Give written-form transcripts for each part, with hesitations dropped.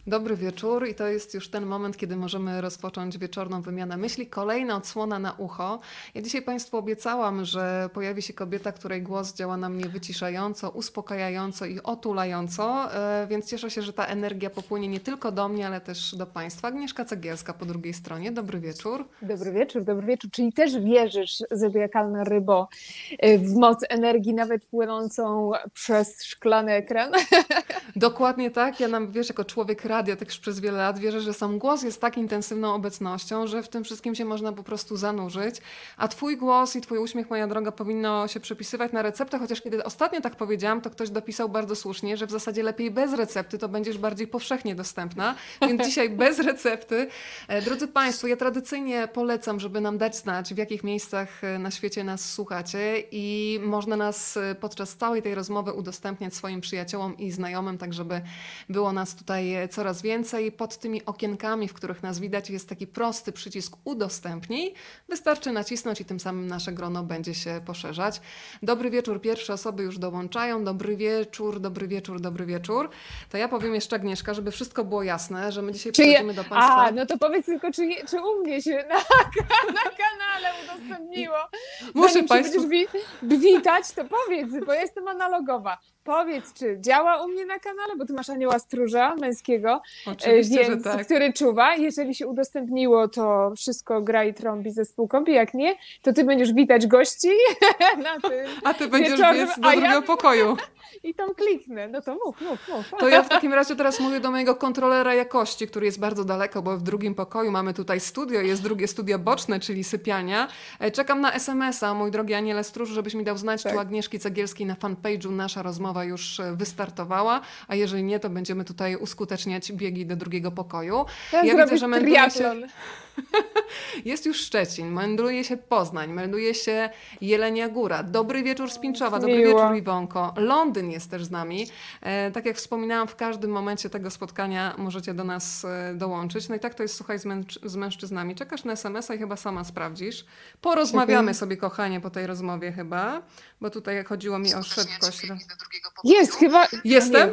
Dobry wieczór i to jest już ten moment, kiedy możemy rozpocząć wieczorną wymianę myśli. Kolejna odsłona na ucho. Ja dzisiaj Państwu obiecałam, że pojawi się kobieta, której głos działa na mnie wyciszająco, uspokajająco i otulająco, więc cieszę się, że ta energia popłynie nie tylko do mnie, ale też do Państwa. Agnieszka Cegielska po drugiej stronie. Dobry wieczór. Dobry wieczór, dobry wieczór. Czyli też wierzysz, zodiakalna rybo, w moc energii, nawet płynącą przez szklany ekran? Dokładnie tak. Ja wiesz, jako człowiek radia też przez wiele lat wierzę, że sam głos jest tak intensywną obecnością, że w tym wszystkim się można po prostu zanurzyć. A twój głos i twój uśmiech, moja droga, powinno się przepisywać na receptę, chociaż kiedy ostatnio tak powiedziałam, to ktoś dopisał bardzo słusznie, że w zasadzie lepiej bez recepty, to będziesz bardziej powszechnie dostępna. Więc dzisiaj bez recepty. Drodzy Państwo, ja tradycyjnie polecam, żeby nam dać znać, w jakich miejscach na świecie nas słuchacie i można nas podczas całej tej rozmowy udostępniać swoim przyjaciołom i znajomym, tak żeby było nas tutaj coraz więcej. Pod tymi okienkami, w których nas widać, jest taki prosty przycisk udostępnij. Wystarczy nacisnąć i tym samym nasze grono będzie się poszerzać. Dobry wieczór, pierwsze osoby już dołączają. Dobry wieczór, dobry wieczór, dobry wieczór. To ja powiem jeszcze, Agnieszka, żeby wszystko było jasne, że my dzisiaj przychodzimy do Państwa... No to powiedz tylko, czy u mnie się na kanale udostępniło. Muszę Zanim Państwu... się będziesz witać, to powiedz, bo ja jestem analogowa. Powiedz, czy działa u mnie na kanale, bo ty masz anioła stróża męskiego, Oczywiście, że tak. który czuwa. Jeżeli się udostępniło, to wszystko gra i trąbi ze spółką. Jak nie, to ty będziesz witać gości na tym A ty będziesz biec do drugiego pokoju. I tam kliknę. No to mów. To ja w takim razie teraz mówię do mojego kontrolera jakości, który jest bardzo daleko, bo w drugim pokoju mamy tutaj studio, jest drugie studio boczne, czyli sypialnia. Czekam na SMS-a, mój drogi Aniele Stróż, żebyś mi dał znać, czy u Agnieszki Cegielskiej na fanpage'u nasza rozmowa już wystartowała, a jeżeli nie, to będziemy tutaj uskuteczniać biegi do drugiego pokoju. Ja widzę, że melduje się... Jest już Szczecin, melduje się Poznań, melduje się Jelenia Góra. Dobry wieczór z Pińczowa, dobry wieczór Iwonko. Londyn jest też z nami. Tak jak wspominałam, w każdym momencie tego spotkania możecie do nas dołączyć. No i tak to jest, słuchaj, z mężczyznami. Czekasz na SMS-a i chyba sama sprawdzisz. Porozmawiamy sobie, kochanie, po tej rozmowie chyba, bo tutaj chodziło mi o szybkość. Jest chyba... Jestem?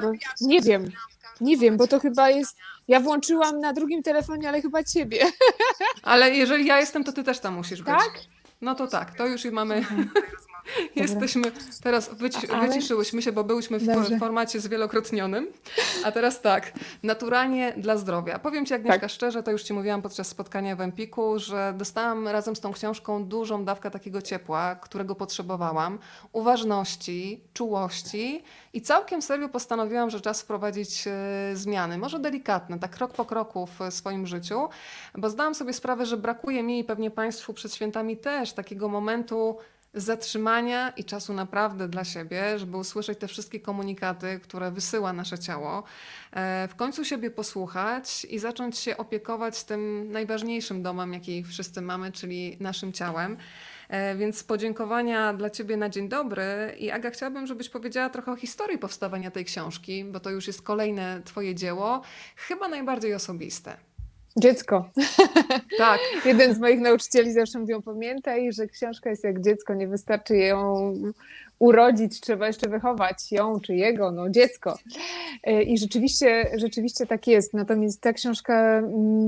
Nie wiem, bo to chyba jest... Ja włączyłam na drugim telefonie, ale chyba ciebie. Ale jeżeli ja jestem, to ty też tam musisz być. Tak? No to tak, to już i mamy... Jesteśmy, teraz wyciszyłyśmy się, bo byłyśmy w formacie zwielokrotnionym, a teraz tak, naturalnie dla zdrowia. Powiem Ci, Agnieszka, szczerze, to już Ci mówiłam podczas spotkania w Empiku, że dostałam razem z tą książką dużą dawkę takiego ciepła, którego potrzebowałam, uważności, czułości i całkiem serio postanowiłam, że czas wprowadzić zmiany, może delikatne, tak krok po kroku w swoim życiu, bo zdałam sobie sprawę, że brakuje mi i pewnie Państwu przed świętami też takiego momentu zatrzymania i czasu naprawdę dla siebie, żeby usłyszeć te wszystkie komunikaty, które wysyła nasze ciało, w końcu siebie posłuchać i zacząć się opiekować tym najważniejszym domem, jaki wszyscy mamy, czyli naszym ciałem. Więc podziękowania dla Ciebie na dzień dobry i Aga, chciałabym, żebyś powiedziała trochę o historii powstawania tej książki, bo to już jest kolejne Twoje dzieło, chyba najbardziej osobiste. Dziecko. Tak. Jeden z moich nauczycieli zawsze mówił, pamiętaj, że książka jest jak dziecko, nie wystarczy ją urodzić, trzeba jeszcze wychować ją czy jego, no dziecko. I rzeczywiście tak jest. Natomiast ta książka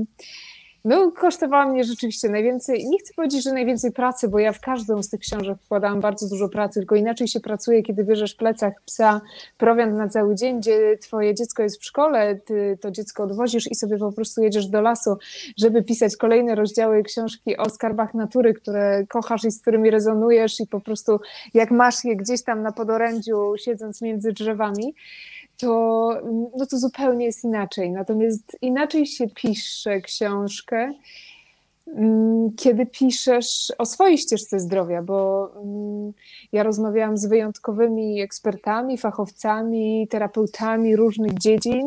kosztowała mnie rzeczywiście najwięcej, nie chcę powiedzieć, że najwięcej pracy, bo ja w każdą z tych książek wkładałam bardzo dużo pracy, tylko inaczej się pracuje, kiedy bierzesz w plecach psa prowiant na cały dzień, gdzie twoje dziecko jest w szkole, ty to dziecko odwozisz i sobie po prostu jedziesz do lasu, żeby pisać kolejne rozdziały książki o skarbach natury, które kochasz i z którymi rezonujesz i po prostu jak masz je gdzieś tam na podorędziu, siedząc między drzewami, to zupełnie jest inaczej. Natomiast inaczej się pisze książkę, kiedy piszesz o swojej ścieżce zdrowia, bo ja rozmawiałam z wyjątkowymi ekspertami, fachowcami, terapeutami różnych dziedzin,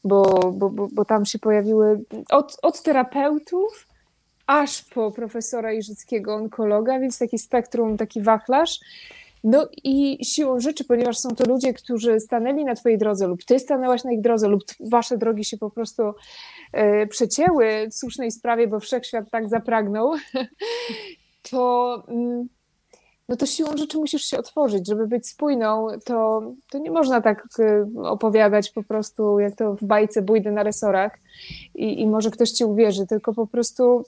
bo tam się pojawiły od terapeutów aż po profesora Iżyckiego, onkologa, więc taki spektrum, taki wachlarz. No i siłą rzeczy, ponieważ są to ludzie, którzy stanęli na twojej drodze lub ty stanęłaś na ich drodze lub wasze drogi się po prostu przecięły w słusznej sprawie, bo wszechświat tak zapragnął, to no to siłą rzeczy musisz się otworzyć, żeby być spójną, to nie można tak opowiadać po prostu, jak to w bajce bójdy na resorach i może ktoś ci uwierzy, tylko po prostu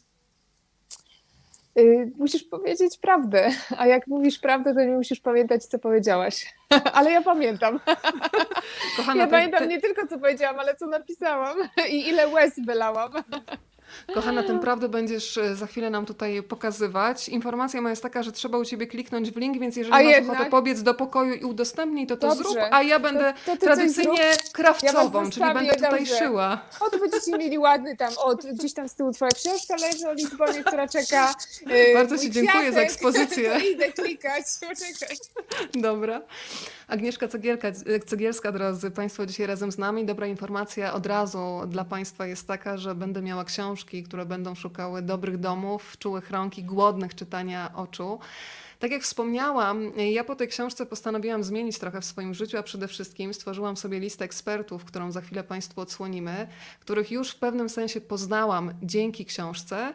musisz powiedzieć prawdę, a jak mówisz prawdę, to nie musisz pamiętać, co powiedziałaś. Ale ja pamiętam. Kochana, ja pamiętam nie tylko, co powiedziałam, ale co napisałam i ile łez wylałam. Kochana, tę prawdę będziesz za chwilę nam tutaj pokazywać. Informacja moja jest taka, że trzeba u Ciebie kliknąć w link, więc jeżeli masz ochotę pobiec do pokoju i udostępnij, to Dobrze. Zrób, a ja będę tradycyjnie krawcową, czyli będę tutaj szyła. Będziecie mieli ładny tam, gdzieś tam z tyłu Twoja książka leży o Lizbonie, która czeka. Bardzo Ci dziękuję za ekspozycję. To idę klikać, poczekaj. Dobra. Agnieszka Cegielska, drodzy Państwo, dzisiaj razem z nami. Dobra informacja od razu dla Państwa jest taka, że będę miała książki, które będą szukały dobrych domów, czułych rąk i głodnych czytania oczu. Tak jak wspomniałam, ja po tej książce postanowiłam zmienić trochę w swoim życiu, a przede wszystkim stworzyłam sobie listę ekspertów, którą za chwilę Państwu odsłonimy, których już w pewnym sensie poznałam dzięki książce,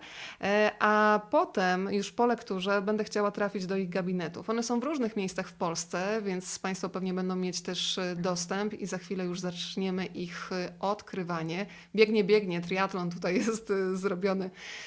a potem już po lekturze będę chciała trafić do ich gabinetów. One są w różnych miejscach w Polsce, więc Państwo pewnie będą mieć też dostęp i za chwilę już zaczniemy ich odkrywanie. Biegnie, triatlon tutaj jest zrobiony.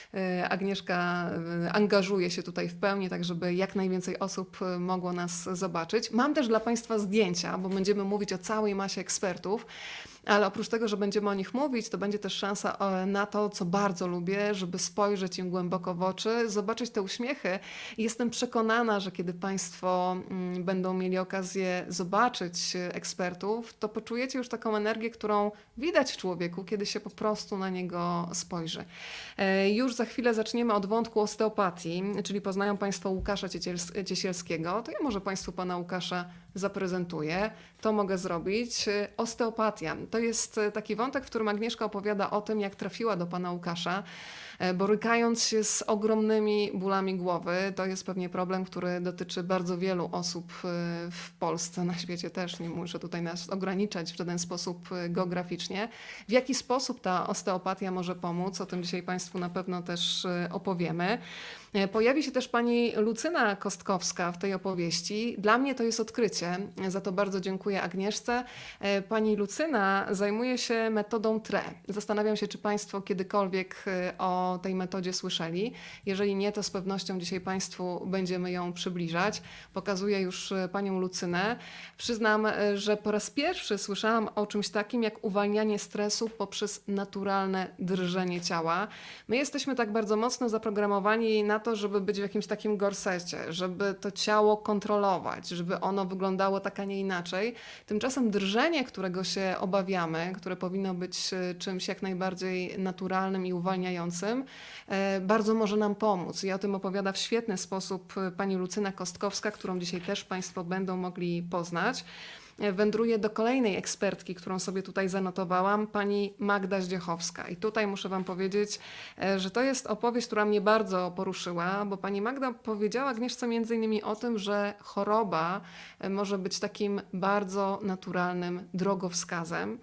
Agnieszka angażuje się tutaj w pełni, tak żeby jak najwięcej osób mogło nas zobaczyć. Mam też dla Państwa zdjęcia, bo będziemy mówić o całej masie ekspertów, ale oprócz tego, że będziemy o nich mówić, to będzie też szansa na to, co bardzo lubię, żeby spojrzeć im głęboko w oczy, zobaczyć te uśmiechy. I jestem przekonana, że kiedy Państwo będą mieli okazję zobaczyć ekspertów, to poczujecie już taką energię, którą widać w człowieku, kiedy się po prostu na niego spojrzy. Już za chwilę zaczniemy od wątku osteopatii, czyli poznają Państwo Łukasza Ciesielskiego. To ja może Państwu pana Łukasza zaprezentuję. To mogę zrobić. Osteopatia. To jest taki wątek, w którym Agnieszka opowiada o tym, jak trafiła do pana Łukasza, borykając się z ogromnymi bólami głowy. To jest pewnie problem, który dotyczy bardzo wielu osób w Polsce, na świecie też. Nie muszę tutaj nas ograniczać w żaden sposób geograficznie. W jaki sposób ta osteopatia może pomóc? O tym dzisiaj Państwu na pewno też opowiemy. Pojawi się też pani Lucyna Kostkowska w tej opowieści. Dla mnie to jest odkrycie, za to bardzo dziękuję Agnieszce. Pani Lucyna zajmuje się metodą TRE. Zastanawiam się, czy Państwo kiedykolwiek o tej metodzie słyszeli. Jeżeli nie, to z pewnością dzisiaj Państwu będziemy ją przybliżać. Pokazuję już panią Lucynę. Przyznam, że po raz pierwszy słyszałam o czymś takim jak uwalnianie stresu poprzez naturalne drżenie ciała. My jesteśmy tak bardzo mocno zaprogramowani na to, żeby być w jakimś takim gorsecie, żeby to ciało kontrolować, żeby ono wyglądało tak, a nie inaczej. Tymczasem drżenie, którego się obawiamy, które powinno być czymś jak najbardziej naturalnym i uwalniającym, bardzo może nam pomóc. I o tym opowiada w świetny sposób pani Lucyna Kostkowska, którą dzisiaj też Państwo będą mogli poznać. Wędruję do kolejnej ekspertki, którą sobie tutaj zanotowałam, pani Magda Zdziechowska. I tutaj muszę Wam powiedzieć, że to jest opowieść, która mnie bardzo poruszyła, bo pani Magda powiedziała Agnieszce między innymi o tym, że choroba może być takim bardzo naturalnym drogowskazem.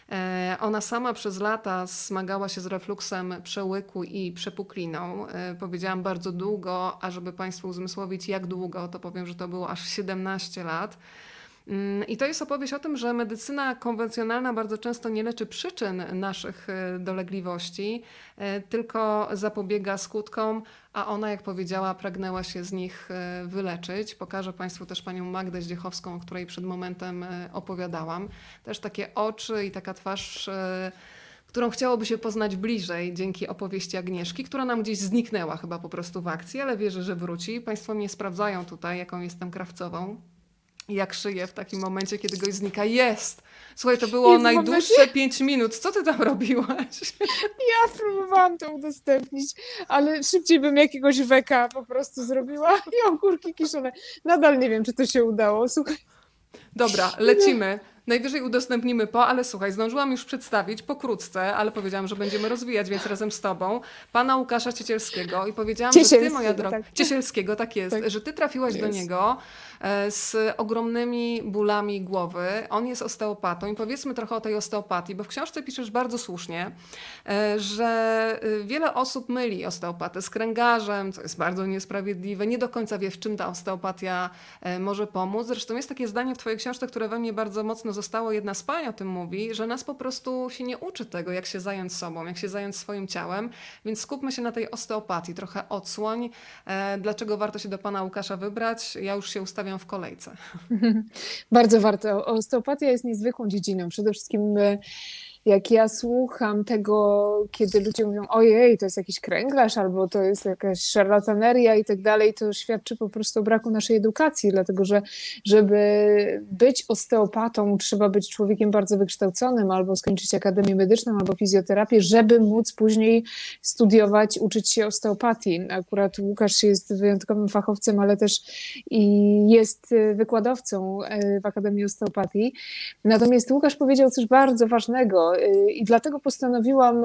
Ona sama przez lata zmagała się z refluksem przełyku i przepukliną. Powiedziałam bardzo długo, a żeby Państwu uzmysłowić jak długo, to powiem, że to było aż 17 lat. I to jest opowieść o tym, że medycyna konwencjonalna bardzo często nie leczy przyczyn naszych dolegliwości, tylko zapobiega skutkom, a ona, jak powiedziała, pragnęła się z nich wyleczyć. Pokażę Państwu też panią Magdę Zdziechowską, o której przed momentem opowiadałam. Też takie oczy i taka twarz, którą chciałoby się poznać bliżej dzięki opowieści Agnieszki, która nam gdzieś zniknęła chyba po prostu w akcji, ale wierzę, że wróci. Państwo mnie sprawdzają tutaj, jaką jestem krawcową. Jak szyję w takim momencie, kiedy gość znika. Jest! Słuchaj, to było najdłuższe 5 minut. Co ty tam robiłaś? Ja próbowałam to udostępnić, ale szybciej bym jakiegoś weka po prostu zrobiła i ogórki kiszone. Nadal nie wiem, czy to się udało. Słuchaj. Dobra, lecimy. najwyżej udostępnimy ale słuchaj, zdążyłam już przedstawić pokrótce, ale powiedziałam, że będziemy rozwijać, więc razem z tobą, pana Łukasza Ciesielskiego i powiedziałam, że ty, moja droga, Ciesielskiego, tak jest, że ty trafiłaś do niego z ogromnymi bólami głowy. On jest osteopatą i powiedzmy trochę o tej osteopatii, bo w książce piszesz bardzo słusznie, że wiele osób myli osteopatę z kręgarzem, co jest bardzo niesprawiedliwe, nie do końca wie, w czym ta osteopatia może pomóc. Zresztą jest takie zdanie w twojej książce, które we mnie bardzo mocno zostało, jedna z pań o tym mówi, że nas po prostu się nie uczy tego, jak się zająć sobą, jak się zająć swoim ciałem, więc skupmy się na tej osteopatii, trochę odsłoń, dlaczego warto się do pana Łukasza wybrać. Ja już się ustawiam w kolejce. Bardzo warto. Osteopatia jest niezwykłą dziedziną. Przede wszystkim jak ja słucham tego, kiedy ludzie mówią, ojej, to jest jakiś kręglarz, albo to jest jakaś szarlataneria i tak dalej, to świadczy po prostu o braku naszej edukacji, dlatego że żeby być osteopatą, trzeba być człowiekiem bardzo wykształconym, albo skończyć akademię medyczną, albo fizjoterapię, żeby móc później studiować, uczyć się osteopatii. Akurat Łukasz jest wyjątkowym fachowcem, ale też i jest wykładowcą w Akademii Osteopatii. Natomiast Łukasz powiedział coś bardzo ważnego, i dlatego postanowiłam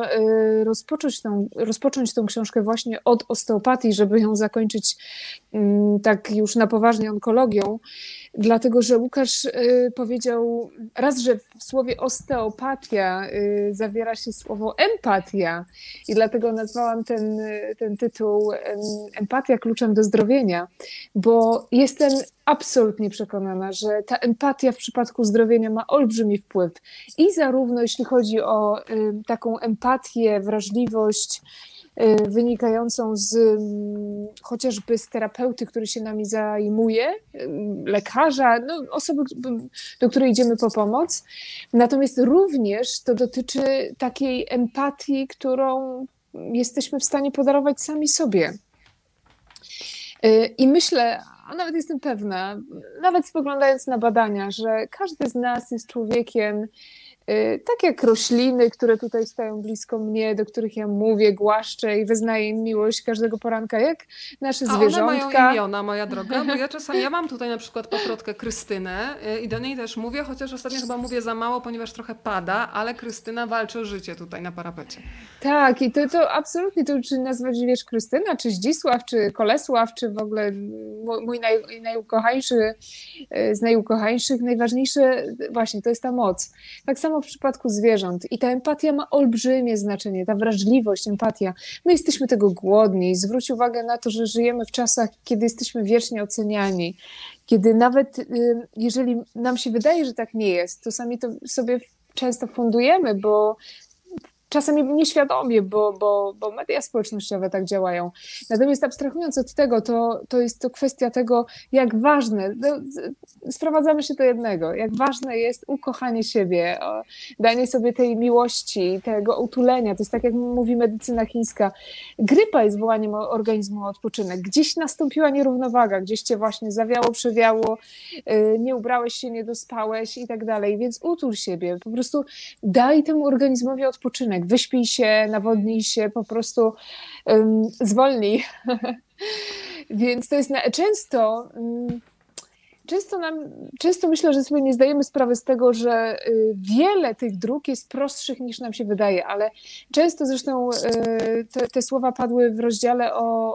rozpocząć tą książkę właśnie od osteopatii, żeby ją zakończyć tak już na poważnie onkologią, dlatego że Łukasz powiedział raz, że w słowie osteopatia zawiera się słowo empatia i dlatego nazwałam ten tytuł Empatia kluczem do zdrowienia, bo jestem absolutnie przekonana, że ta empatia w przypadku zdrowienia ma olbrzymi wpływ i zarówno jeśli chodzi o taką empatię, wrażliwość wynikającą chociażby z terapeuty, który się nami zajmuje, lekarza, osoby, do której idziemy po pomoc. Natomiast również to dotyczy takiej empatii, którą jesteśmy w stanie podarować sami sobie. I myślę, a nawet jestem pewna, nawet spoglądając na badania, że każdy z nas jest człowiekiem, tak jak rośliny, które tutaj stoją blisko mnie, do których ja mówię, głaszczę i wyznaję im miłość każdego poranka, jak nasze zwierzątka. A one mają imiona, moja droga, bo ja mam tutaj na przykład paprotkę Krystynę i do niej też mówię, chociaż ostatnio chyba mówię za mało, ponieważ trochę pada, ale Krystyna walczy o życie tutaj na parapecie. Tak, i to absolutnie, to czy nazwać, wiesz, Krystyna, czy Zdzisław, czy Kolesław, czy w ogóle mój najukochańszy z najukochańszych, najważniejsze właśnie to jest ta moc. Tak samo w przypadku zwierząt. I ta empatia ma olbrzymie znaczenie, ta wrażliwość, empatia. My jesteśmy tego głodni. Zwróć uwagę na to, że żyjemy w czasach, kiedy jesteśmy wiecznie oceniani. Kiedy nawet jeżeli nam się wydaje, że tak nie jest, to sami to sobie często fundujemy, bo czasami nieświadomie, bo media społecznościowe tak działają. Natomiast abstrahując od tego, to jest to kwestia tego, jak ważne, sprowadzamy się do jednego, jak ważne jest ukochanie siebie, danie sobie tej miłości, tego utulenia. To jest tak, jak mówi medycyna chińska. Grypa jest wołaniem organizmu o odpoczynek. Gdzieś nastąpiła nierównowaga, gdzieś cię właśnie zawiało, przewiało, nie ubrałeś się, nie dospałeś i tak dalej. Więc utul siebie, po prostu daj temu organizmowi odpoczynek. Wyśpij się, nawodnij się, po prostu zwolnij. Więc to jest często myślę, że sobie nie zdajemy sprawy z tego, że wiele tych dróg jest prostszych niż nam się wydaje, ale często zresztą te słowa padły w rozdziale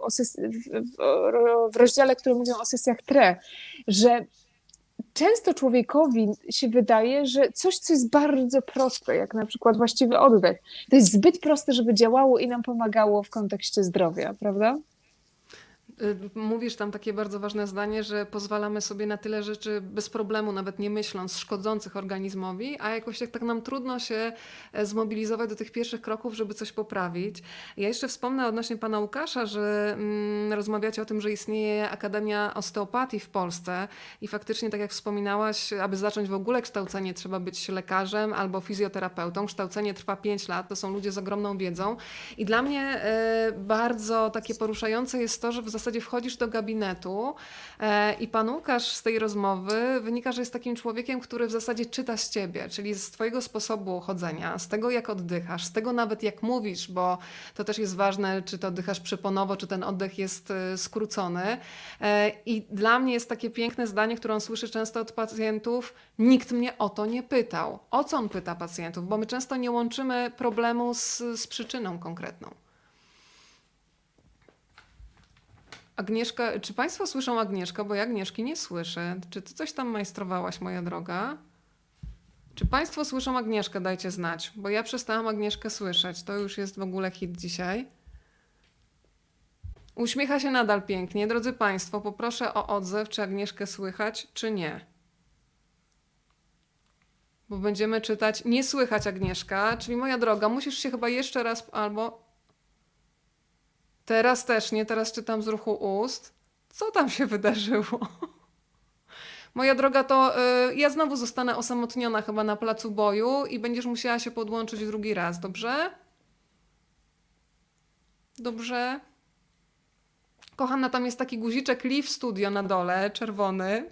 w rozdziale, które mówią o sesjach TRE, że często człowiekowi się wydaje, że coś, co jest bardzo proste, jak na przykład właściwy oddech, to jest zbyt proste, żeby działało i nam pomagało w kontekście zdrowia, prawda? Mówisz tam takie bardzo ważne zdanie, że pozwalamy sobie na tyle rzeczy bez problemu, nawet nie myśląc, szkodzących organizmowi, a jakoś tak nam trudno się zmobilizować do tych pierwszych kroków, żeby coś poprawić. Ja jeszcze wspomnę odnośnie pana Łukasza, że rozmawiacie o tym, że istnieje Akademia Osteopatii w Polsce i faktycznie, tak jak wspominałaś, aby zacząć w ogóle kształcenie, trzeba być lekarzem albo fizjoterapeutą. Kształcenie trwa 5 lat, to są ludzie z ogromną wiedzą i dla mnie bardzo takie poruszające jest to, że w zasadzie zasadzie wchodzisz do gabinetu i pan Łukasz z tej rozmowy wynika, że jest takim człowiekiem, który w zasadzie czyta z ciebie, czyli z twojego sposobu chodzenia, z tego jak oddychasz, z tego nawet jak mówisz, bo to też jest ważne, czy to oddychasz przyponowo, czy ten oddech jest skrócony. I dla mnie jest takie piękne zdanie, które on słyszy często od pacjentów: nikt mnie o to nie pytał. O co on pyta pacjentów? Bo my często nie łączymy problemu z przyczyną konkretną. Agnieszka, czy Państwo słyszą Agnieszkę? Bo ja Agnieszki nie słyszę. Czy Ty coś tam majstrowałaś, moja droga? Czy Państwo słyszą Agnieszkę? Dajcie znać, bo ja przestałam Agnieszkę słyszeć. To już jest w ogóle hit dzisiaj. Uśmiecha się nadal pięknie. Drodzy Państwo, poproszę o odzew, czy Agnieszkę słychać, czy nie. Bo będziemy czytać nie słychać Agnieszka, czyli moja droga, musisz się chyba jeszcze raz albo... Teraz też nie, teraz czytam z ruchu ust. Co tam się wydarzyło? Moja droga, to ja znowu zostanę osamotniona chyba na placu boju i będziesz musiała się podłączyć drugi raz, dobrze? Dobrze? Kochana, tam jest taki guziczek Leave Studio na dole, czerwony.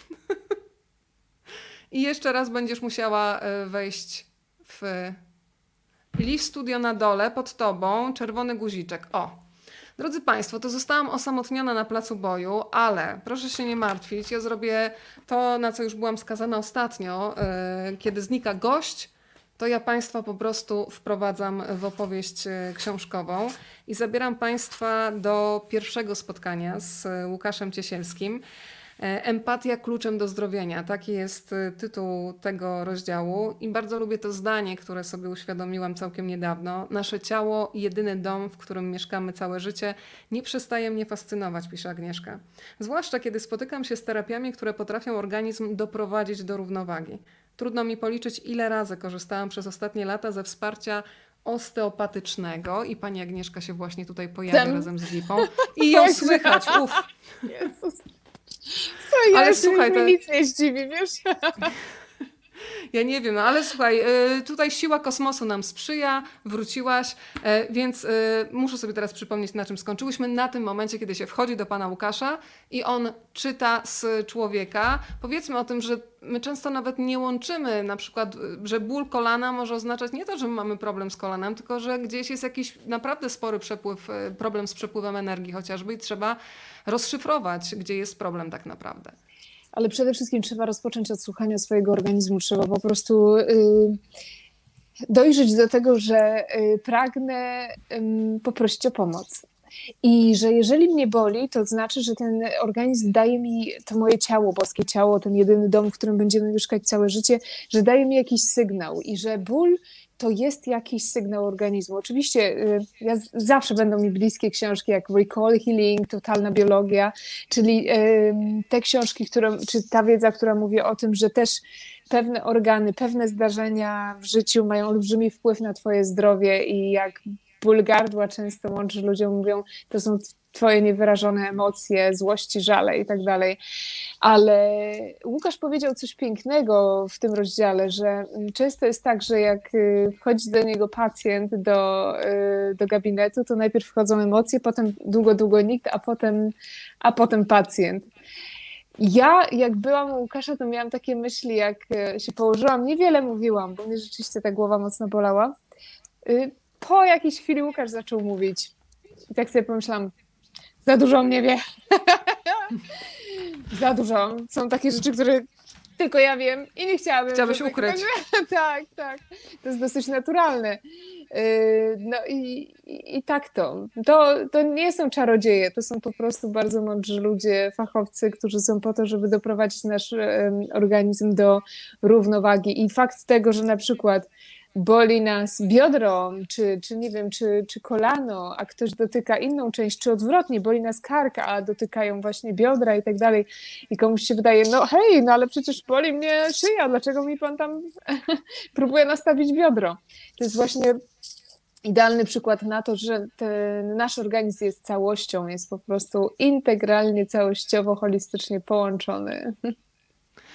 I jeszcze raz będziesz musiała wejść w Leave Studio na dole, pod tobą, czerwony guziczek. O! Drodzy Państwo, to zostałam osamotniona na placu boju, ale proszę się nie martwić, ja zrobię to, na co już byłam skazana ostatnio, kiedy znika gość, to ja Państwa po prostu wprowadzam w opowieść książkową i zabieram Państwa do pierwszego spotkania z Łukaszem Ciesielskim. Empatia kluczem do zdrowienia. Taki jest tytuł tego rozdziału i bardzo lubię to zdanie, które sobie uświadomiłam całkiem niedawno. Nasze ciało, jedyny dom, w którym mieszkamy całe życie, nie przestaje mnie fascynować, pisze Agnieszka. Zwłaszcza kiedy spotykam się z terapiami, które potrafią organizm doprowadzić do równowagi. Trudno mi policzyć, ile razy korzystałam przez ostatnie lata ze wsparcia osteopatycznego i pani Agnieszka się właśnie tutaj pojawia razem z Lipą i ją słychać. Uff. Jezus. Co, ale słuchaj, to nic nie zdziwi, wiesz? Ja nie wiem, ale słuchaj, tutaj siła kosmosu nam sprzyja, wróciłaś, więc muszę sobie teraz przypomnieć, na czym skończyłyśmy. Na tym momencie, kiedy się wchodzi do pana Łukasza i on czyta z człowieka. Powiedzmy o tym, że my często nawet nie łączymy, na przykład, że ból kolana może oznaczać nie to, że my mamy problem z kolanem, tylko że gdzieś jest jakiś naprawdę spory problem z przepływem energii chociażby i trzeba rozszyfrować, gdzie jest problem tak naprawdę. Ale przede wszystkim trzeba rozpocząć od słuchania swojego organizmu. Trzeba po prostu dojrzeć do tego, że pragnę poprosić o pomoc. I że jeżeli mnie boli, to znaczy, że ten organizm daje mi, to moje ciało, boskie ciało, ten jedyny dom, w którym będziemy mieszkać całe życie, że daje mi jakiś sygnał i że ból to jest jakiś sygnał organizmu. Oczywiście zawsze będą mi bliskie książki jak Recall Healing, Totalna Biologia, czyli te książki, czy ta wiedza, która mówi o tym, że też pewne organy, pewne zdarzenia w życiu mają olbrzymi wpływ na twoje zdrowie i jak ból gardła często mądrzy ludzie mówią, to są twoje niewyrażone emocje, złości, żale i tak dalej. Ale Łukasz powiedział coś pięknego w tym rozdziale, że często jest tak, że jak wchodzi do niego pacjent do gabinetu, to najpierw wchodzą emocje, potem długo nikt, a potem pacjent. Ja, jak byłam u Łukasza, to miałam takie myśli, jak się położyłam, niewiele mówiłam, bo mnie rzeczywiście ta głowa mocno bolała. Po jakiejś chwili Łukasz zaczął mówić. I tak sobie pomyślałam, za dużo mnie wie. Za dużo. Są takie rzeczy, które tylko ja wiem i nie chciałabym. Chciałabyś ukryć. Tak. To jest dosyć naturalne. No i tak to. To nie są czarodzieje, to są po prostu bardzo mądrzy ludzie, fachowcy, którzy są po to, żeby doprowadzić nasz organizm do równowagi. I fakt tego, że na przykład boli nas biodro, czy nie wiem, czy kolano, a ktoś dotyka inną część, czy odwrotnie, boli nas kark, a dotykają właśnie biodra i tak dalej. I komuś się wydaje, no hej, no ale przecież boli mnie szyja, dlaczego mi pan tam próbuje nastawić biodro? To jest właśnie idealny przykład na to, że ten nasz organizm jest całością, jest po prostu integralnie, całościowo, holistycznie połączony.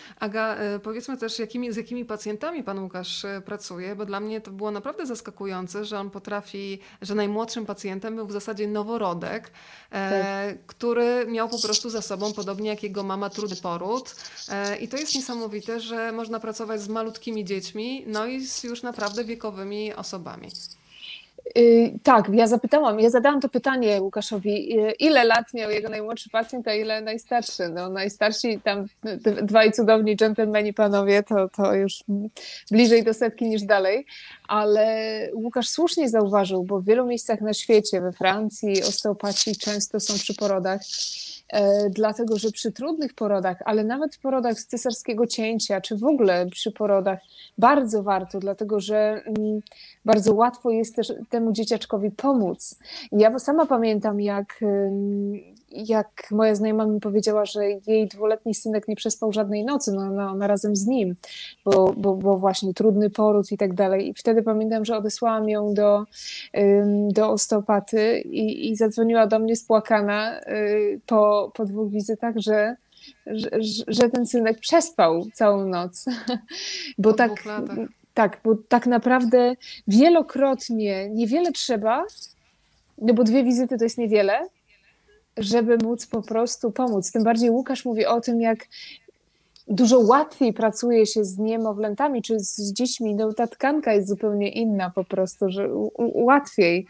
Aga, powiedzmy też, z jakimi pacjentami pan Łukasz pracuje, bo dla mnie to było naprawdę zaskakujące, że on potrafi, że najmłodszym pacjentem był w zasadzie noworodek, Tak. który miał po prostu za sobą, podobnie jak jego mama, trudny poród. I to jest niesamowite, że można pracować z malutkimi dziećmi, no i z już naprawdę wiekowymi osobami. Tak, ja zadałam to pytanie Łukaszowi, ile lat miał jego najmłodszy pacjent, a ile najstarszy. No, najstarsi tam dwaj cudowni dżentelmeni panowie, to już bliżej do 100 niż dalej, ale Łukasz słusznie zauważył, bo w wielu miejscach na świecie, we Francji, osteopaci często są przy porodach, dlatego że przy trudnych porodach, ale nawet w porodach z cesarskiego cięcia, czy w ogóle przy porodach, bardzo warto, dlatego że bardzo łatwo jest też temu dzieciaczkowi pomóc. Ja sama pamiętam, jak moja znajoma mi powiedziała, że jej 2-letni synek nie przespał żadnej nocy, no, ona razem z nim, bo właśnie trudny poród i tak dalej. I wtedy pamiętam, że odesłałam ją do osteopaty i zadzwoniła do mnie spłakana po 2 wizytach, że ten synek przespał całą noc. Bo po 2 latach. Tak, bo tak naprawdę wielokrotnie niewiele trzeba, no bo 2 wizyty to jest niewiele, żeby móc po prostu pomóc. Tym bardziej Łukasz mówi o tym, jak dużo łatwiej pracuje się z niemowlętami czy z dziećmi. No, ta tkanka jest zupełnie inna po prostu, że łatwiej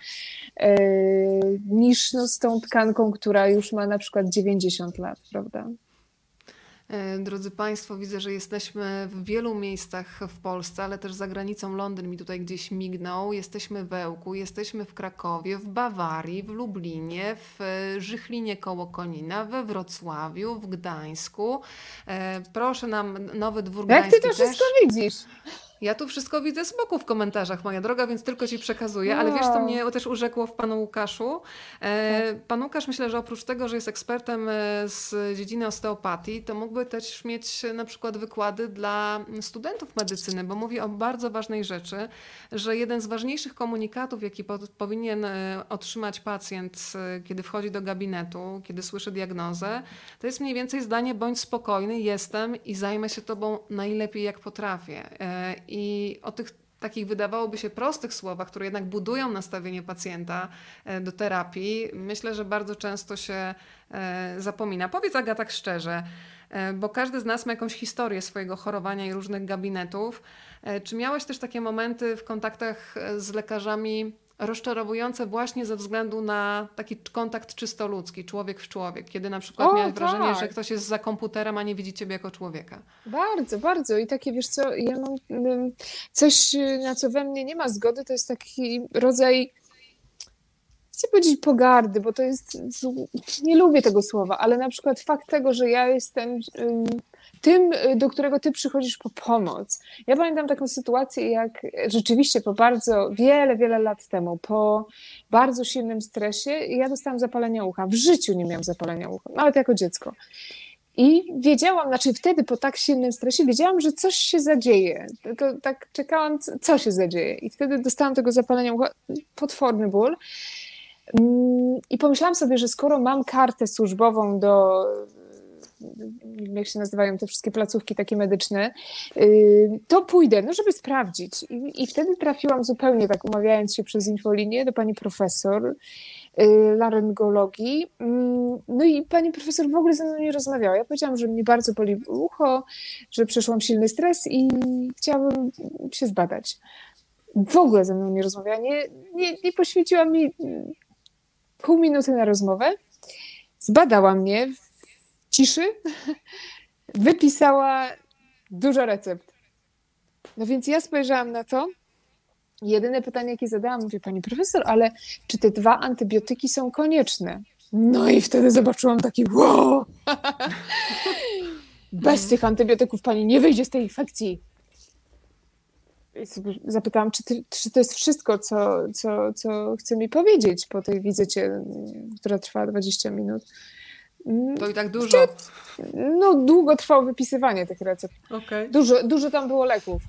niż z tą tkanką, która już ma na przykład 90 lat, prawda? Drodzy Państwo, widzę, że jesteśmy w wielu miejscach w Polsce, ale też za granicą. Londyn mi tutaj gdzieś mignął. Jesteśmy w Ełku, jesteśmy w Krakowie, w Bawarii, w Lublinie, w Żychlinie koło Konina, we Wrocławiu, w Gdańsku. Proszę nam Nowy Dwór Gdański. Jak ty to wszystko widzisz? Ja tu wszystko widzę z boku w komentarzach, moja droga, więc tylko ci przekazuję, ale wiesz, co mnie też urzekło w panu Łukaszu? Pan Łukasz, myślę, że oprócz tego, że jest ekspertem z dziedziny osteopatii, to mógłby też mieć na przykład wykłady dla studentów medycyny, bo mówi o bardzo ważnej rzeczy, że jeden z ważniejszych komunikatów, jaki powinien otrzymać pacjent, kiedy wchodzi do gabinetu, kiedy słyszy diagnozę, to jest mniej więcej zdanie: bądź spokojny, jestem i zajmę się tobą najlepiej jak potrafię. I o tych takich wydawałoby się prostych słowach, które jednak budują nastawienie pacjenta do terapii, myślę, że bardzo często się zapomina. Powiedz, Aga, tak szczerze, bo każdy z nas ma jakąś historię swojego chorowania i różnych gabinetów. Czy miałaś też takie momenty w kontaktach z lekarzami rozczarowujące właśnie ze względu na taki kontakt czysto ludzki, człowiek w człowiek, kiedy na przykład miałeś wrażenie, że ktoś jest za komputerem, a nie widzi ciebie jako człowieka? Bardzo, bardzo. I takie, wiesz co, ja mam coś, na co we mnie nie ma zgody, to jest taki rodzaj, chcę powiedzieć pogardy, bo to jest, nie lubię tego słowa, ale na przykład fakt tego, że ja jestem tym, do którego ty przychodzisz po pomoc. Ja pamiętam taką sytuację, jak rzeczywiście po bardzo wiele lat temu, po bardzo silnym stresie, ja dostałam zapalenia ucha. W życiu nie miałam zapalenia ucha, nawet jako dziecko. I wiedziałam, znaczy wtedy po tak silnym stresie wiedziałam, że coś się zadzieje. Tylko tak czekałam, co się zadzieje. I wtedy dostałam tego zapalenia ucha, potworny ból. I pomyślałam sobie, że skoro mam kartę służbową do, jak się nazywają te wszystkie placówki takie medyczne, to pójdę, no żeby sprawdzić. I wtedy trafiłam zupełnie tak, umawiając się przez infolinię, do pani profesor laryngologii. No i pani profesor w ogóle ze mną nie rozmawiała. Ja powiedziałam, że mnie bardzo boli ucho, że przeszłam silny stres i chciałabym się zbadać. W ogóle ze mną nie rozmawiała, nie poświęciła mi pół minuty na rozmowę. Zbadała mnie w ciszy, wypisała dużo recept. No więc ja spojrzałam na to. Jedyne pytanie, jakie zadałam, mówię, pani profesor, ale czy te 2 antybiotyki są konieczne? No i wtedy zobaczyłam taki wow! Bez tych antybiotyków pani nie wyjdzie z tej infekcji. Zapytałam, czy to jest wszystko, co chce mi powiedzieć po tej wizycie, która trwała 20 minut. To i tak dużo. No, długo trwało wypisywanie tych recept. Okay. Dużo tam było leków.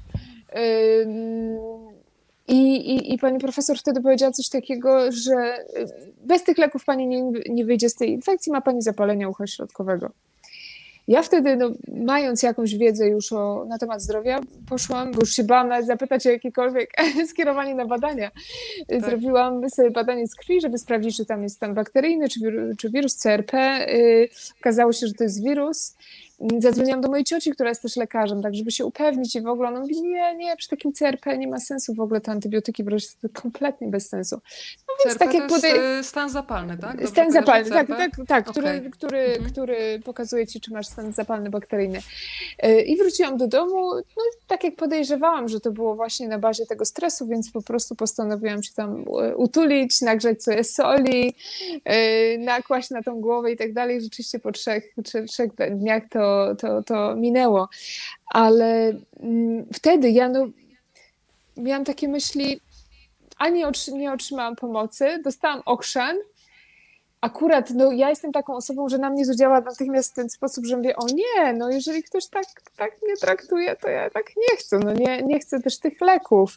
I pani profesor wtedy powiedziała coś takiego, że bez tych leków pani nie wyjdzie z tej infekcji, ma pani zapalenie ucha środkowego. Ja wtedy, no, mając jakąś wiedzę już na temat zdrowia, poszłam, bo już się bałam nawet zapytać o jakiekolwiek skierowanie na badania. Tak. Zrobiłam sobie badanie z krwi, żeby sprawdzić, czy tam jest stan bakteryjny, czy wirus CRP. Okazało się, że to jest wirus. Zadzwoniłam do mojej cioci, która jest też lekarzem, tak żeby się upewnić i w ogóle ona mówi, nie, przy takim CRP nie ma sensu w ogóle te antybiotyki, bo jest to kompletnie bez sensu. No więc CRP tak jak to jest stan zapalny, tak? Dobrze stan zapalny, tak, okay. który pokazuje ci, czy masz stan zapalny bakteryjny. I wróciłam do domu, no tak jak podejrzewałam, że to było właśnie na bazie tego stresu, więc po prostu postanowiłam się tam utulić, nagrzać sobie soli, nakłaść na tą głowę i tak dalej. Rzeczywiście po trzech dniach to minęło. Ale wtedy ja miałam takie myśli, nie otrzymałam pomocy, dostałam okrzan. Akurat ja jestem taką osobą, że na mnie to działa natychmiast w ten sposób, że mówię, o nie, no jeżeli ktoś tak mnie traktuje, to ja tak nie chcę, nie chcę też tych leków.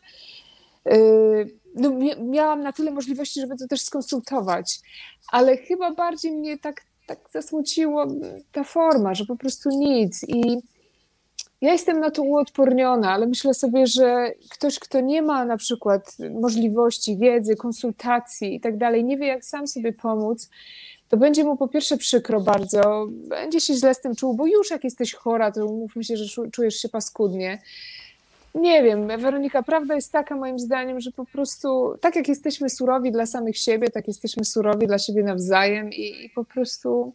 Miałam na tyle możliwości, żeby to też skonsultować, ale chyba bardziej mnie tak zasmuciło ta forma, że po prostu nic. I ja jestem na to uodporniona, ale myślę sobie, że ktoś, kto nie ma na przykład możliwości, wiedzy, konsultacji i tak dalej, nie wie, jak sam sobie pomóc, to będzie mu po pierwsze przykro bardzo, będzie się źle z tym czuł, bo już jak jesteś chora, to umówmy się, że czujesz się paskudnie. Nie wiem, Weronika, prawda jest taka moim zdaniem, że po prostu tak jak jesteśmy surowi dla samych siebie, tak jesteśmy surowi dla siebie nawzajem i po prostu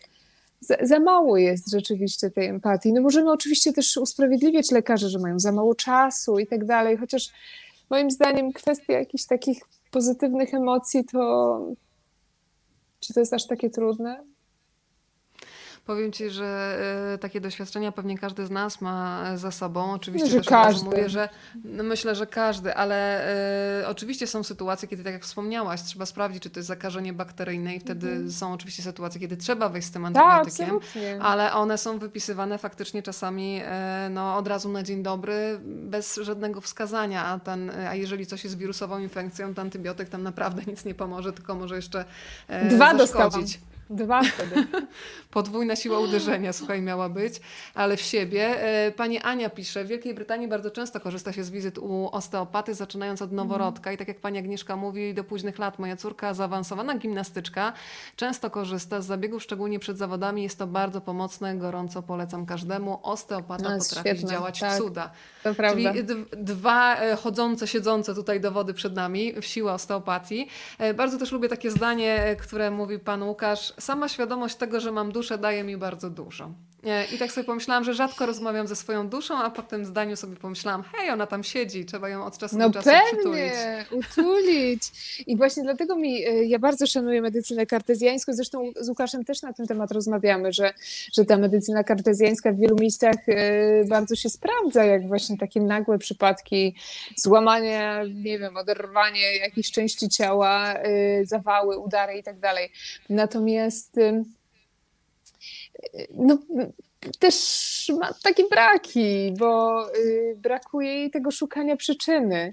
za mało jest rzeczywiście tej empatii. No możemy oczywiście też usprawiedliwiać lekarzy, że mają za mało czasu i tak dalej, chociaż moim zdaniem kwestia jakichś takich pozytywnych emocji, to czy to jest aż takie trudne? Powiem Ci, że takie doświadczenia pewnie każdy z nas ma za sobą. Oczywiście że też każdy. Mówię, że myślę, że każdy, ale oczywiście są sytuacje, kiedy tak jak wspomniałaś, trzeba sprawdzić, czy to jest zakażenie bakteryjne i wtedy są oczywiście sytuacje, kiedy trzeba wejść z tym antybiotykiem, ale one są wypisywane faktycznie czasami od razu na dzień dobry, bez żadnego wskazania, a jeżeli coś jest wirusową infekcją, to antybiotyk tam naprawdę nic nie pomoże, tylko może jeszcze zaszkodzić. 2 wtedy. Podwójna siła uderzenia, słuchaj, miała być, ale w siebie. Pani Ania pisze, w Wielkiej Brytanii bardzo często korzysta się z wizyt u osteopaty, zaczynając od noworodka i tak jak pani Agnieszka mówi, do późnych lat moja córka, zaawansowana gimnastyczka, często korzysta z zabiegów, szczególnie przed zawodami. Jest to bardzo pomocne, gorąco polecam każdemu. Osteopata potrafi działać cuda. To prawda. Czyli 2 chodzące, siedzące tutaj dowody przed nami w siłę osteopatii. Bardzo też lubię takie zdanie, które mówi pan Łukasz, sama świadomość tego, że mam duszę, daje mi bardzo dużo. I tak sobie pomyślałam, że rzadko rozmawiam ze swoją duszą, a po tym zdaniu sobie pomyślałam, hej, ona tam siedzi, trzeba ją od czasu do czasu przytulić. Utulić. I właśnie dlatego ja bardzo szanuję medycynę kartezjańską, zresztą z Łukaszem też na ten temat rozmawiamy, że ta medycyna kartezjańska w wielu miejscach bardzo się sprawdza, jak właśnie takie nagłe przypadki złamania, nie wiem, oderwanie jakichś części ciała, zawały, udary i tak dalej. Natomiast też ma takie braki, bo brakuje jej tego szukania przyczyny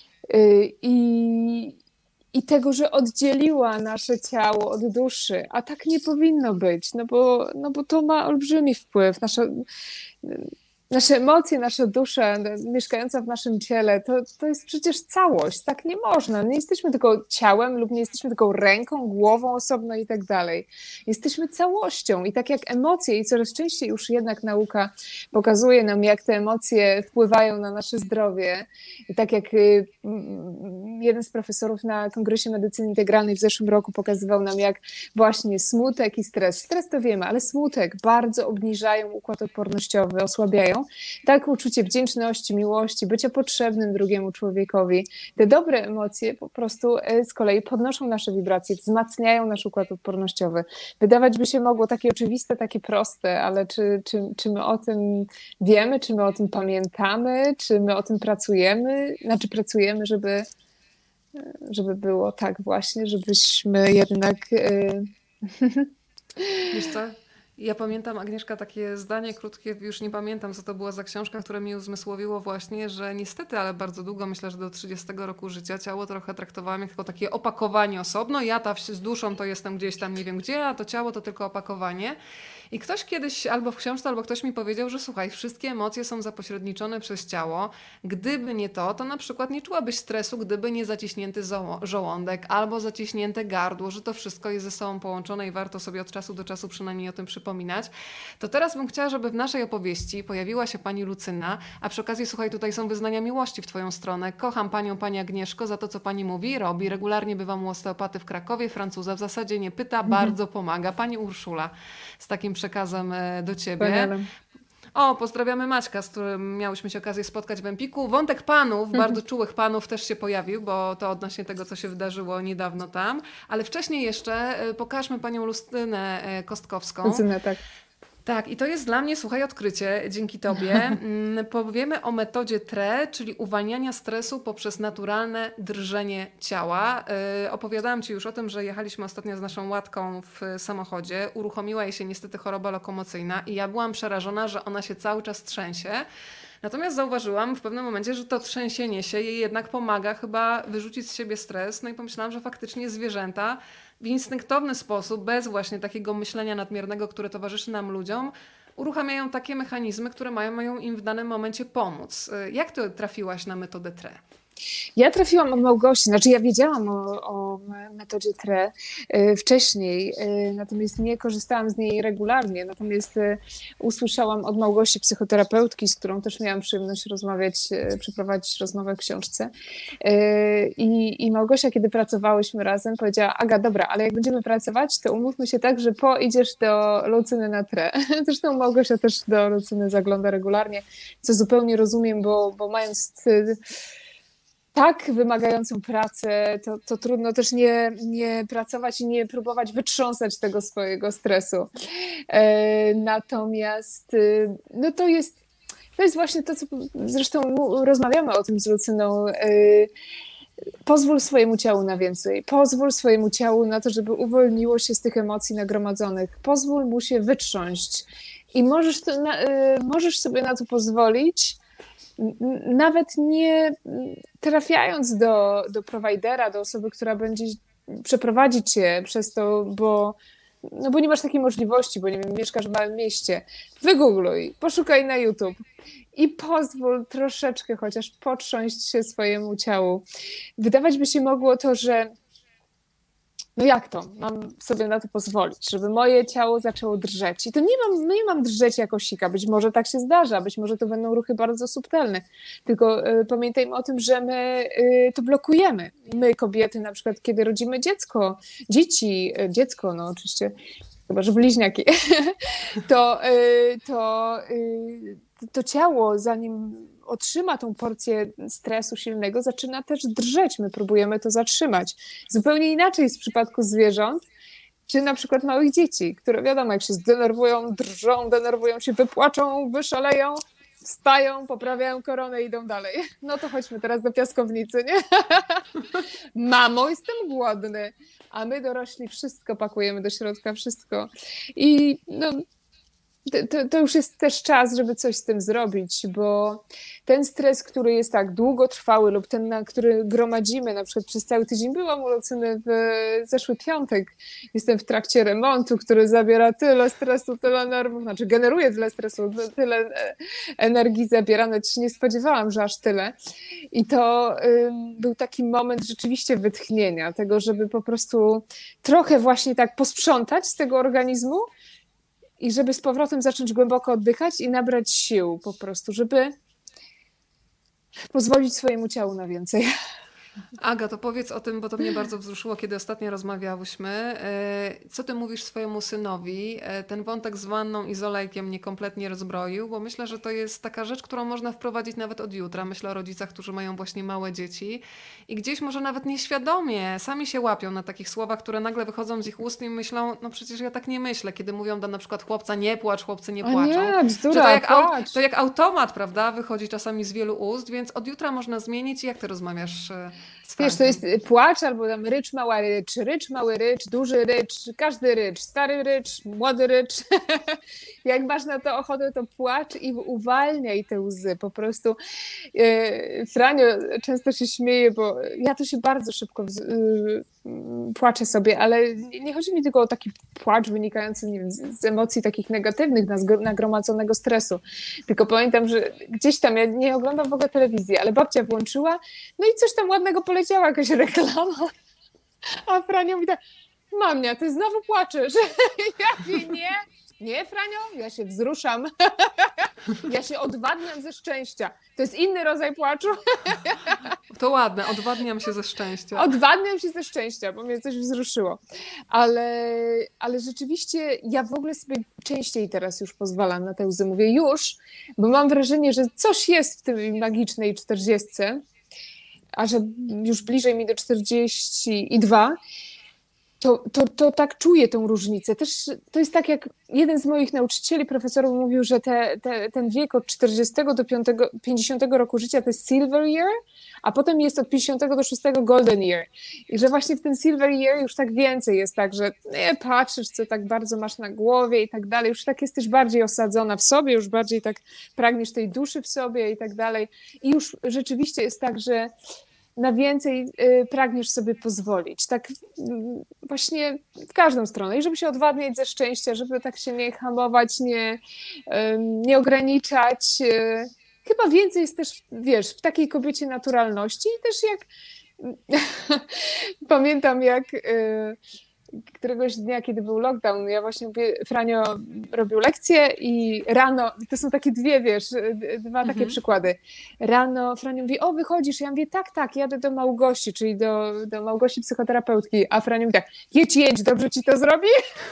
i tego, że oddzieliła nasze ciało od duszy, a tak nie powinno być, no bo to ma olbrzymi wpływ. Nasze emocje, nasza dusza mieszkająca w naszym ciele, to jest przecież całość. Tak nie można. Nie jesteśmy tylko ciałem lub nie jesteśmy tylko ręką, głową osobno i tak dalej. Jesteśmy całością i tak jak emocje i coraz częściej już jednak nauka pokazuje nam, jak te emocje wpływają na nasze zdrowie. I tak jak jeden z profesorów na Kongresie Medycyny Integralnej w zeszłym roku pokazywał nam, jak właśnie smutek i stres to wiemy, ale smutek bardzo obniżają układ odpornościowy, osłabiają. Tak, uczucie wdzięczności, miłości, bycia potrzebnym drugiemu człowiekowi. Te dobre emocje po prostu z kolei podnoszą nasze wibracje, wzmacniają nasz układ odpornościowy. Wydawać by się mogło takie oczywiste, takie proste, ale czy my o tym wiemy, czy my o tym pamiętamy, czy my o tym pracujemy, żeby było tak właśnie, żebyśmy jednak... Wiesz co? Ja pamiętam, Agnieszka, takie zdanie krótkie, już nie pamiętam, co to była za książka, które mi uzmysłowiło właśnie, że niestety, ale bardzo długo, myślę, że do 30 roku życia ciało trochę traktowałam jak tylko takie opakowanie osobno. Ja z duszą to jestem gdzieś tam nie wiem gdzie, a to ciało to tylko opakowanie. I ktoś kiedyś albo w książce, albo ktoś mi powiedział, że słuchaj, wszystkie emocje są zapośredniczone przez ciało. Gdyby nie to na przykład nie czułabyś stresu, gdyby nie zaciśnięty żołądek albo zaciśnięte gardło, że to wszystko jest ze sobą połączone i warto sobie od czasu do czasu przynajmniej o tym przypominać. To teraz bym chciała, żeby w naszej opowieści pojawiła się pani Lucyna, a przy okazji, słuchaj, tutaj są wyznania miłości w twoją stronę. Kocham panią, pani Agnieszko, za to, co pani mówi, robi. Regularnie bywam u osteopaty w Krakowie, Francuza. W zasadzie nie pyta, bardzo pomaga. Pani Urszula, z takim przekazem do ciebie. Wspaniale. O, pozdrawiamy Maćka, z którym miałyśmy się okazję spotkać w Empiku. Wątek panów, bardzo czułych panów też się pojawił, bo to odnośnie tego, co się wydarzyło niedawno tam. Ale wcześniej jeszcze pokażmy panią Lucynę Kostkowską. Lucynę, tak. Tak, i to jest dla mnie, słuchaj, odkrycie dzięki tobie. Powiemy o metodzie TRE, czyli uwalniania stresu poprzez naturalne drżenie ciała. Opowiadałam ci już o tym, że jechaliśmy ostatnio z naszą Łatką w samochodzie. Uruchomiła jej się niestety choroba lokomocyjna i ja byłam przerażona, że ona się cały czas trzęsie. Natomiast zauważyłam w pewnym momencie, że to trzęsienie się jej jednak pomaga chyba wyrzucić z siebie stres. No i pomyślałam, że faktycznie zwierzęta w instynktowny sposób, bez właśnie takiego myślenia nadmiernego, które towarzyszy nam ludziom, uruchamiają takie mechanizmy, które mają im w danym momencie pomóc. Jak ty trafiłaś na metodę TRE? Ja trafiłam od Małgosi, znaczy ja wiedziałam o metodzie TRE wcześniej, natomiast nie korzystałam z niej regularnie, natomiast usłyszałam od Małgosi, psychoterapeutki, z którą też miałam przyjemność rozmawiać, przeprowadzić rozmowę w książce i Małgosia, kiedy pracowałyśmy razem, powiedziała: Aga, dobra, ale jak będziemy pracować, to umówmy się tak, że idziesz do Lucyny na TRE. Zresztą Małgosia też do Lucyny zagląda regularnie, co zupełnie rozumiem, bo mając tak wymagającą pracę, to trudno też nie pracować i nie próbować wytrząsać tego swojego stresu. Natomiast no to jest właśnie to, co zresztą rozmawiamy o tym z Lucyną. Pozwól swojemu ciału na więcej. Pozwól swojemu ciału na to, żeby uwolniło się z tych emocji nagromadzonych. Pozwól mu się wytrząść. I możesz sobie na to pozwolić, nawet nie trafiając do prowajdera, do osoby, która będzie przeprowadzić cię przez to, bo nie masz takiej możliwości, bo nie wiem, mieszkasz w małym mieście. Wygoogluj, poszukaj na YouTube i pozwól troszeczkę chociaż potrząść się swojemu ciału. Wydawać by się mogło to, że no jak to? Mam sobie na to pozwolić, żeby moje ciało zaczęło drżeć. I to nie mam drżeć jako sika. Być może tak się zdarza, być może to będą ruchy bardzo subtelne. Tylko pamiętajmy o tym, że my to blokujemy. My, kobiety, na przykład, kiedy rodzimy dziecko, no oczywiście, chyba że bliźniaki, to ciało, zanim otrzyma tą porcję stresu silnego, zaczyna też drżeć. My próbujemy to zatrzymać. Zupełnie inaczej jest w przypadku zwierząt, czy na przykład małych dzieci, które wiadomo, jak się zdenerwują, drżą, denerwują się, wypłaczą, wyszaleją, wstają, poprawiają koronę i idą dalej. No to chodźmy teraz do piaskownicy, nie? Mamo, jestem głodny. A my dorośli wszystko pakujemy do środka, wszystko. I no, to już jest też czas, żeby coś z tym zrobić, bo ten stres, który jest tak długotrwały lub ten, na który gromadzimy, na przykład przez cały tydzień, byłam u Lucyny w zeszły piątek, jestem w trakcie remontu, który zabiera tyle stresu, tyle nerwów, znaczy generuje tyle stresu, tyle energii zabierane, też nie spodziewałam, że aż tyle. I to był taki moment rzeczywiście wytchnienia, tego, żeby po prostu trochę właśnie tak posprzątać z tego organizmu, i żeby z powrotem zacząć głęboko oddychać i nabrać sił po prostu, żeby pozwolić swojemu ciału na więcej. Aga, to powiedz o tym, bo to mnie bardzo wzruszyło, kiedy ostatnio rozmawiałyśmy. Co ty mówisz swojemu synowi? Ten wątek z wanną i z olejkiem mnie kompletnie rozbroił, bo myślę, że to jest taka rzecz, którą można wprowadzić nawet od jutra. Myślę o rodzicach, którzy mają właśnie małe dzieci i gdzieś może nawet nieświadomie sami się łapią na takich słowach, które nagle wychodzą z ich ust i myślą, no przecież ja tak nie myślę, kiedy mówią do na przykład chłopca nie płacz, chłopcy nie płaczą. Nie, bzdura, to jak automat, prawda, wychodzi czasami z wielu ust, więc od jutra można zmienić. Jak ty rozmawiasz Wiesz, to jest płacz albo tam rycz, mała rycz, mały rycz, duży rycz, każdy rycz, stary rycz, młody rycz. Jak masz na to ochotę, to płacz i uwalniaj te łzy. Po prostu Franio często się śmieje, bo ja to się bardzo szybko płaczę sobie, ale nie chodzi mi tylko o taki płacz wynikający, nie wiem, z emocji takich negatywnych, nagromadzonego stresu. Tylko pamiętam, że gdzieś tam, ja nie oglądam w ogóle telewizji, ale babcia włączyła, no i coś tam ładnego poleciała, jakaś reklama. A Franio mi tak, mamia, ty znowu płaczesz. Ja mówię, nie, Franio, ja się wzruszam. Ja się odwadniam ze szczęścia. To jest inny rodzaj płaczu. To ładne, odwadniam się ze szczęścia. Odwadniam się ze szczęścia, bo mnie coś wzruszyło. Ale rzeczywiście ja w ogóle sobie częściej teraz już pozwalam na te łzy. Mówię już, bo mam wrażenie, że coś jest w tej magicznej 40, a że już bliżej mi do 42, to tak czuję tą różnicę. Też to jest tak, jak jeden z moich nauczycieli, profesorów mówił, że ten wiek od 40 do 50 roku życia to jest silver year, a potem jest od 50 do 6 golden year. I że właśnie w ten silver year już tak więcej jest tak, że nie patrzysz, co tak bardzo masz na głowie i tak dalej. Już tak jesteś bardziej osadzona w sobie, już bardziej tak pragniesz tej duszy w sobie i tak dalej. I już rzeczywiście jest tak, że na więcej pragniesz sobie pozwolić. Tak właśnie w każdą stronę. I żeby się odwadniać ze szczęścia, żeby tak się nie hamować, nie ograniczać. Chyba więcej jest też, wiesz, w takiej kobiecie naturalności i też jak pamiętam, jak któregoś dnia, kiedy był lockdown, ja właśnie mówię, Franio robił lekcje i rano, to są takie dwa takie przykłady. Rano Franio mówi, o wychodzisz? Ja mówię, tak, jadę do Małgosi, czyli do Małgosi psychoterapeutki, a Franio mówi tak, jedź, dobrze ci to zrobi?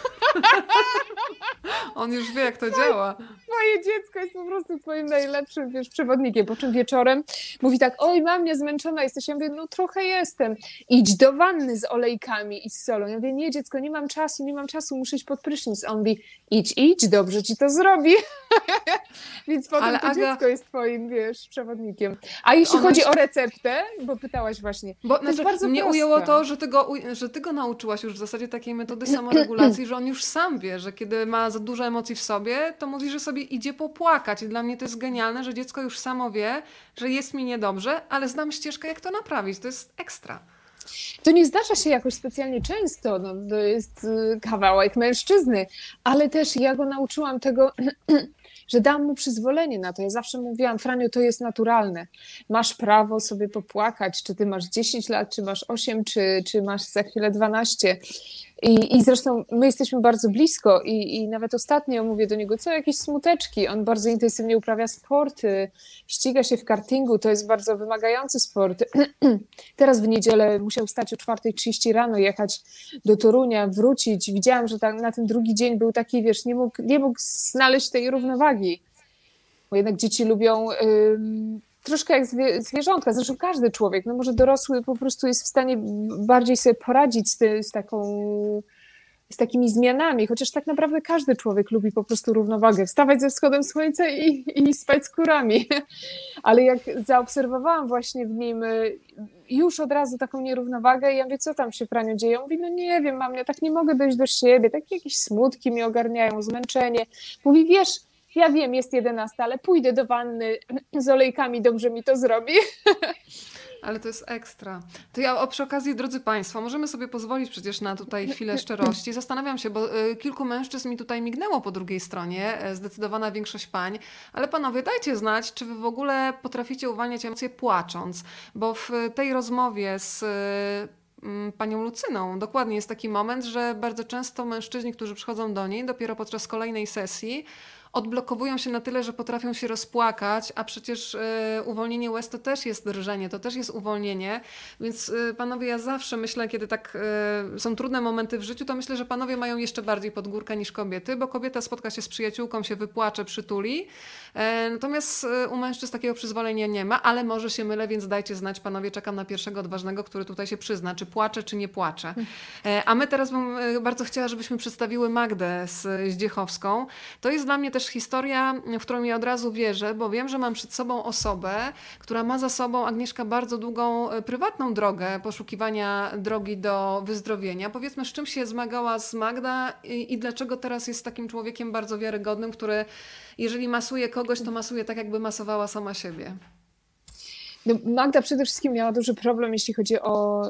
On już wie, jak to działa. Twoje dziecko jest po prostu twoim najlepszym, wiesz, przewodnikiem. Po czym wieczorem mówi tak, oj mamie, zmęczona jesteś. Ja mówię, no trochę jestem. Idź do wanny z olejkami i z solą. Ja mówię, nie dziecko, nie mam czasu, muszę iść pod prysznic. On mówi, idź, dobrze ci to zrobi. Więc potem dziecko jest twoim, wiesz, przewodnikiem. A jeśli chodzi o receptę, bo pytałaś właśnie, bo to jest bardzo mnie proste. ujęło to, że ty go nauczyłaś już w zasadzie takiej metody samoregulacji, że on już sam wie, że kiedy ma za dużo emocji w sobie, to mówi, że sobie idzie popłakać. I dla mnie to jest genialne, że dziecko już samo wie, że jest mi niedobrze, ale znam ścieżkę, jak to naprawić. To jest ekstra. To nie zdarza się jakoś specjalnie często, no, to jest kawałek mężczyzny, ale też ja go nauczyłam tego, że dam mu przyzwolenie na to. Ja zawsze mówiłam, Franiu, to jest naturalne. Masz prawo sobie popłakać, czy ty masz 10 lat, czy masz 8, czy masz za chwilę 12. I zresztą my jesteśmy bardzo blisko i nawet ostatnio mówię do niego, co jakieś smuteczki. On bardzo intensywnie uprawia sporty, ściga się w kartingu, to jest bardzo wymagający sport. Teraz w niedzielę musiał wstać o 4:30 rano, jechać do Torunia, wrócić. Widziałam, że na ten drugi dzień był taki, wiesz, nie mógł znaleźć tej równowagi. Bo jednak dzieci lubią troszkę jak zwierzątka, zresztą każdy człowiek, no może dorosły po prostu jest w stanie bardziej sobie poradzić z takimi zmianami, chociaż tak naprawdę każdy człowiek lubi po prostu równowagę, wstawać ze wschodem słońca i spać z kurami. Ale jak zaobserwowałam właśnie w nim już od razu taką nierównowagę i ja mówię, co tam się, Franiu, dzieje? On mówi, no nie wiem, mam, ja tak nie mogę dojść do siebie, takie jakieś smutki mnie ogarniają, zmęczenie. Mówi, wiesz, ja wiem, jest 11, ale pójdę do wanny z olejkami, dobrze mi to zrobi. Ale to jest ekstra. To ja przy okazji, drodzy Państwo, możemy sobie pozwolić przecież na tutaj chwilę szczerości. Zastanawiam się, bo kilku mężczyzn mi tutaj mignęło po drugiej stronie, zdecydowana większość pań, ale panowie, dajcie znać, czy wy w ogóle potraficie uwalniać emocje płacząc, bo w tej rozmowie z panią Lucyną dokładnie jest taki moment, że bardzo często mężczyźni, którzy przychodzą do niej dopiero podczas kolejnej sesji, odblokowują się na tyle, że potrafią się rozpłakać, a przecież uwolnienie łez to też jest drżenie, to też jest uwolnienie, więc panowie, ja zawsze myślę, kiedy tak są trudne momenty w życiu, to myślę, że panowie mają jeszcze bardziej pod górkę niż kobiety, bo kobieta spotka się z przyjaciółką, się wypłacze, przytuli, natomiast u mężczyzn takiego przyzwolenia nie ma, ale może się mylę, więc dajcie znać, panowie, czekam na pierwszego odważnego, który tutaj się przyzna, czy płacze, czy nie płacze. A my teraz bym bardzo chciała, żebyśmy przedstawiły Magdę Zdziechowską. To jest dla mnie też też historia, w którą ja od razu wierzę, bo wiem, że mam przed sobą osobę, która ma za sobą, Agnieszka, bardzo długą, prywatną drogę poszukiwania drogi do wyzdrowienia. Powiedzmy, z czym się zmagała z Magda i dlaczego teraz jest takim człowiekiem bardzo wiarygodnym, który jeżeli masuje kogoś, to masuje tak, jakby masowała sama siebie. No, Magda przede wszystkim miała duży problem, jeśli chodzi o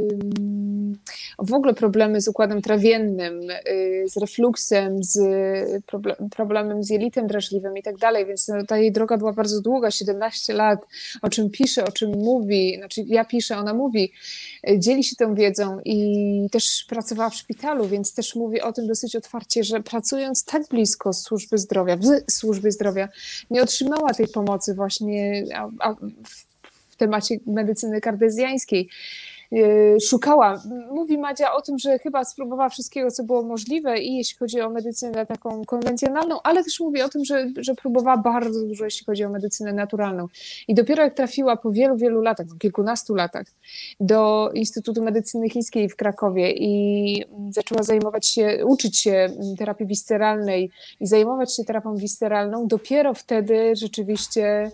w ogóle problemy z układem trawiennym, z refluksem, z problemem z jelitem drażliwym i tak dalej, więc ta jej droga była bardzo długa, 17 lat, o czym pisze, o czym mówi, znaczy ja piszę, ona mówi, dzieli się tą wiedzą i też pracowała w szpitalu, więc też mówi o tym dosyć otwarcie, że pracując tak blisko służby zdrowia, nie otrzymała tej pomocy właśnie w temacie medycyny kardezjańskiej. Szukała. Mówi Madzia o tym, że chyba spróbowała wszystkiego, co było możliwe i jeśli chodzi o medycynę taką konwencjonalną, ale też mówi o tym, że próbowała bardzo dużo, jeśli chodzi o medycynę naturalną. I dopiero jak trafiła po wielu, wielu latach, kilkunastu latach do Instytutu Medycyny Chińskiej w Krakowie i zaczęła uczyć się terapii visceralnej i zajmować się terapią visceralną, dopiero wtedy rzeczywiście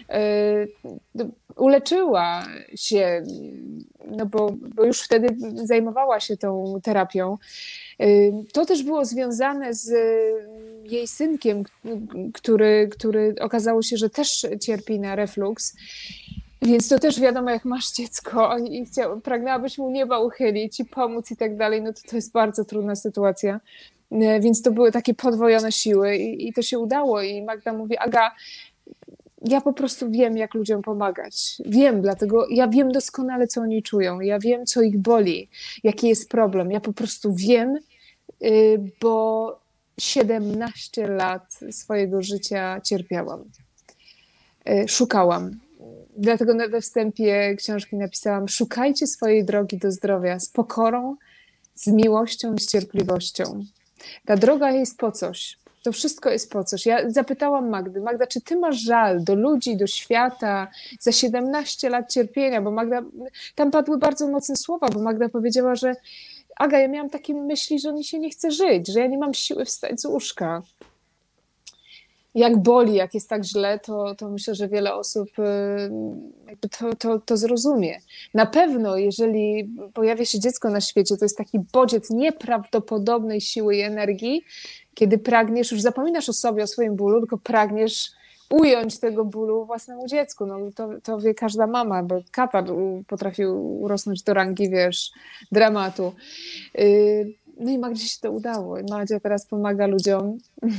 uleczyła się, no bo już wtedy zajmowała się tą terapią. To też było związane z jej synkiem, który okazało się, że też cierpi na refluks. Więc to też wiadomo, jak masz dziecko i pragnęłabyś mu nieba uchylić i pomóc i tak dalej, no to jest bardzo trudna sytuacja. Więc to były takie podwojone siły i to się udało. I Magda mówi, Aga, ja po prostu wiem, jak ludziom pomagać. Wiem, dlatego ja wiem doskonale, co oni czują. Ja wiem, co ich boli, jaki jest problem. Ja po prostu wiem, bo 17 lat swojego życia cierpiałam. Szukałam. Dlatego we wstępie książki napisałam: szukajcie swojej drogi do zdrowia z pokorą, z miłością i z cierpliwością. Ta droga jest po coś. To wszystko jest po coś. Ja zapytałam Magda, czy ty masz żal do ludzi, do świata za 17 lat cierpienia? Bo Magda, tam padły bardzo mocne słowa, bo Magda powiedziała, że Aga, ja miałam takie myśli, że mi się nie chce żyć, że ja nie mam siły wstać z łóżka. Jak boli, jak jest tak źle, to myślę, że wiele osób to zrozumie. Na pewno, jeżeli pojawia się dziecko na świecie, to jest taki bodziec nieprawdopodobnej siły i energii, kiedy pragniesz, już zapominasz o sobie, o swoim bólu, tylko pragniesz ująć tego bólu własnemu dziecku. No, to wie każda mama, bo katar potrafił urosnąć do rangi, dramatu. No i Magdzie się to udało. Madzia teraz pomaga ludziom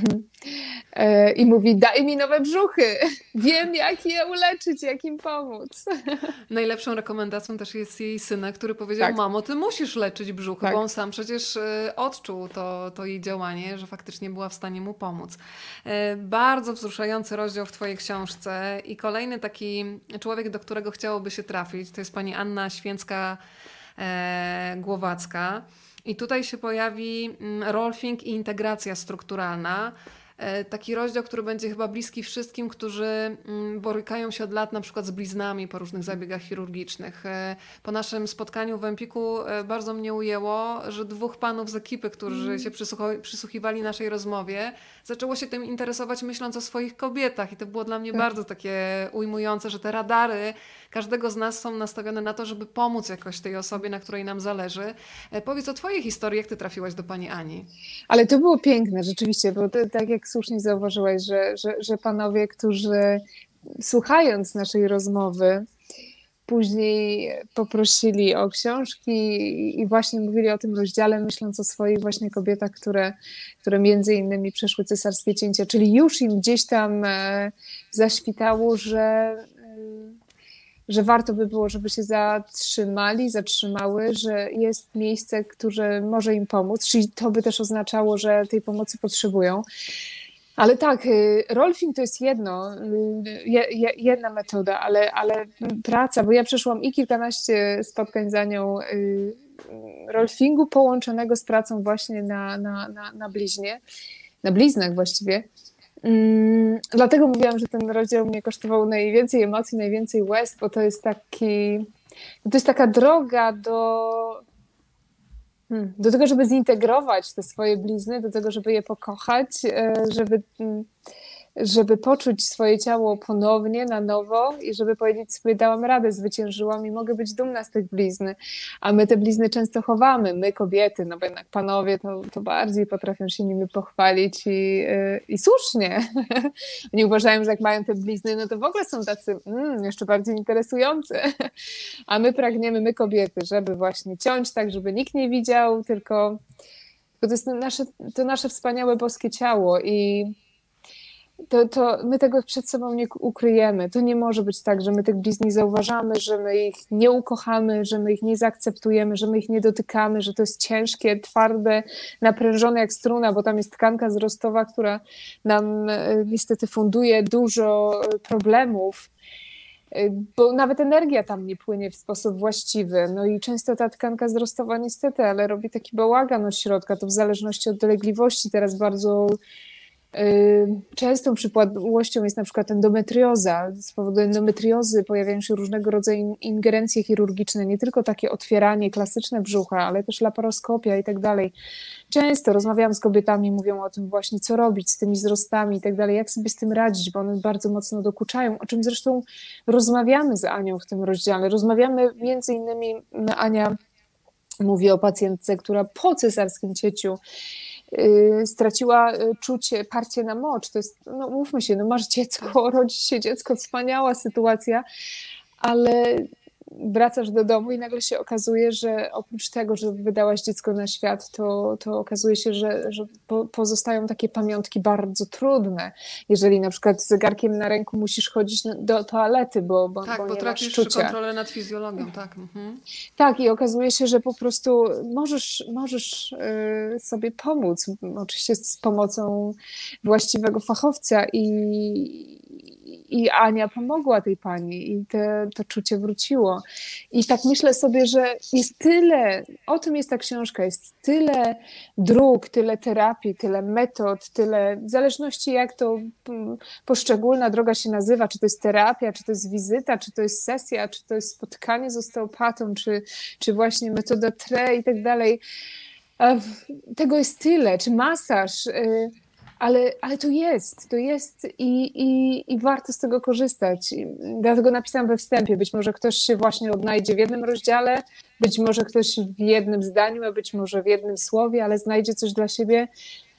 i mówi: daj mi nowe brzuchy. Wiem, jak je uleczyć, jak im pomóc. Najlepszą rekomendacją też jest jej synek, który powiedział: tak, mamo, ty musisz leczyć brzuchy, tak, bo on sam przecież odczuł to jej działanie, że faktycznie była w stanie mu pomóc. Bardzo wzruszający rozdział w twojej książce i kolejny taki człowiek, do którego chciałoby się trafić, to jest pani Anna Święcka-Głowacka. I tutaj się pojawi rolfing i integracja strukturalna. Taki rozdział, który będzie chyba bliski wszystkim, którzy borykają się od lat na przykład z bliznami po różnych zabiegach chirurgicznych. Po naszym spotkaniu w Empiku bardzo mnie ujęło, że dwóch panów z ekipy, którzy się przysłuchiwali naszej rozmowie, zaczęło się tym interesować, myśląc o swoich kobietach. I to było dla mnie bardzo takie ujmujące, że te radary każdego z nas są nastawione na to, żeby pomóc jakoś tej osobie, na której nam zależy. Powiedz o twojej historii, jak ty trafiłaś do pani Ani. Ale to było piękne rzeczywiście, bo tak jak słusznie zauważyłaś, że panowie, którzy słuchając naszej rozmowy później poprosili o książki i właśnie mówili o tym rozdziale, myśląc o swoich właśnie kobietach, które między innymi przeszły cesarskie cięcie, czyli już im gdzieś tam zaświtało, że warto by było, żeby się zatrzymały, że jest miejsce, które może im pomóc, czyli to by też oznaczało, że tej pomocy potrzebują. Ale tak, rolfing to jest jedna metoda, ale praca, bo ja przeszłam i kilkanaście spotkań za nią rolfingu połączonego z pracą właśnie na bliźnie, na bliznach właściwie. Dlatego mówiłam, że ten rozdział mnie kosztował najwięcej emocji, najwięcej łez, bo to jest taka droga Do tego, żeby zintegrować te swoje blizny, do tego, żeby je pokochać, żeby poczuć swoje ciało ponownie, na nowo i żeby powiedzieć sobie, dałam radę, zwyciężyłam i mogę być dumna z tych blizny. A my te blizny często chowamy, my kobiety, no bo jednak panowie to bardziej potrafią się nimi pochwalić i słusznie. Oni uważają, że jak mają te blizny, no to w ogóle są tacy jeszcze bardziej interesujący. A my pragniemy, my kobiety, żeby właśnie ciąć tak, żeby nikt nie widział, tylko to jest to nasze wspaniałe boskie ciało i to my tego przed sobą nie ukryjemy. To nie może być tak, że my tych blizn nie zauważamy, że my ich nie ukochamy, że my ich nie zaakceptujemy, że my ich nie dotykamy, że to jest ciężkie, twarde, naprężone jak struna, bo tam jest tkanka wzrostowa, która nam niestety funduje dużo problemów, bo nawet energia tam nie płynie w sposób właściwy. No i często ta tkanka wzrostowa niestety, ale robi taki bałagan od środka, to w zależności od dolegliwości. Teraz bardzo częstą przypadłością jest na przykład endometrioza. Z powodu endometriozy pojawiają się różnego rodzaju ingerencje chirurgiczne, nie tylko takie otwieranie klasyczne brzucha, ale też laparoskopia i tak dalej. Często rozmawiam z kobietami, mówią o tym właśnie, co robić z tymi wzrostami i tak dalej, jak sobie z tym radzić, bo one bardzo mocno dokuczają, o czym zresztą rozmawiamy z Anią w tym rozdziale. Rozmawiamy między innymi, Ania mówi o pacjentce, która po cesarskim cieciu straciła czucie, parcie na mocz. To jest, no mówmy się, no masz dziecko, rodzi się dziecko, wspaniała sytuacja, ale wracasz do domu i nagle się okazuje, że oprócz tego, że wydałaś dziecko na świat, to okazuje się, że pozostają takie pamiątki bardzo trudne. Jeżeli na przykład z zegarkiem na ręku musisz chodzić do toalety, bo tak, bo tracisz kontrolę nad fizjologią, tak. Mhm. Tak, i okazuje się, że po prostu możesz sobie pomóc, oczywiście z pomocą właściwego fachowca i Ania pomogła tej pani i to czucie wróciło. I tak myślę sobie, że jest tyle, o tym jest ta książka, jest tyle dróg, tyle terapii, tyle metod, tyle, w zależności jak to poszczególna droga się nazywa, czy to jest terapia, czy to jest wizyta, czy to jest sesja, czy to jest spotkanie z osteopatą, czy właśnie metoda TRE i tak dalej. Tego jest tyle, czy masaż, ale to jest i warto z tego korzystać. Dlatego napisałam we wstępie, być może ktoś się właśnie odnajdzie w jednym rozdziale, być może ktoś w jednym zdaniu, a być może w jednym słowie, ale znajdzie coś dla siebie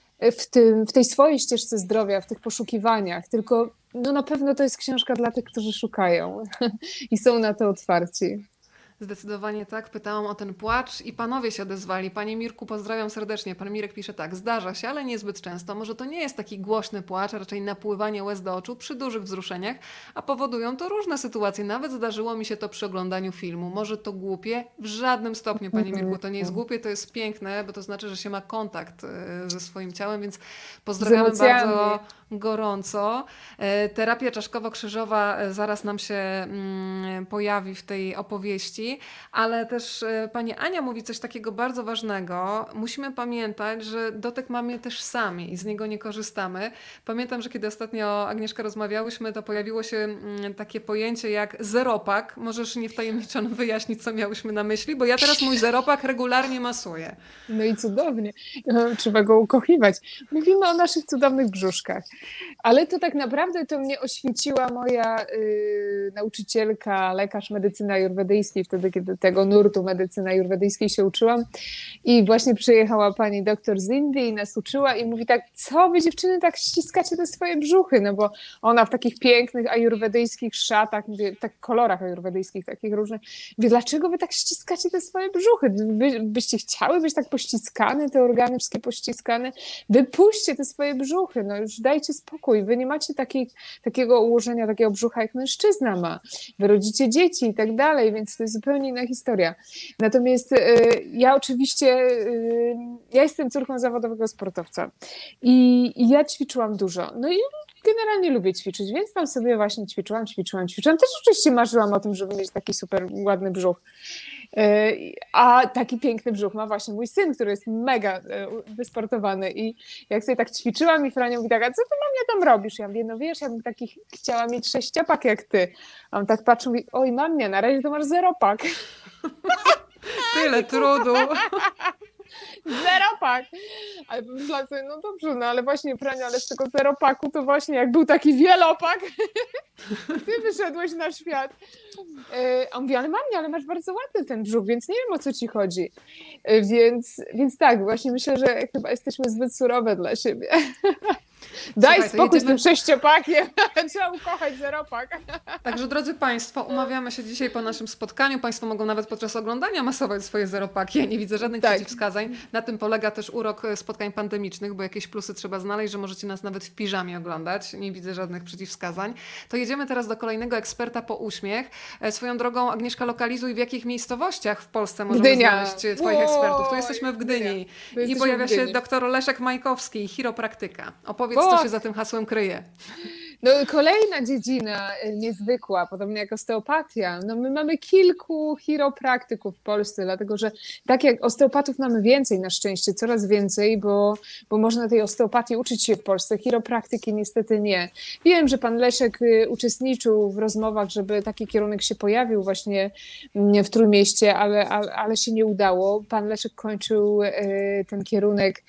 w tej swojej ścieżce zdrowia, w tych poszukiwaniach. Tylko no na pewno to jest książka dla tych, którzy szukają i są na to otwarci. Zdecydowanie tak. Pytałam o ten płacz i panowie się odezwali. Panie Mirku, pozdrawiam serdecznie. Pan Mirek pisze tak, zdarza się, ale niezbyt często. Może to nie jest taki głośny płacz, a raczej napływanie łez do oczu przy dużych wzruszeniach, a powodują to różne sytuacje. Nawet zdarzyło mi się to przy oglądaniu filmu. Może to głupie? W żadnym stopniu, Panie Mirku, to nie jest głupie, to jest piękne, bo to znaczy, że się ma kontakt ze swoim ciałem, więc pozdrawiamy bardzo gorąco. Terapia czaszkowo-krzyżowa zaraz nam się pojawi w tej opowieści, ale też pani Ania mówi coś takiego bardzo ważnego. Musimy pamiętać, że dotyk mamy też sami i z niego nie korzystamy. Pamiętam, że kiedy ostatnio, Agnieszka, rozmawiałyśmy, to pojawiło się takie pojęcie jak zeropak. Możesz niewtajemniczono wyjaśnić, co miałyśmy na myśli, bo ja teraz mój zeropak regularnie masuję. No i cudownie. Trzeba go ukochiwać. Mówimy o naszych cudownych brzuszkach. Ale to tak naprawdę to mnie oświeciła moja nauczycielka, lekarz medycyny ajurwedyjskiej, wtedy kiedy tego nurtu medycyny ajurwedyjskiej się uczyłam. I właśnie przyjechała pani doktor z Indii i nas uczyła i mówi tak, co wy dziewczyny tak ściskacie te swoje brzuchy? No bo ona w takich pięknych ajurwedyjskich szatach, mówię, w takich kolorach ajurwedyjskich, takich różnych. Mówię, dlaczego wy tak ściskacie te swoje brzuchy? Byście chciały być tak pościskane, te organy wszystkie pościskane? Wypuśćcie te swoje brzuchy, no już dajcie spokój. Wy nie macie takiego ułożenia, takiego brzucha, jak mężczyzna ma. Wy rodzicie dzieci i tak dalej, więc to jest zupełnie inna historia. Natomiast ja oczywiście, ja jestem córką zawodowego sportowca i ja ćwiczyłam dużo. No i generalnie lubię ćwiczyć, więc tam sobie właśnie ćwiczyłam. Też oczywiście marzyłam o tym, żeby mieć taki super ładny brzuch. A taki piękny brzuch ma właśnie mój syn, który jest mega wysportowany i jak sobie tak ćwiczyłam i Frania mówi tak, a co ty mamia tam robisz? Ja mówię, no wiesz, ja bym takich chciała mieć 6-pack jak ty. A on tak patrzy, mówi, oj mamia, na razie to masz 0-pack. Tyle trudu. zeropak. Ale pomyślałam sobie, no dobrze, no ale właśnie Frania, ale z tego zeropaku to właśnie jak był taki wielopak, ty wyszedłeś na świat. A on mówi, ale mamie, ale masz bardzo ładny ten brzuch, więc nie wiem, o co ci chodzi. Więc tak, właśnie myślę, że chyba jesteśmy zbyt surowe dla siebie. Daj spokój z tym sześciopakiem, trzeba ukochać zeropak. Także drodzy Państwo, umawiamy się dzisiaj po naszym spotkaniu. Państwo mogą nawet podczas oglądania masować swoje zeropaki. Ja nie widzę żadnych przeciwwskazań. Na tym polega też urok spotkań pandemicznych, bo jakieś plusy trzeba znaleźć, że możecie nas nawet w piżamie oglądać. Nie widzę żadnych przeciwwskazań. To jedziemy teraz do kolejnego eksperta po uśmiech. Swoją drogą, Agnieszka, lokalizuj, w jakich miejscowościach w Polsce możemy znaleźć Twoich ekspertów. Tu jesteśmy w Gdyni. I pojawia się doktor Leszek Majkowski, chiropraktyka. Opowiedz, co się za tym hasłem kryje. No, kolejna dziedzina niezwykła, podobnie jak osteopatia. No, my mamy kilku chiropraktyków w Polsce, dlatego że tak jak osteopatów mamy więcej na szczęście, coraz więcej, bo można tej osteopatii uczyć się w Polsce. Chiropraktyki niestety nie. Wiem, że pan Leszek uczestniczył w rozmowach, żeby taki kierunek się pojawił właśnie w Trójmieście, ale się nie udało. Pan Leszek kończył ten kierunek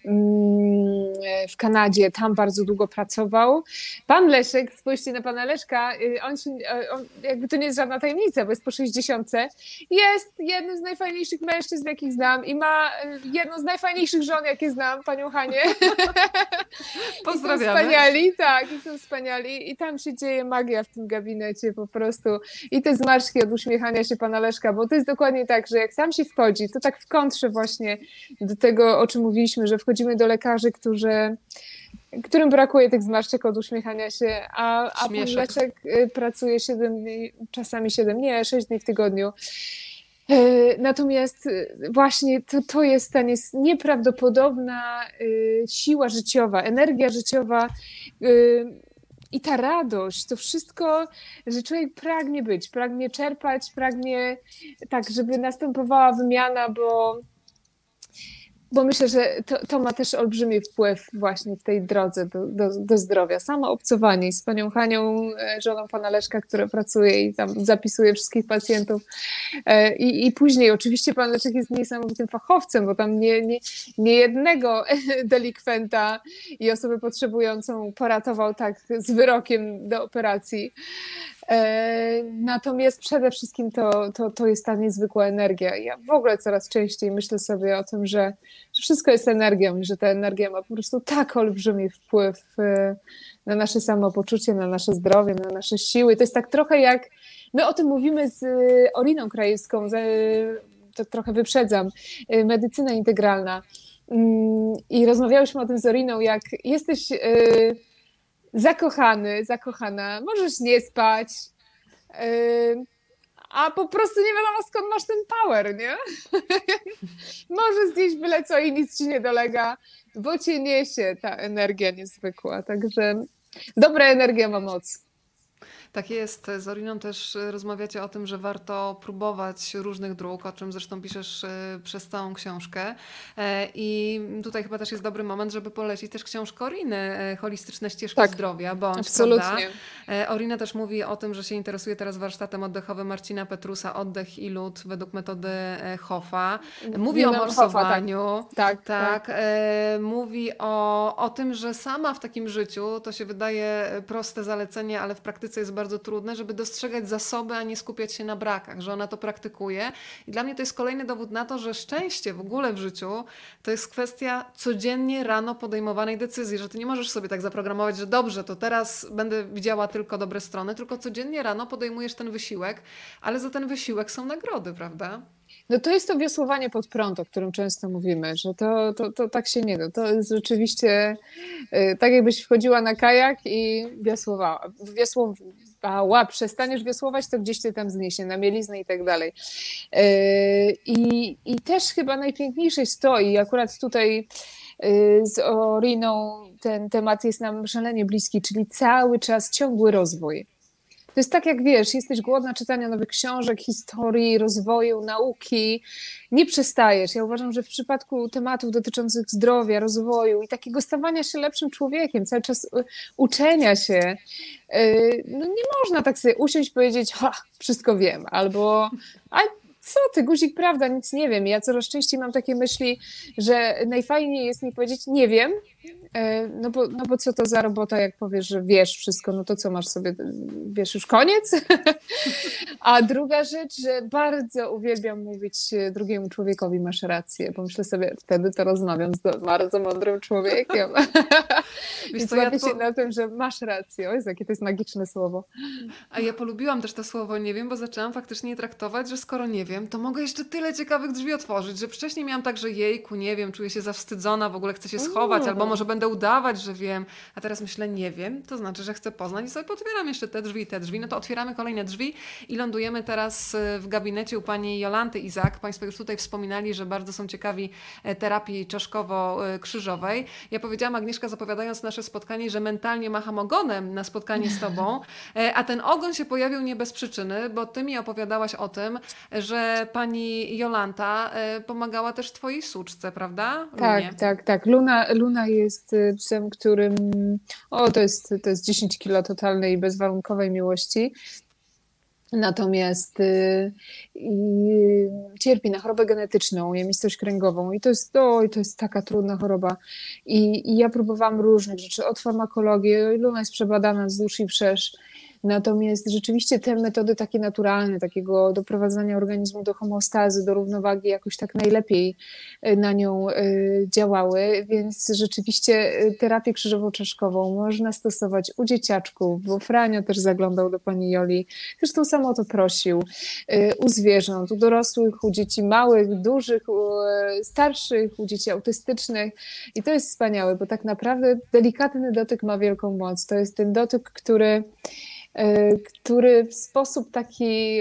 w Kanadzie, tam bardzo długo pracował. Pan Leszek, spójrzcie na pana Leszka, on jakby to nie jest żadna tajemnica, bo jest po 60. Jest jednym z najfajniejszych mężczyzn, jakich znam i ma jedną z najfajniejszych żon, jakie znam, panią Hanię. Pozdrawiamy. Są wspaniali, tak, są wspaniali i tam się dzieje magia w tym gabinecie po prostu. I te zmarszki od uśmiechania się pana Leszka, bo to jest dokładnie tak, że jak tam się wchodzi, to tak w kontrze właśnie do tego, o czym mówiliśmy, że wchodzimy do lekarzy, którym brakuje tych zmarszczek od uśmiechania się, a pan Leszek pracuje 7 dni, czasami 6 dni w tygodniu. Natomiast właśnie to jest ta nieprawdopodobna siła życiowa, energia życiowa i ta radość, to wszystko, że człowiek pragnie być, pragnie czerpać, pragnie tak, żeby następowała wymiana, bo myślę, że to ma też olbrzymi wpływ właśnie w tej drodze do zdrowia. Samo obcowanie z panią Hanią, żoną pana Leszka, która pracuje i tam zapisuje wszystkich pacjentów. I później oczywiście pan Leszek jest niesamowitym fachowcem, bo tam nie jednego delikwenta i osobę potrzebującą poratował tak z wyrokiem do operacji. Natomiast przede wszystkim to jest ta niezwykła energia. Ja w ogóle coraz częściej myślę sobie o tym, że wszystko jest energią i że ta energia ma po prostu tak olbrzymi wpływ na nasze samopoczucie, na nasze zdrowie, na nasze siły. To jest tak trochę jak my o tym mówimy z Oriną Krajewską, to trochę wyprzedzam, medycyna integralna. I rozmawiałyśmy o tym z Oriną, jak jesteś zakochany, zakochana, możesz nie spać, a po prostu nie wiadomo skąd masz ten power, nie? Możesz zjeść byle co i nic ci nie dolega, bo cię niesie ta energia niezwykła, także dobra energia ma moc. Tak jest. Z Oriną też rozmawiacie o tym, że warto próbować różnych dróg, o czym zresztą piszesz przez całą książkę. I tutaj chyba też jest dobry moment, żeby polecić też książkę Oriny, Holistyczne ścieżki zdrowia, bądź, absolutnie. Prawda? Orina też mówi o tym, że się interesuje teraz warsztatem oddechowym Marcina Petrusa, Oddech i lód według metody Hoffa. Mówi o morsowaniu. Tak. Mówi o tym, że sama w takim życiu, to się wydaje proste zalecenie, ale w praktyce jest bardzo trudne, żeby dostrzegać zasoby, a nie skupiać się na brakach, że ona to praktykuje. I dla mnie to jest kolejny dowód na to, że szczęście w ogóle w życiu to jest kwestia codziennie rano podejmowanej decyzji, że ty nie możesz sobie tak zaprogramować, że dobrze, to teraz będę widziała tylko dobre strony, tylko codziennie rano podejmujesz ten wysiłek, ale za ten wysiłek są nagrody, prawda? No to jest to wiosłowanie pod prąd, o którym często mówimy, że to tak się nie da. To jest rzeczywiście tak, jakbyś wchodziła na kajak i wiosłowała. Przestaniesz wiosłować, to gdzieś cię tam zniesie, na mieliznę i tak dalej. I też chyba najpiękniejsze stoi, akurat tutaj z Oriną ten temat jest nam szalenie bliski, czyli cały czas ciągły rozwój. To jest tak, jak wiesz, jesteś głodna czytania nowych książek, historii, rozwoju, nauki, nie przestajesz. Ja uważam, że w przypadku tematów dotyczących zdrowia, rozwoju i takiego stawania się lepszym człowiekiem, cały czas uczenia się, no nie można tak sobie usiąść i powiedzieć, wszystko wiem, albo Co ty, guzik, prawda, nic nie wiem. Ja coraz częściej mam takie myśli, że najfajniej jest mi powiedzieć nie wiem, no bo co to za robota, jak powiesz, że wiesz wszystko, no to co masz sobie, wiesz, już koniec? A druga rzecz, że bardzo uwielbiam mówić drugiemu człowiekowi masz rację, bo myślę sobie, wtedy to rozmawiam z bardzo mądrym człowiekiem. Więc łapię się na tym, że masz rację. O Jezu, jakie to jest magiczne słowo. A ja polubiłam też to słowo nie wiem, bo zaczęłam faktycznie je traktować, że skoro nie wiem, to mogę jeszcze tyle ciekawych drzwi otworzyć, że wcześniej miałam tak, że jejku, nie wiem, czuję się zawstydzona, w ogóle chcę się schować, albo może będę udawać, że wiem, a teraz myślę nie wiem, to znaczy, że chcę poznać i sobie potwieram jeszcze te drzwi, no to otwieramy kolejne drzwi i lądujemy teraz w gabinecie u pani Jolanty Izak. Państwo już tutaj wspominali, że bardzo są ciekawi terapii czaszkowo-krzyżowej. Ja powiedziałam, Agnieszka, zapowiadając nasze spotkanie, że mentalnie macham ogonem na spotkanie z tobą, a ten ogon się pojawił nie bez przyczyny, bo ty mi opowiadałaś o tym, że pani Jolanta pomagała też twojej suczce, prawda? Lunie. Tak. Luna jest psem, którym to jest 10 kilo totalnej i bezwarunkowej miłości. Natomiast cierpi na chorobę genetyczną, jamistość kręgową i to jest taka trudna choroba. I ja próbowałam różnych rzeczy, od farmakologii, Luna jest przebadana wzdłuż i wszerz. Natomiast rzeczywiście te metody takie naturalne, takiego doprowadzania organizmu do homeostazy, do równowagi jakoś tak najlepiej na nią działały, więc rzeczywiście terapię krzyżowo-czaszkową można stosować u dzieciaczków, bo Franio też zaglądał do pani Joli, zresztą sam o to prosił, u zwierząt, u dorosłych, u dzieci małych, dużych, starszych, u dzieci autystycznych i to jest wspaniałe, bo tak naprawdę delikatny dotyk ma wielką moc. To jest ten dotyk, który w sposób taki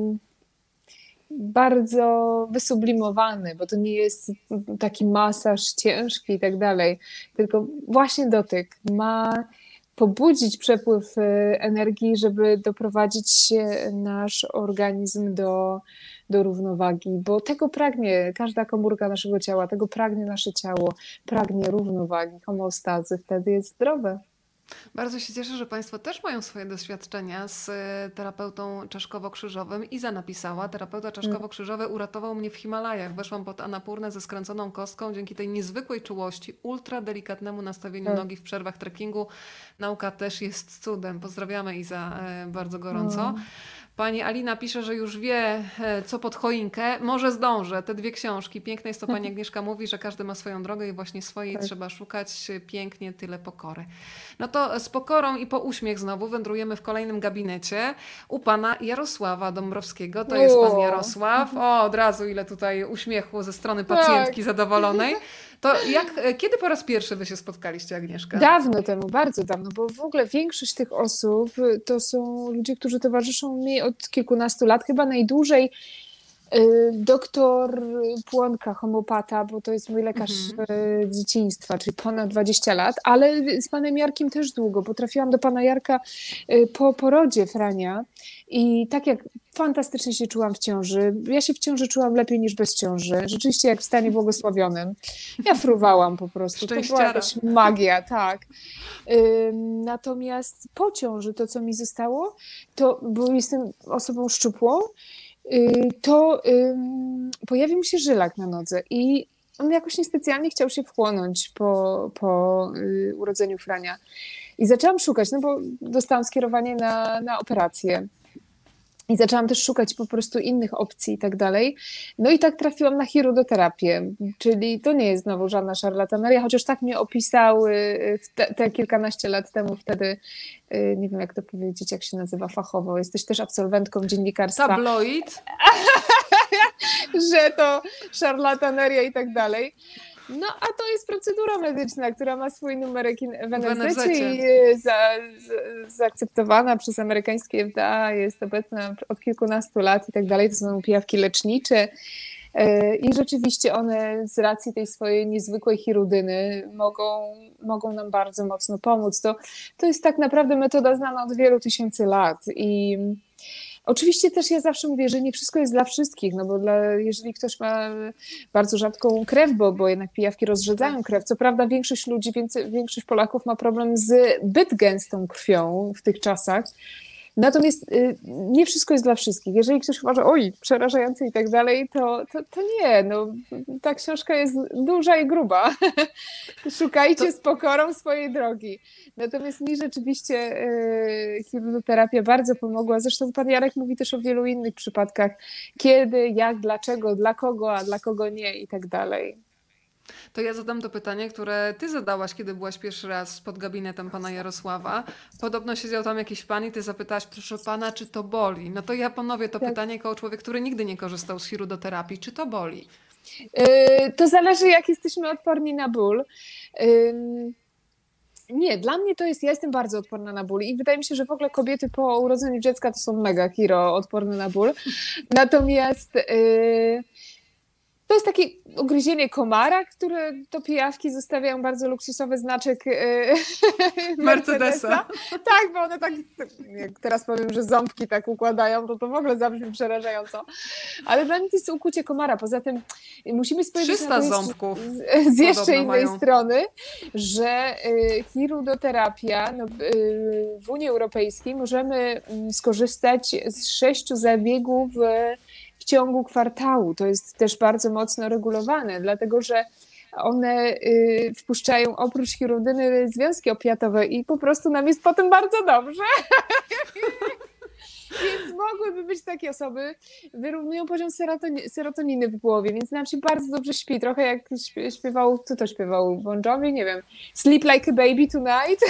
bardzo wysublimowany, bo to nie jest taki masaż ciężki i tak dalej, tylko właśnie dotyk ma pobudzić przepływ energii, żeby doprowadzić nasz organizm do równowagi, bo tego pragnie każda komórka naszego ciała, tego pragnie nasze ciało, pragnie równowagi, homeostazy, wtedy jest zdrowe. Bardzo się cieszę, że Państwo też mają swoje doświadczenia z terapeutą czaszkowo-krzyżowym. Iza napisała, terapeuta czaszkowo-krzyżowy uratował mnie w Himalajach. Weszłam pod Anapurnę ze skręconą kostką dzięki tej niezwykłej czułości, ultra delikatnemu nastawieniu nogi w przerwach trekkingu. Nauka też jest cudem. Pozdrawiamy Iza bardzo gorąco. Pani Alina pisze, że już wie, co pod choinkę. Może zdążę. Te 2 książki. Piękne jest to, pani Agnieszka mówi, że każdy ma swoją drogę i właśnie swojej trzeba szukać. Pięknie, tyle pokory. No to z pokorą i po uśmiech znowu wędrujemy w kolejnym gabinecie u pana Jarosława Dąbrowskiego. To jest pan Jarosław. O, od razu ile tutaj uśmiechu ze strony pacjentki zadowolonej. To kiedy po raz pierwszy wy się spotkaliście, Agnieszka? Dawno temu, bardzo dawno, bo w ogóle większość tych osób to są ludzie, którzy towarzyszą mi od kilkunastu lat, chyba najdłużej doktor Płonka, homeopata, bo to jest mój lekarz dzieciństwa, czyli ponad 20 lat, ale z panem Jarkiem też długo, bo trafiłam do pana Jarka po porodzie Frania i tak jak fantastycznie się czułam w ciąży. Ja się w ciąży czułam lepiej niż bez ciąży. Rzeczywiście jak w stanie błogosławionym. Ja fruwałam po prostu. To była jakaś magia, tak. Natomiast po ciąży to, co mi zostało, to, bo jestem osobą szczupłą, to pojawił mi się żylak na nodze i on jakoś niespecjalnie chciał się wchłonąć po urodzeniu Frania. I zaczęłam szukać, no bo dostałam skierowanie na operację. I zaczęłam też szukać po prostu innych opcji i tak dalej. No i tak trafiłam na chirurgoterapię, czyli to nie jest znowu żadna szarlataneria, chociaż tak mnie opisały te kilkanaście lat temu wtedy, nie wiem jak to powiedzieć, jak się nazywa fachowo, jesteś też absolwentką dziennikarstwa. Tabloid. Że to szarlataneria i tak dalej. No, a to jest procedura medyczna, która ma swój numerek w NFZ i zaakceptowana przez amerykańskie FDA, jest obecna od kilkunastu lat i tak dalej. To są pijawki lecznicze i rzeczywiście one z racji tej swojej niezwykłej chirudyny mogą nam bardzo mocno pomóc. To jest tak naprawdę metoda znana od wielu tysięcy lat i oczywiście też ja zawsze mówię, że nie wszystko jest dla wszystkich, no bo jeżeli ktoś ma bardzo rzadką krew, bo jednak pijawki rozrzedzają krew, co prawda większość Polaków ma problem z zbyt gęstą krwią w tych czasach, Natomiast nie wszystko jest dla wszystkich. Jeżeli ktoś uważa, oj, przerażające i tak dalej, to nie. No, ta książka jest duża i gruba. Szukajcie z pokorą swojej drogi. Natomiast mi rzeczywiście hirudoterapia bardzo pomogła. Zresztą pan Jarek mówi też o wielu innych przypadkach. Kiedy, jak, dlaczego, dla kogo, a dla kogo nie i tak dalej. To ja zadam to pytanie, które ty zadałaś, kiedy byłaś pierwszy raz pod gabinetem pana Jarosława. Podobno siedział tam jakiś pan i ty zapytałaś, proszę pana, czy to boli? No to ja ponowię to pytanie jako człowiek, który nigdy nie korzystał z hirudoterapii. Czy to boli? To zależy, jak jesteśmy odporni na ból. Nie, dla mnie to jest, ja jestem bardzo odporna na ból i wydaje mi się, że w ogóle kobiety po urodzeniu dziecka to są mega hero odporne na ból. Natomiast to jest takie ugryzienie komara, które do pijawki zostawiają bardzo luksusowy znaczek Mercedesa. Tak, bo one tak, jak teraz powiem, że ząbki tak układają, to w ogóle zabrzmi przerażająco. Ale dla mnie to jest ukucie komara. Poza tym musimy spojrzeć 300 na to ząbków z jeszcze innej mają. strony, że hirudoterapia w Unii Europejskiej możemy skorzystać z 6 zabiegów w ciągu kwartału. To jest też bardzo mocno regulowane, dlatego że one wpuszczają oprócz hirudyny związki opiatowe i po prostu nam jest potem bardzo dobrze. Więc mogłyby być takie osoby, wyrównują poziom serotoniny w głowie, więc nam się bardzo dobrze śpi. Trochę jak śpiewał, kto to śpiewał? Bon Jovi? Nie wiem. Sleep like a baby tonight.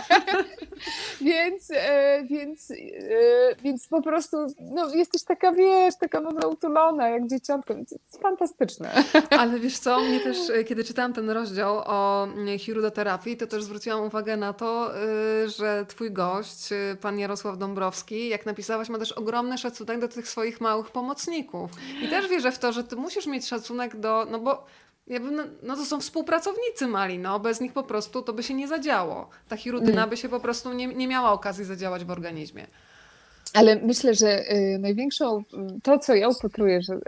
Więc po prostu jesteś taka, wiesz, taka utulona, jak dzieciątko. To jest fantastyczne. Ale wiesz co, mnie też, kiedy czytałam ten rozdział o hirudoterapii, to też zwróciłam uwagę na to, że twój gość, pan Jarosław Dąbrowski, jak napisałaś, ma też ogromny szacunek do tych swoich małych pomocników. I też wierzę w to, że ty musisz mieć szacunek bo to są współpracownicy mali, bez nich po prostu to by się nie zadziało. Ta hirudyna by się po prostu nie miała okazji zadziałać w organizmie. Ale myślę, że największą, to co ja upatruję, że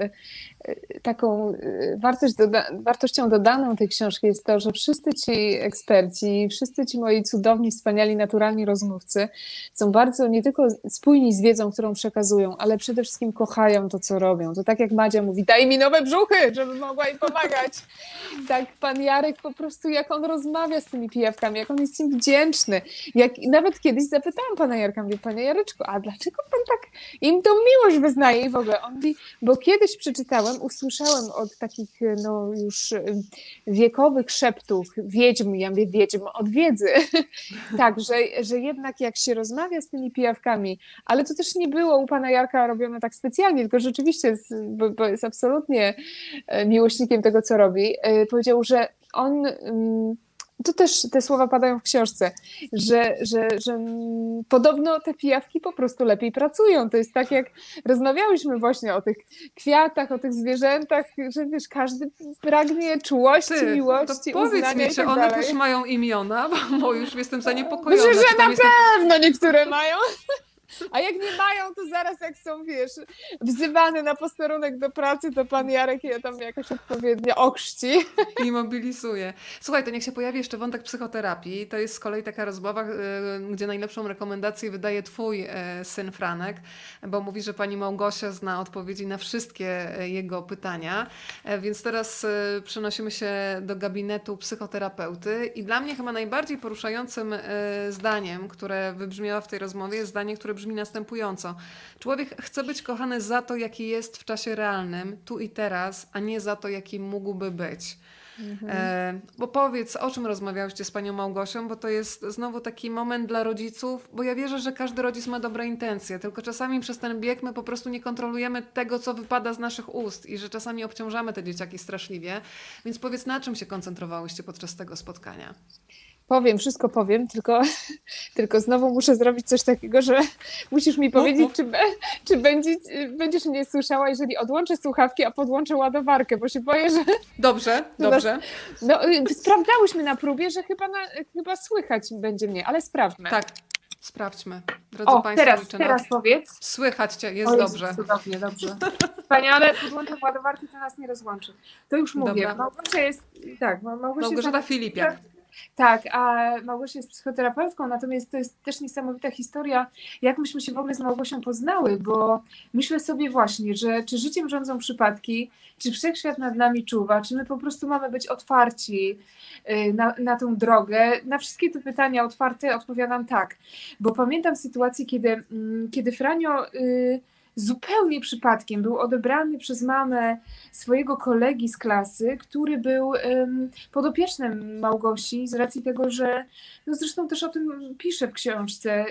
taką wartością dodaną tej książki jest to, że wszyscy ci eksperci, wszyscy ci moi cudowni, wspaniali, naturalni rozmówcy są bardzo nie tylko spójni z wiedzą, którą przekazują, ale przede wszystkim kochają to, co robią. To tak jak Madzia mówi, daj mi nowe brzuchy, żebym mogła im pomagać. Tak pan Jarek po prostu, jak on rozmawia z tymi pijawkami, jak on jest im wdzięczny. Nawet kiedyś zapytałam pana Jarka, mówię, panie Jareczku, a dlaczego pan tak im tą miłość wyznaje? I w ogóle on mówi, bo kiedyś usłyszałem od takich już wiekowych szeptów wiedźm, ja mówię wiedźm od wiedzy, tak, że jednak jak się rozmawia z tymi pijawkami, ale to też nie było u pana Jarka robione tak specjalnie, tylko rzeczywiście, bo jest absolutnie miłośnikiem tego, co robi, powiedział, że on... To też te słowa padają w książce, że podobno te pijawki po prostu lepiej pracują. To jest tak, jak rozmawiałyśmy właśnie o tych kwiatach, o tych zwierzętach, że wiesz, każdy pragnie czułości, miłości, to powiedz uznania mi, czy one też mają imiona, bo już jestem zaniepokojona. Myślę, że na pewno niektóre mają. A jak nie mają, to zaraz jak są, wiesz, wzywane na posterunek do pracy, to pan Jarek je tam jakoś odpowiednio okrzci. I mobilizuje. Słuchaj, to niech się pojawi jeszcze wątek psychoterapii. To jest z kolei taka rozmowa, gdzie najlepszą rekomendację wydaje twój syn Franek, bo mówi, że pani Małgosia zna odpowiedzi na wszystkie jego pytania. Więc teraz przenosimy się do gabinetu psychoterapeuty i dla mnie chyba najbardziej poruszającym zdaniem, które wybrzmiało w tej rozmowie, jest zdanie, które brzmi następująco. Człowiek chce być kochany za to, jaki jest w czasie realnym, tu i teraz, a nie za to, jaki mógłby być. Bo powiedz, o czym rozmawiałyście z panią Małgosią, bo to jest znowu taki moment dla rodziców, bo ja wierzę, że każdy rodzic ma dobre intencje, tylko czasami przez ten bieg my po prostu nie kontrolujemy tego, co wypada z naszych ust i że czasami obciążamy te dzieciaki straszliwie. Więc powiedz, na czym się koncentrowałyście podczas tego spotkania? Wszystko powiem, tylko znowu muszę zrobić coś takiego, że musisz mi powiedzieć, czy będziesz mnie słyszała, jeżeli odłączę słuchawki, a podłączę ładowarkę, bo się boję, że... Dobrze. Sprawdzałyśmy na próbie, że chyba słychać będzie mnie, ale sprawdźmy. Tak, sprawdźmy. Drodzy Państwo, teraz powiedz. Słychać Cię, jest dobrze. Cudownie, dobrze. Wspaniale, podłączę ładowarki, to nas nie rozłączy. To już mówię. Dobra. Małgosia jest... Tak, Małgorzata Filipiak. Tak, a Małgosia jest psychoterapeutką, natomiast to jest też niesamowita historia, jak myśmy się w ogóle z Małgosią poznały, bo myślę sobie właśnie, że czy życiem rządzą przypadki, czy wszechświat nad nami czuwa, czy my po prostu mamy być otwarci na tą drogę. Na wszystkie te pytania otwarte odpowiadam tak, bo pamiętam sytuację, kiedy Franio zupełnie przypadkiem był odebrany przez mamę swojego kolegi z klasy, który był podopiecznym Małgosi, z racji tego, że no zresztą też o tym pisze w książce.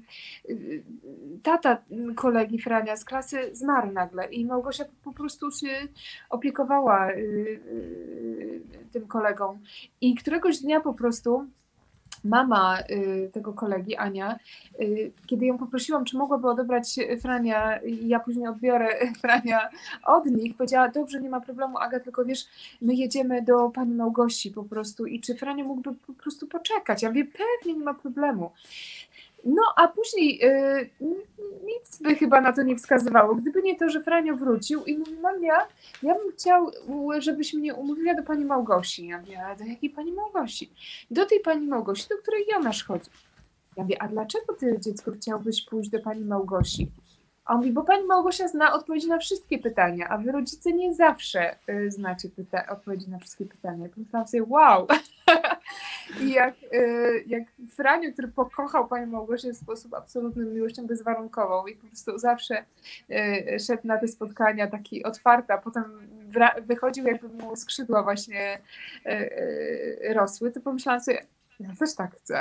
Tata kolegi Frania z klasy zmarł nagle i Małgosia po prostu się opiekowała tym kolegą. I któregoś dnia po prostu mama tego kolegi, Ania, kiedy ją poprosiłam, czy mogłaby odebrać Frania i ja później odbiorę Frania od nich, powiedziała, dobrze, nie ma problemu, Aga, tylko wiesz, my jedziemy do pani Małgosi po prostu i czy Frania mógłby po prostu poczekać? Ja mówię, pewnie, nie ma problemu. No, a później nic by chyba na to nie wskazywało, gdyby nie to, że Franio wrócił i mówi, mamia, ja bym chciał, żebyś mnie umówiła do pani Małgosi. Ja mówię, ale do jakiej pani Małgosi? Do tej pani Małgosi, do której Jonasz chodzi. Ja mówię, a dlaczego ty, dziecko, chciałbyś pójść do pani Małgosi? A on mówi, bo pani Małgosia zna odpowiedzi na wszystkie pytania, a wy rodzice nie zawsze znacie odpowiedzi na wszystkie pytania. I pomyślałam sobie, wow! I jak Franio, który pokochał panią Małgosię w sposób absolutnym, miłością bezwarunkową i po prostu zawsze szedł na te spotkania taki otwarty, a potem wychodził, jakby mu skrzydła właśnie rosły, to pomyślałam sobie, ja też tak chcę.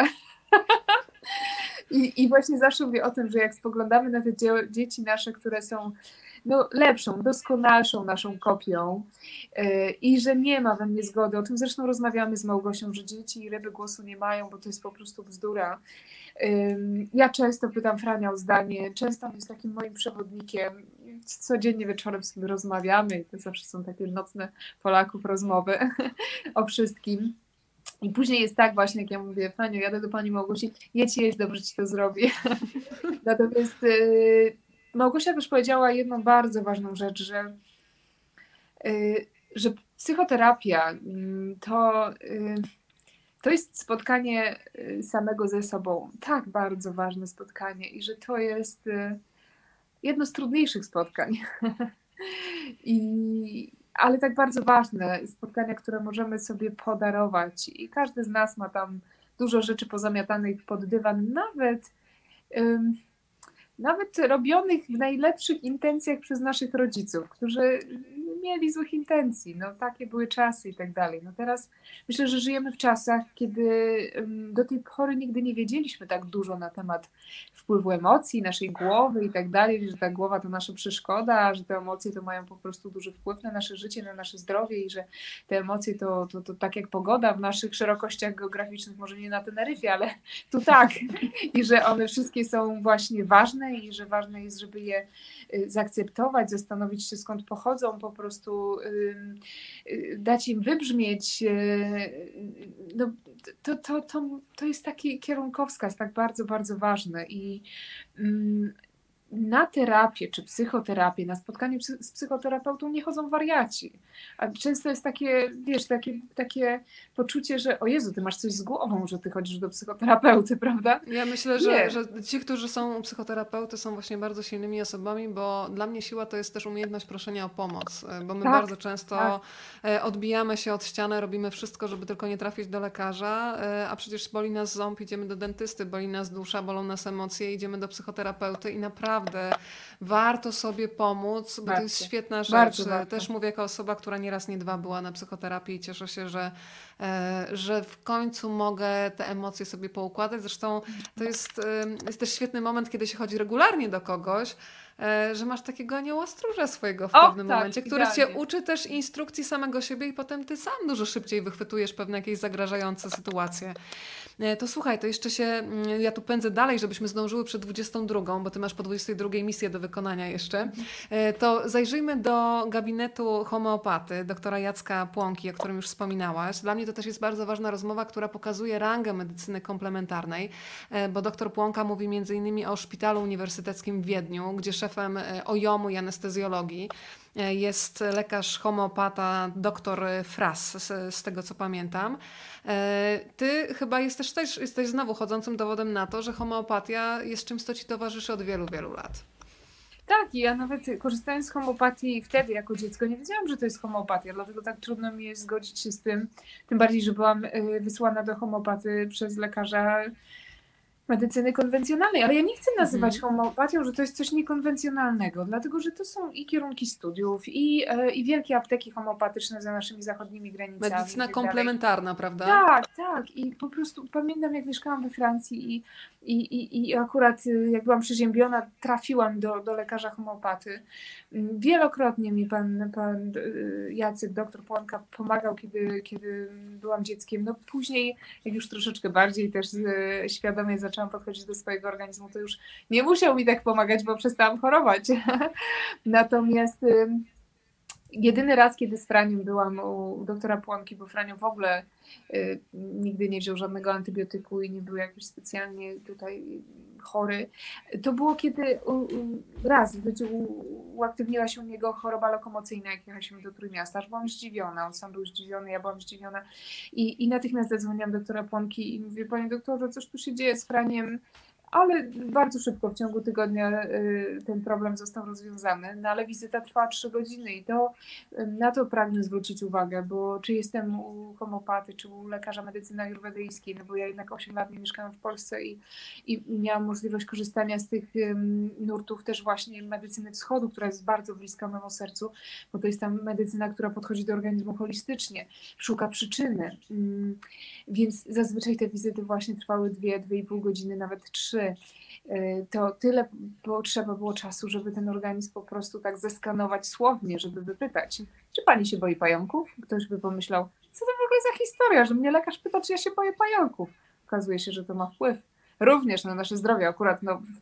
I właśnie zawsze mówię o tym, że jak spoglądamy na te dzieci nasze, które są no, lepszą, doskonalszą naszą kopią i że nie ma we mnie zgody, o czym zresztą rozmawiamy z Małgosią, że dzieci i ryby głosu nie mają, bo to jest po prostu bzdura. Ja często pytam Frania o zdanie, często on jest takim moim przewodnikiem, codziennie wieczorem sobie rozmawiamy i to zawsze są takie nocne Polaków rozmowy o wszystkim. I później jest tak właśnie, jak ja mówię, Franiu, jadę do pani Małgosi, jedź, dobrze ci to zrobię. Natomiast Małgosia też powiedziała jedną bardzo ważną rzecz, że psychoterapia to jest spotkanie samego ze sobą. Tak bardzo ważne spotkanie i że to jest jedno z trudniejszych spotkań. Ale tak bardzo ważne spotkania, które możemy sobie podarować i każdy z nas ma tam dużo rzeczy pozamiatanych pod dywan, nawet robionych w najlepszych intencjach przez naszych rodziców, którzy nie mieli złych intencji, no takie były czasy i tak dalej. No teraz myślę, że żyjemy w czasach, kiedy do tej pory nigdy nie wiedzieliśmy tak dużo na temat wpływu emocji, naszej głowy i tak dalej, że ta głowa to nasza przeszkoda, że te emocje to mają po prostu duży wpływ na nasze życie, na nasze zdrowie i że te emocje to tak jak pogoda w naszych szerokościach geograficznych, może nie na Teneryfie, ale tu tak, i że one wszystkie są właśnie ważne i że ważne jest, żeby je zaakceptować, zastanowić się, skąd pochodzą, po prostu dać im wybrzmieć. No, to jest taki kierunkowskaz, tak bardzo, bardzo ważny i na terapię czy psychoterapię, na spotkanie z psychoterapeutą nie chodzą wariaci. A często jest takie, wiesz, takie poczucie, że o Jezu, ty masz coś z głową, że ty chodzisz do psychoterapeuty, prawda? Ja myślę, że ci, którzy są u psychoterapeuty, są właśnie bardzo silnymi osobami, bo dla mnie siła to jest też umiejętność proszenia o pomoc, bo my bardzo często odbijamy się od ściany, robimy wszystko, żeby tylko nie trafić do lekarza, a przecież boli nas ząb, idziemy do dentysty, boli nas dusza, bolą nas emocje, idziemy do psychoterapeuty i naprawdę warto sobie pomóc, bo to jest świetna rzecz. Też mówię jako osoba, która nie raz, nie dwa była na psychoterapii i cieszę się, że w końcu mogę te emocje sobie poukładać. Zresztą to jest też świetny moment, kiedy się chodzi regularnie do kogoś, że masz takiego anioła stróża swojego w pewnym momencie, który cię uczy też instrukcji samego siebie i potem ty sam dużo szybciej wychwytujesz pewne jakieś zagrażające sytuacje. To słuchaj, to jeszcze ja tu pędzę dalej, żebyśmy zdążyły przed 22, bo ty masz po 22 misję do wykonania jeszcze. To zajrzyjmy do gabinetu homeopaty, doktora Jacka Płonki, o którym już wspominałaś. Dla mnie to też jest bardzo ważna rozmowa, która pokazuje rangę medycyny komplementarnej, bo doktor Płonka mówi m.in. o Szpitalu Uniwersyteckim w Wiedniu, gdzie szefem OJOM-u i anestezjologii jest lekarz homeopata dr Fras, z tego co pamiętam. Ty chyba też jesteś znowu chodzącym dowodem na to, że homeopatia jest czymś, co ci towarzyszy od wielu, wielu lat. Tak, i ja nawet korzystając z homeopatii wtedy jako dziecko nie wiedziałam, że to jest homeopatia, dlatego tak trudno mi jest zgodzić się z tym, tym bardziej, że byłam wysłana do homeopaty przez lekarza medycyny konwencjonalnej, ale ja nie chcę nazywać homeopatią, że to jest coś niekonwencjonalnego, dlatego że to są i kierunki studiów, i wielkie apteki homeopatyczne za naszymi zachodnimi granicami. Medycyna komplementarna, prawda? Tak. I po prostu pamiętam, jak mieszkałam we Francji i akurat jak byłam przeziębiona, trafiłam do lekarza homeopaty. Wielokrotnie mi pan Jacek, doktor Płonka, pomagał, kiedy byłam dzieckiem. No później, jak już troszeczkę bardziej też świadomie zaczęłam podchodzić do swojego organizmu, to już nie musiał mi tak pomagać, bo przestałam chorować. Natomiast jedyny raz, kiedy z Franiem byłam u doktora Płonki, bo Franio w ogóle nigdy nie wziął żadnego antybiotyku i nie był jakoś specjalnie tutaj chory, to było kiedy raz w życiu uaktywniła się u niego choroba lokomocyjna, jak jechaliśmy do Trójmiasta. Aż byłam zdziwiona, on sam był zdziwiony, ja byłam zdziwiona i natychmiast zadzwoniłam do doktora Płonki i mówię: panie doktorze, coś tu się dzieje z Franiem. Ale bardzo szybko, w ciągu tygodnia ten problem został rozwiązany, no ale wizyta trwała 3 godziny i na to pragnę zwrócić uwagę, bo czy jestem u homeopaty, czy u lekarza medycyny ajurwedyjskiej, no bo ja jednak 8 lat nie mieszkałam w Polsce i miałam możliwość korzystania z tych nurtów też właśnie medycyny wschodu, która jest bardzo bliska memu sercu, bo to jest ta medycyna, która podchodzi do organizmu holistycznie, szuka przyczyny, więc zazwyczaj te wizyty właśnie trwały 2,5 godziny, nawet 3. To tyle potrzeba było czasu, żeby ten organizm po prostu tak zeskanować słownie, żeby wypytać, czy pani się boi pająków? Ktoś by pomyślał, co to w ogóle za historia, że mnie lekarz pyta, czy ja się boję pająków. Okazuje się, że to ma wpływ również na nasze zdrowie, akurat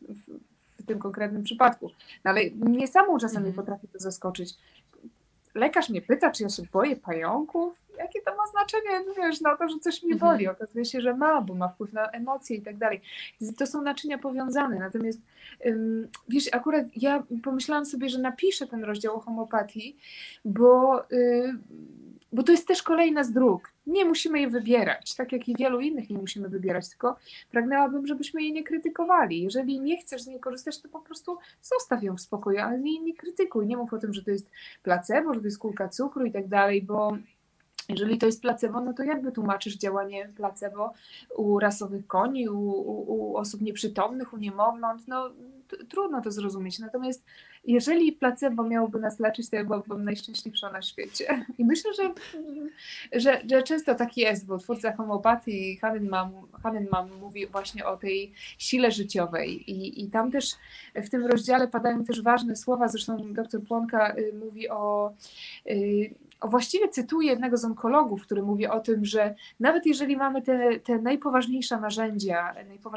w tym konkretnym przypadku. No ale mnie samą czasami potrafi to zaskoczyć. Lekarz mnie pyta, czy ja się boję pająków? Jakie to ma znaczenie, wiesz, na to, że coś mnie boli? Okazuje się, że bo ma wpływ na emocje i tak dalej. To są naczynia powiązane. Natomiast wiesz, akurat ja pomyślałam sobie, że napiszę ten rozdział o homeopatii, bo to jest też kolejna z dróg. Nie musimy je wybierać, tak jak i wielu innych nie musimy wybierać, tylko pragnęłabym, żebyśmy jej nie krytykowali. Jeżeli nie chcesz z niej korzystać, to po prostu zostaw ją w spokoju, ale nie krytykuj. Nie mów o tym, że to jest placebo, że to jest kulka cukru i tak dalej, bo jeżeli to jest placebo, no to jak wytłumaczysz działanie placebo u rasowych koni, u osób nieprzytomnych, u niemowląt? No trudno to zrozumieć. Natomiast jeżeli placebo miałoby nas leczyć, to ja byłabym najszczęśliwsza na świecie. I myślę, że często tak jest, bo twórca homeopatii Hahnemann mówi właśnie o tej sile życiowej i tam też w tym rozdziale padają też ważne słowa, zresztą dr Płonka mówi właściwie cytuję jednego z onkologów, który mówi o tym, że nawet jeżeli mamy te najpoważniejsze narzędzia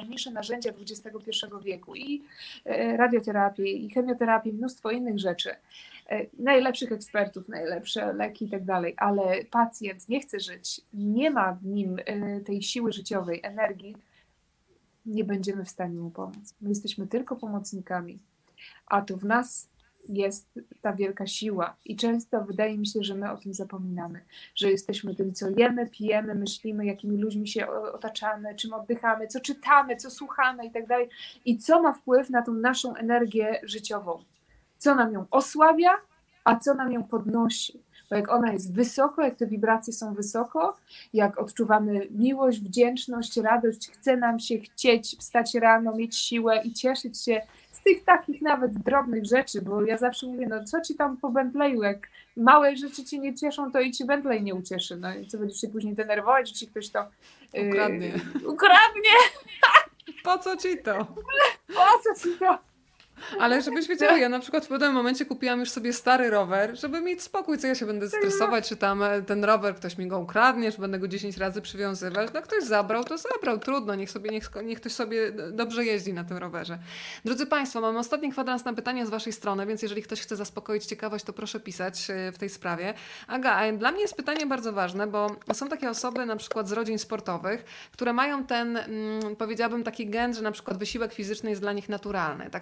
XXI wieku i radioterapię, i chemioterapię, mnóstwo innych rzeczy, najlepszych ekspertów, najlepsze leki i tak dalej, ale pacjent nie chce żyć, nie ma w nim tej siły życiowej, energii, nie będziemy w stanie mu pomóc. My jesteśmy tylko pomocnikami, a to w nas jest ta wielka siła i często wydaje mi się, że my o tym zapominamy, że jesteśmy tym, co jemy, pijemy, myślimy, jakimi ludźmi się otaczamy, czym oddychamy, co czytamy, co słuchamy i tak dalej i co ma wpływ na tą naszą energię życiową, co nam ją osłabia, a co nam ją podnosi. Bo jak ona jest wysoko, jak te wibracje są wysoko, jak odczuwamy miłość, wdzięczność, radość, chce nam się chcieć wstać rano, mieć siłę i cieszyć się z tych takich nawet drobnych rzeczy, bo ja zawsze mówię, no co ci tam po Bentleyu, jak małe rzeczy cię nie cieszą, to i ci Bentley nie ucieszy. No i co, będziesz się później denerwować, że ci ktoś to ukradnie. Po co ci to? Po co ci to? Ale żebyś wiedziała, ja na przykład w pewnym momencie kupiłam już sobie stary rower, żeby mieć spokój, co ja się będę stresować, czy tam ten rower ktoś mi go ukradnie, czy będę go 10 razy przywiązywać. No ktoś zabrał, to zabrał, trudno, niech ktoś sobie dobrze jeździ na tym rowerze. Drodzy Państwo, mamy ostatni kwadrans na pytania z Waszej strony, więc jeżeli ktoś chce zaspokoić ciekawość, to proszę pisać w tej sprawie. Aga, dla mnie jest pytanie bardzo ważne, bo są takie osoby na przykład z rodzin sportowych, które mają ten, powiedziałabym, taki gen, że na przykład wysiłek fizyczny jest dla nich naturalny. Tak samo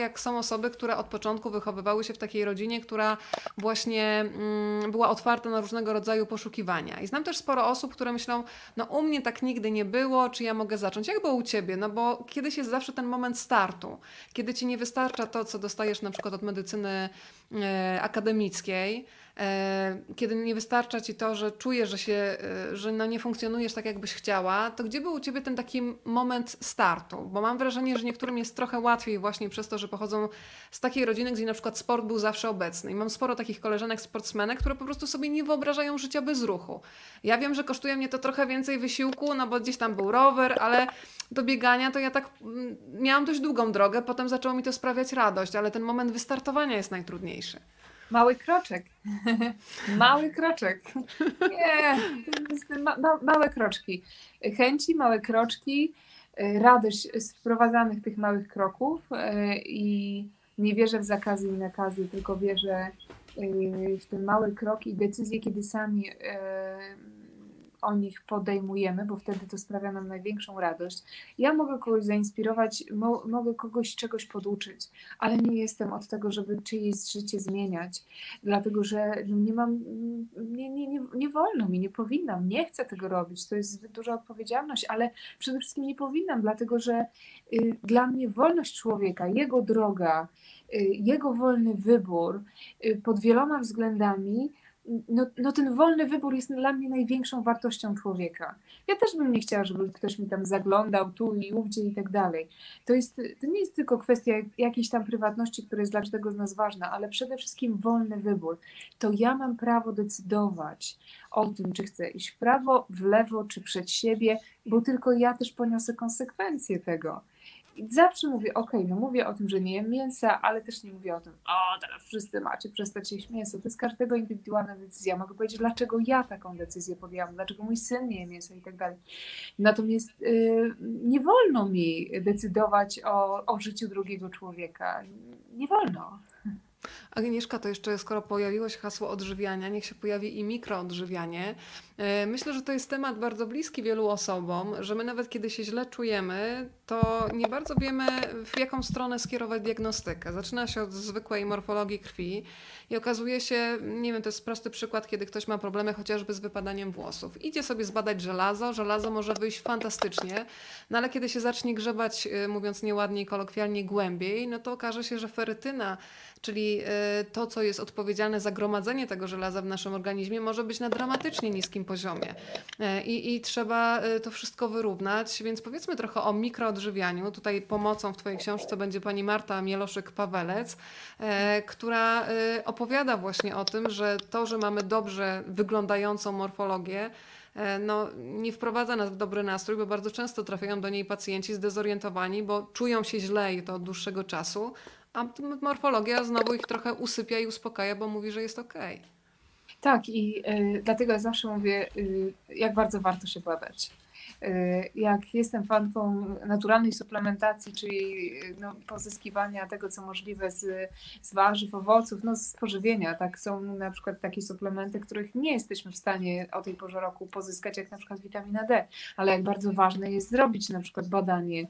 jak są osoby, które od początku wychowywały się w takiej rodzinie, która właśnie była otwarta na różnego rodzaju poszukiwania. I znam też sporo osób, które myślą, no u mnie tak nigdy nie było, czy ja mogę zacząć? Jak było u ciebie? No bo kiedyś jest zawsze ten moment startu, kiedy ci nie wystarcza to, co dostajesz na przykład od medycyny akademickiej, kiedy nie wystarcza ci to, że czujesz, że no nie funkcjonujesz tak, jakbyś chciała, to gdzie był u ciebie ten taki moment startu? Bo mam wrażenie, że niektórym jest trochę łatwiej właśnie przez to, że pochodzą z takiej rodziny, gdzie na przykład sport był zawsze obecny. I mam sporo takich koleżanek sportsmenek, które po prostu sobie nie wyobrażają życia bez ruchu. Ja wiem, że kosztuje mnie to trochę więcej wysiłku, no bo gdzieś tam był rower, ale do biegania to ja tak miałam dość długą drogę, potem zaczęło mi to sprawiać radość, ale ten moment wystartowania jest najtrudniejszy. Mały kroczek. Mały kroczek. Nie, małe kroczki. Chęci, małe kroczki, radość z wprowadzanych tych małych kroków i nie wierzę w zakazy i nakazy, tylko wierzę w te małe kroki i decyzje, kiedy sami o nich podejmujemy, bo wtedy to sprawia nam największą radość. Ja mogę kogoś zainspirować, mogę kogoś czegoś poduczyć, ale nie jestem od tego, żeby czyjeś życie zmieniać, dlatego że nie wolno mi, nie powinnam, nie chcę tego robić, to jest zbyt duża odpowiedzialność, ale przede wszystkim nie powinnam, dlatego że dla mnie wolność człowieka, jego droga, jego wolny wybór pod wieloma względami, no ten wolny wybór jest dla mnie największą wartością człowieka. Ja też bym nie chciała, żeby ktoś mi tam zaglądał tu i ówdzie i tak dalej. To nie jest tylko kwestia jakiejś tam prywatności, która jest dla każdego z nas ważna, ale przede wszystkim wolny wybór. To ja mam prawo decydować o tym, czy chcę iść w prawo, w lewo, czy przed siebie, bo tylko ja też poniosę konsekwencje tego. I zawsze mówię, no mówię o tym, że nie jem mięsa, ale też nie mówię o tym, teraz wszyscy macie przestać jeść mięso. To jest każdego indywidualna decyzja. Mogę powiedzieć, dlaczego ja taką decyzję podjęłam, dlaczego mój syn nie je mięsa i tak dalej. Natomiast nie wolno mi decydować o życiu drugiego człowieka. Nie wolno. Agnieszka, to jeszcze skoro pojawiło się hasło odżywiania, niech się pojawi i mikroodżywianie. Myślę, że to jest temat bardzo bliski wielu osobom, że my nawet kiedy się źle czujemy, to nie bardzo wiemy, w jaką stronę skierować diagnostykę. Zaczyna się od zwykłej morfologii krwi i okazuje się, nie wiem, to jest prosty przykład, kiedy ktoś ma problemy chociażby z wypadaniem włosów. Idzie sobie zbadać żelazo może wyjść fantastycznie, no ale kiedy się zacznie grzebać, mówiąc nieładnie i kolokwialnie, głębiej, no to okaże się, że ferytyna, czyli to, co jest odpowiedzialne za gromadzenie tego żelaza w naszym organizmie, może być na dramatycznie niskim poziomie. I trzeba to wszystko wyrównać, więc powiedzmy trochę o mikroodżywianiu. Tutaj pomocą w Twojej książce będzie pani Marta Mieloszyk-Pawelec, która opowiada właśnie o tym, że to, że mamy dobrze wyglądającą morfologię, nie wprowadza nas w dobry nastrój, bo bardzo często trafiają do niej pacjenci zdezorientowani, bo czują się źle i to od dłuższego czasu, a morfologia znowu ich trochę usypia i uspokaja, bo mówi, że jest okej. Tak, i dlatego ja zawsze mówię, jak bardzo warto się badać. Jak jestem fanką naturalnej suplementacji, czyli pozyskiwania tego, co możliwe z warzyw, owoców, z pożywienia, tak, są na przykład takie suplementy, których nie jesteśmy w stanie o tej porze roku pozyskać, jak na przykład witamina D, ale jak bardzo ważne jest zrobić na przykład badanie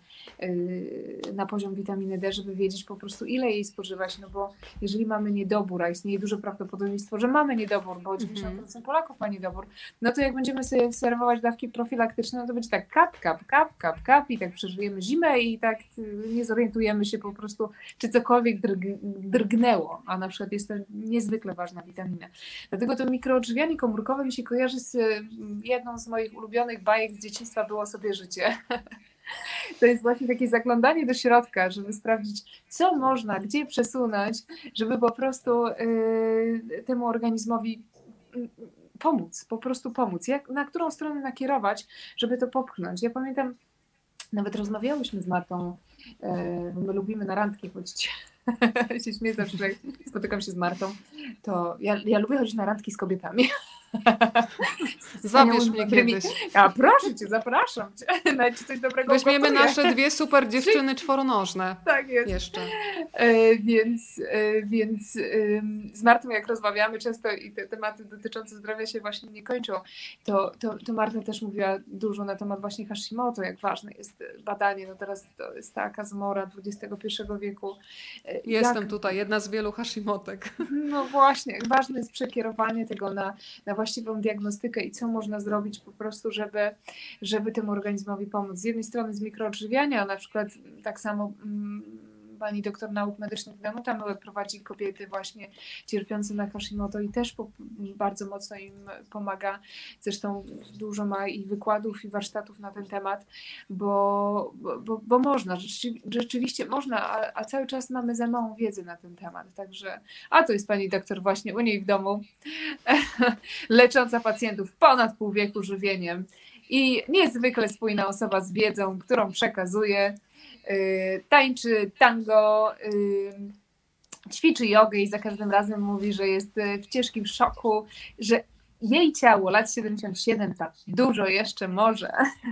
na poziom witaminy D, żeby wiedzieć po prostu, ile jej spożywać, bo jeżeli mamy niedobór, a istnieje duże prawdopodobieństwo, że mamy niedobór, bo 90% Polaków ma niedobór, no to jak będziemy sobie serwować dawki profilaktyczne, no to będzie tak kap i tak przeżyjemy zimę i tak nie zorientujemy się po prostu, czy cokolwiek drgnęło, a na przykład jest to niezwykle ważna witamina. Dlatego to mikroodżywianie komórkowe mi się kojarzy z jedną z moich ulubionych bajek z dzieciństwa, Było sobie życie. To jest właśnie takie zaglądanie do środka, żeby sprawdzić, co można, gdzie przesunąć, żeby po prostu temu organizmowi pomóc, po prostu pomóc. Na którą stronę nakierować, żeby to popchnąć. Ja pamiętam, nawet rozmawiałyśmy z Martą, bo my lubimy na randki chodzić. się śmieję zawsze, jak spotykam się z Martą, to ja lubię chodzić na randki z kobietami. Zabierz mnie kiedyś. A proszę cię, zapraszam cię. Nawet ci coś dobrego weźmiemy nasze 2 super dziewczyny czworonożne. Tak jest. Jeszcze. Więc z Martą jak rozmawiamy często i te tematy dotyczące zdrowia się właśnie nie kończą, to Marta też mówiła dużo na temat właśnie Hashimoto, jak ważne jest badanie. No teraz to jest taka zmora XXI wieku. Jestem tutaj, jedna z wielu Hashimotek. No właśnie, ważne jest przekierowanie tego na właściwą diagnostykę i co można zrobić po prostu, żeby temu organizmowi pomóc. Z jednej strony z mikroodżywiania, na przykład tak samo pani doktor nauk medycznych Danuta Myłek prowadzi kobiety właśnie cierpiące na Hashimoto i też bardzo mocno im pomaga. Zresztą dużo ma i wykładów, i warsztatów na ten temat, bo można, rzeczywiście można, a cały czas mamy za małą wiedzę na ten temat. Także, a to jest pani doktor właśnie u niej w domu, lecząca pacjentów ponad pół wieku żywieniem i niezwykle spójna osoba z wiedzą, którą przekazuje. Tańczy tango, ćwiczy jogę i za każdym razem mówi, że jest w ciężkim szoku, że jej ciało, lat 77, tak dużo jeszcze może.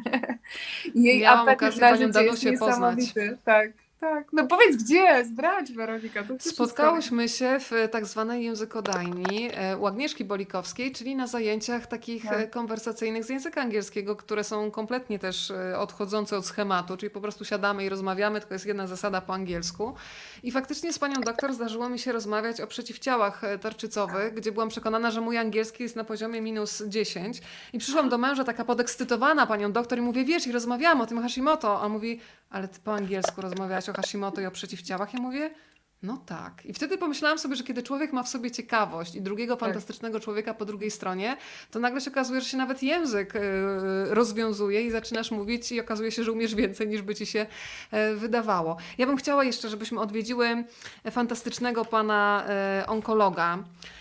Jej apetyt na życie jest niesamowity. Tak. No powiedz gdzie, zdradź Weronika. Spotkałyśmy się w tak zwanej językodajni u Agnieszki Bolikowskiej, czyli na zajęciach takich konwersacyjnych z języka angielskiego, które są kompletnie też odchodzące od schematu, czyli po prostu siadamy i rozmawiamy, tylko jest jedna zasada po angielsku. I faktycznie z panią doktor zdarzyło mi się rozmawiać o przeciwciałach tarczycowych, gdzie byłam przekonana, że mój angielski jest na poziomie -10 i przyszłam do męża taka podekscytowana panią doktor i mówię, wiesz, i rozmawiamy o tym Hashimoto, a on mówi, ale ty po angielsku rozmawiałaś o Hashimoto i o przeciwciałach? Ja mówię, no tak. I wtedy pomyślałam sobie, że kiedy człowiek ma w sobie ciekawość i drugiego fantastycznego człowieka po drugiej stronie, to nagle się okazuje, że się nawet język rozwiązuje i zaczynasz mówić i okazuje się, że umiesz więcej niż by ci się wydawało. Ja bym chciała jeszcze, żebyśmy odwiedziły fantastycznego pana onkologa,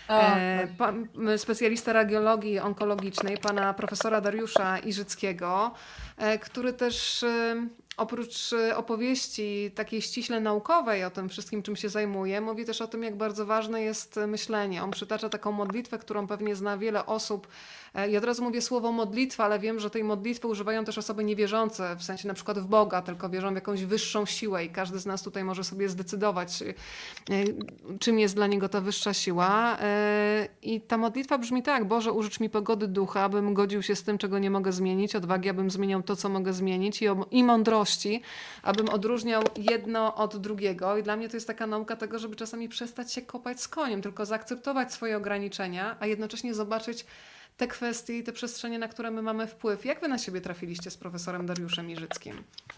specjalista radiologii onkologicznej, pana profesora Dariusza Iżyckiego, który też oprócz opowieści takiej ściśle naukowej o tym wszystkim, czym się zajmuje, mówi też o tym, jak bardzo ważne jest myślenie. On przytacza taką modlitwę, którą pewnie zna wiele osób. Ja od razu mówię słowo modlitwa, ale wiem, że tej modlitwy używają też osoby niewierzące, w sensie na przykład w Boga, tylko wierzą w jakąś wyższą siłę i każdy z nas tutaj może sobie zdecydować, czym jest dla niego ta wyższa siła. I ta modlitwa brzmi tak: Boże, użycz mi pogody ducha, abym godził się z tym, czego nie mogę zmienić, odwagi, abym zmieniał to, co mogę zmienić, i mądrości, abym odróżniał jedno od drugiego. I dla mnie to jest taka nauka tego, żeby czasami przestać się kopać z koniem, tylko zaakceptować swoje ograniczenia, a jednocześnie zobaczyć te kwestie i te przestrzenie, na które my mamy wpływ. Jak wy na siebie trafiliście z profesorem Dariuszem Iżyckim?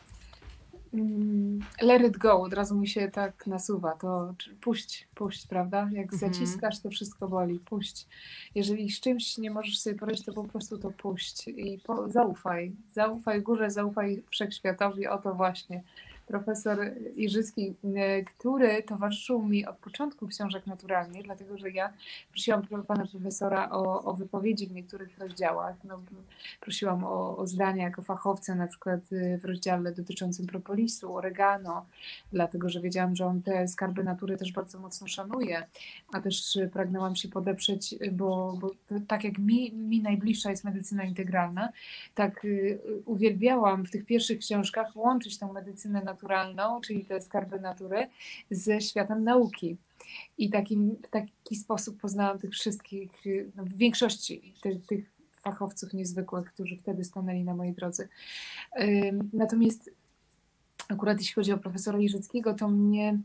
Let it go, od razu mi się tak nasuwa, to puść, prawda? Jak zaciskasz, to wszystko boli, puść. Jeżeli z czymś nie możesz sobie poradzić, to po prostu to puść i zaufaj górze, zaufaj wszechświatowi, o to właśnie. Profesor Iżycki, który towarzyszył mi od początku książek naturalnie, dlatego że ja prosiłam pana profesora o wypowiedzi w niektórych rozdziałach. No, prosiłam o zdania jako fachowca, na przykład w rozdziale dotyczącym propolisu, oregano, dlatego że wiedziałam, że on te skarby natury też bardzo mocno szanuje, a też pragnęłam się podeprzeć, bo tak jak mi najbliższa jest medycyna integralna, tak uwielbiałam w tych pierwszych książkach łączyć tą medycynę naturalną, czyli te skarby natury, ze światem nauki. I w taki sposób poznałam tych wszystkich, w większości tych fachowców niezwykłych, którzy wtedy stanęli na mojej drodze. Natomiast akurat jeśli chodzi o profesora Iżyckiego, to mnie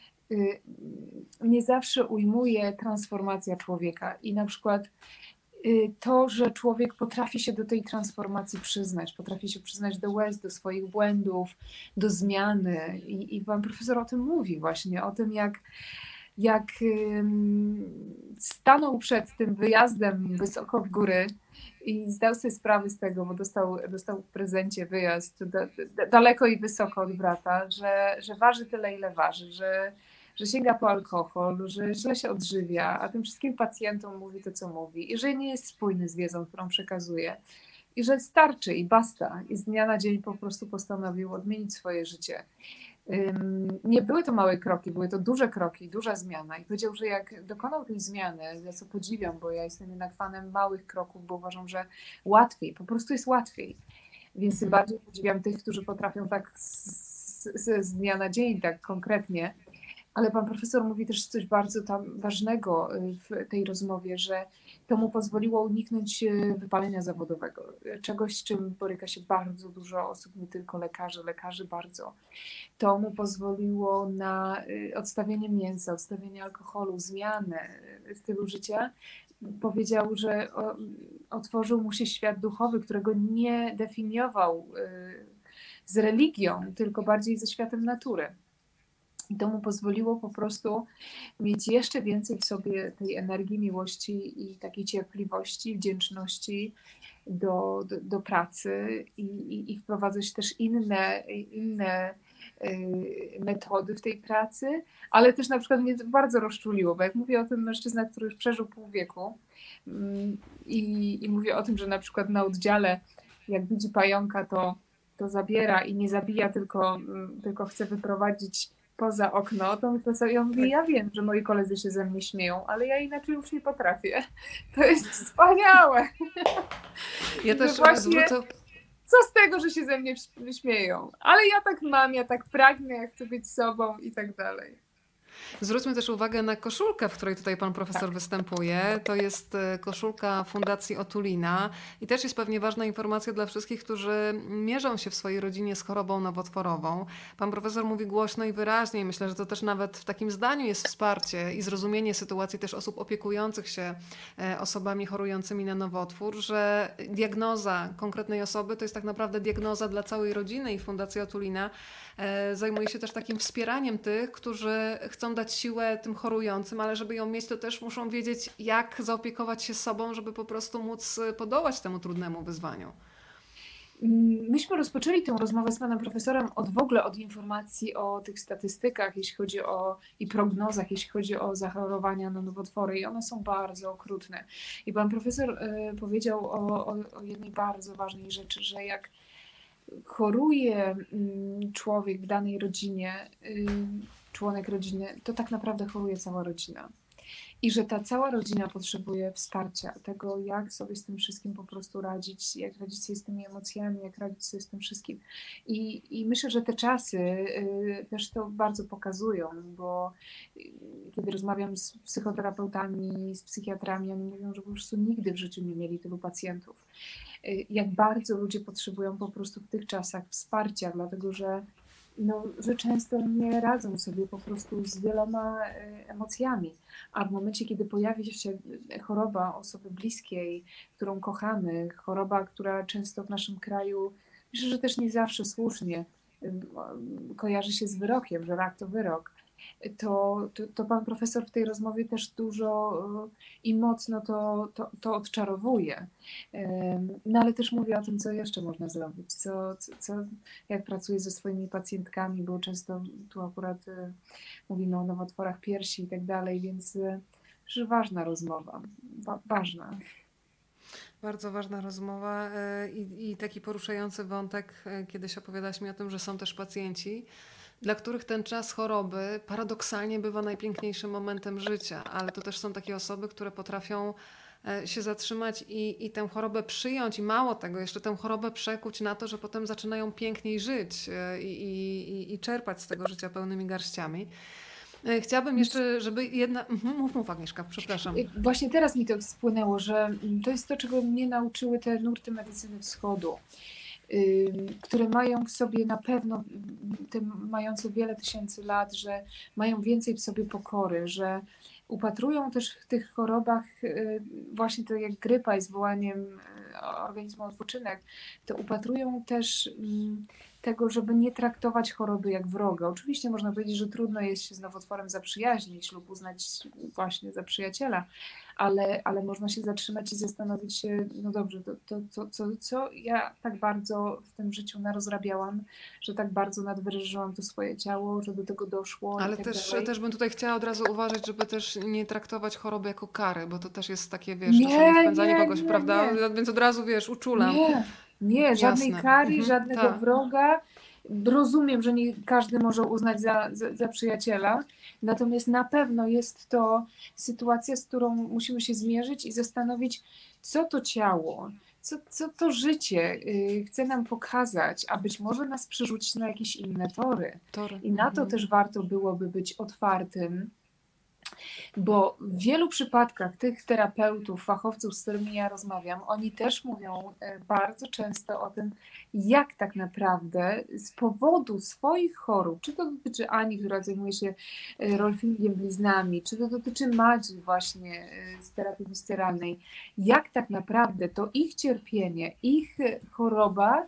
zawsze ujmuje transformacja człowieka i na przykład to, że człowiek potrafi się do tej transformacji przyznać, potrafi się przyznać do łez, do swoich błędów, do zmiany. I pan profesor o tym mówi właśnie, o tym jak stanął przed tym wyjazdem wysoko w góry i zdał sobie sprawę z tego, bo dostał w prezencie wyjazd daleko i wysoko od brata, że waży tyle, ile waży, że sięga po alkohol, że źle się odżywia, a tym wszystkim pacjentom mówi to, co mówi i że nie jest spójny z wiedzą, którą przekazuje i że starczy i basta. I z dnia na dzień po prostu postanowił odmienić swoje życie. Nie były to małe kroki, były to duże kroki, duża zmiana. I powiedział, że jak dokonał tej zmiany, za co podziwiam, bo ja jestem jednak fanem małych kroków, bo uważam, że łatwiej, po prostu jest łatwiej. Więc tym bardziej podziwiam tych, którzy potrafią tak z dnia na dzień, tak konkretnie. Ale pan profesor mówi też coś bardzo tam ważnego w tej rozmowie, że to mu pozwoliło uniknąć wypalenia zawodowego. Czegoś, z czym boryka się bardzo dużo osób, nie tylko lekarzy bardzo. To mu pozwoliło na odstawienie mięsa, odstawienie alkoholu, zmianę stylu życia. Powiedział, że otworzył mu się świat duchowy, którego nie definiował z religią, tylko bardziej ze światem natury. I to mu pozwoliło po prostu mieć jeszcze więcej w sobie tej energii, miłości i takiej cierpliwości, wdzięczności do pracy i wprowadzać też inne metody w tej pracy, ale też na przykład mnie to bardzo rozczuliło, bo jak mówię o tym mężczyzna, który już przeżył pół wieku i mówię o tym, że na przykład na oddziale jak widzi pająka, to zabiera i nie zabija, tylko chce wyprowadzić poza okno, to ja mówię, ja wiem, że moi koledzy się ze mnie śmieją, ale ja inaczej już nie potrafię. To jest wspaniałe. Ja też zwrócę... Co z tego, że się ze mnie śmieją? Ale ja tak mam, ja tak pragnę, ja chcę być sobą i tak dalej. Zwróćmy też uwagę na koszulkę, w której tutaj pan profesor występuje. To jest koszulka Fundacji Otulina i też jest pewnie ważna informacja dla wszystkich, którzy mierzą się w swojej rodzinie z chorobą nowotworową. Pan profesor mówi głośno i wyraźnie i myślę, że to też nawet w takim zdaniu jest wsparcie i zrozumienie sytuacji też osób opiekujących się osobami chorującymi na nowotwór, że diagnoza konkretnej osoby to jest tak naprawdę diagnoza dla całej rodziny i Fundacja Otulina zajmuje się też takim wspieraniem tych, którzy chcą dać siłę tym chorującym, ale żeby ją mieć, to też muszą wiedzieć, jak zaopiekować się sobą, żeby po prostu móc podołać temu trudnemu wyzwaniu. Myśmy rozpoczęli tę rozmowę z panem profesorem w ogóle od informacji o tych statystykach, jeśli chodzi i prognozach, jeśli chodzi o zachorowania na nowotwory i one są bardzo okrutne. I pan profesor powiedział o jednej bardzo ważnej rzeczy, że jak choruje człowiek w danej rodzinie, członek rodziny, to tak naprawdę choruje cała rodzina. I że ta cała rodzina potrzebuje wsparcia, tego jak sobie z tym wszystkim po prostu radzić, jak radzić sobie z tymi emocjami, jak radzić sobie z tym wszystkim. I myślę, że te czasy też to bardzo pokazują, bo kiedy rozmawiam z psychoterapeutami, z psychiatrami, oni mówią, że po prostu nigdy w życiu nie mieli tylu pacjentów. Jak bardzo ludzie potrzebują po prostu w tych czasach wsparcia, dlatego że często nie radzą sobie po prostu z wieloma emocjami, a w momencie, kiedy pojawi się choroba osoby bliskiej, którą kochamy, choroba, która często w naszym kraju, myślę, że też nie zawsze słusznie kojarzy się z wyrokiem, że rak to wyrok, to pan profesor w tej rozmowie też dużo i mocno to odczarowuje. No ale też mówi o tym, co jeszcze można zrobić, jak pracuje ze swoimi pacjentkami, bo często tu akurat mówimy o nowotworach piersi i tak dalej, więc że ważna rozmowa, ważna. Bardzo ważna rozmowa i taki poruszający wątek. Kiedyś opowiadałaś mi o tym, że są też pacjenci, dla których ten czas choroby paradoksalnie bywa najpiękniejszym momentem życia, ale to też są takie osoby, które potrafią się zatrzymać i tę chorobę przyjąć i mało tego, jeszcze tę chorobę przekuć na to, że potem zaczynają piękniej żyć i czerpać z tego życia pełnymi garściami. Chciałabym jeszcze, żeby jedna... Mów Agnieszka, przepraszam. Właśnie teraz mi to spłynęło, że to jest to, czego mnie nauczyły te nurty medycyny wschodu, które mają w sobie na pewno, te mające wiele tysięcy lat, że mają więcej w sobie pokory, że upatrują też w tych chorobach, właśnie tak jak grypa jest wołaniem organizmu odpoczynek, to upatrują też tego, żeby nie traktować choroby jak wroga. Oczywiście można powiedzieć, że trudno jest się z nowotworem zaprzyjaźnić lub uznać właśnie za przyjaciela, ale można się zatrzymać i zastanowić się, no dobrze, co ja tak bardzo w tym życiu narozrabiałam, że tak bardzo nadwyrężyłam to swoje ciało, że do tego doszło. Ale tak też bym tutaj chciała od razu uważać, żeby też nie traktować choroby jako kary, bo to też jest takie, wiesz, czasami wpędzanie kogoś, prawda? Więc od razu, wiesz, uczulam. Nie, żadnej kary, żadnego wroga. Rozumiem, że nie każdy może uznać za przyjaciela, natomiast na pewno jest to sytuacja, z którą musimy się zmierzyć i zastanowić, co to ciało, co to życie chce nam pokazać, a być może nas przerzucić na jakieś inne tory. I na to też warto byłoby być otwartym, bo w wielu przypadkach tych terapeutów, fachowców, z którymi ja rozmawiam, oni też mówią bardzo często o tym, jak tak naprawdę z powodu swoich chorób, czy to dotyczy Ani, która zajmuje się rolfingiem, bliznami, czy to dotyczy Madzi właśnie z terapii visceralnej, jak tak naprawdę to ich cierpienie, ich choroba